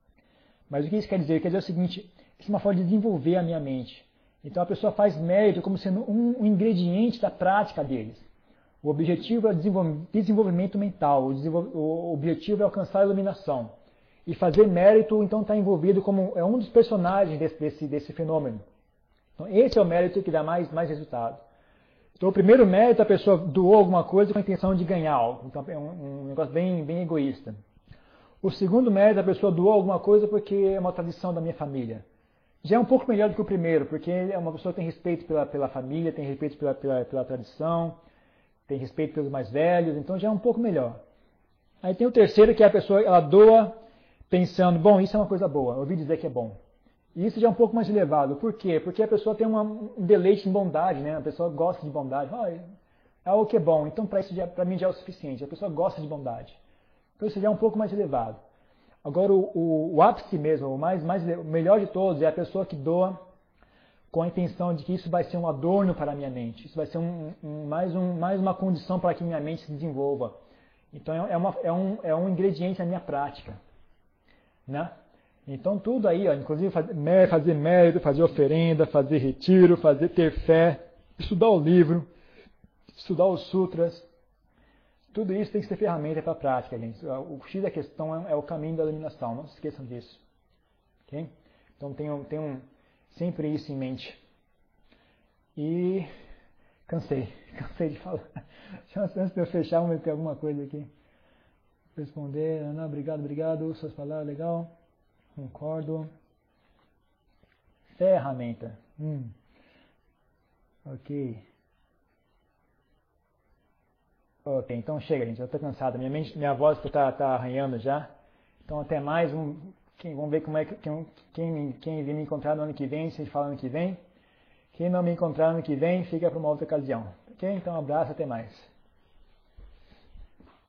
Mas o que isso quer dizer? Quer dizer o seguinte, isso é uma forma de desenvolver a minha mente. Então a pessoa faz mérito como sendo um, um ingrediente da prática deles. O objetivo é o desenvolvimento mental, o, desenvol... o objetivo é alcançar a iluminação. E fazer mérito, então, está envolvido como é um dos personagens desse, desse, desse fenômeno. Então, esse é o mérito que dá mais, mais resultado. Então, o primeiro mérito, a pessoa doou alguma coisa com a intenção de ganhar algo. Então, é um, um negócio bem, bem egoísta. O segundo mérito, a pessoa doou alguma coisa porque é uma tradição da minha família. Já é um pouco melhor do que o primeiro, porque é uma pessoa que tem respeito pela, pela família, tem respeito pela, pela, pela tradição, tem respeito pelos mais velhos, então já é um pouco melhor. Aí tem o terceiro, que é a pessoa, ela doa pensando, bom, isso é uma coisa boa, eu ouvi dizer que é bom. E isso já é um pouco mais elevado. Por quê? Porque a pessoa tem uma, um deleite em bondade, né? A pessoa gosta de bondade. Ah, é algo que é bom, então para isso para mim já é o suficiente. A pessoa gosta de bondade. Então isso já é um pouco mais elevado. Agora o, o, o ápice mesmo, o, mais, mais, o melhor de todos é a pessoa que doa com a intenção de que isso vai ser um adorno para a minha mente. Isso vai ser um, um, mais, um, mais uma condição para que minha mente se desenvolva. Então é, uma, é, um, é um ingrediente na minha prática. Né? Então tudo aí, ó, inclusive fazer, fazer mérito, fazer oferenda, fazer retiro, fazer ter fé, estudar o livro, estudar os sutras, tudo isso tem que ser ferramenta para a prática, gente. O X da questão é, é o caminho da iluminação, não se esqueçam disso. Okay? Então tenham, tenham sempre isso em mente. E cansei, cansei de falar. Antes de eu fechar, vamos ver se tem alguma coisa aqui. Responder, Ana, obrigado, obrigado, suas palavras, legal, concordo. Ferramenta, hum. ok. Ok, então chega, gente, eu estou cansado, minha, mente, minha voz está tá arranhando já. Então até mais, um, quem, vamos ver como é que, quem, quem, quem vir me encontrar no ano que vem, se fala ano que vem. Quem não me encontrar no ano que vem, fica para uma outra ocasião. Ok? Então um abraço, até mais.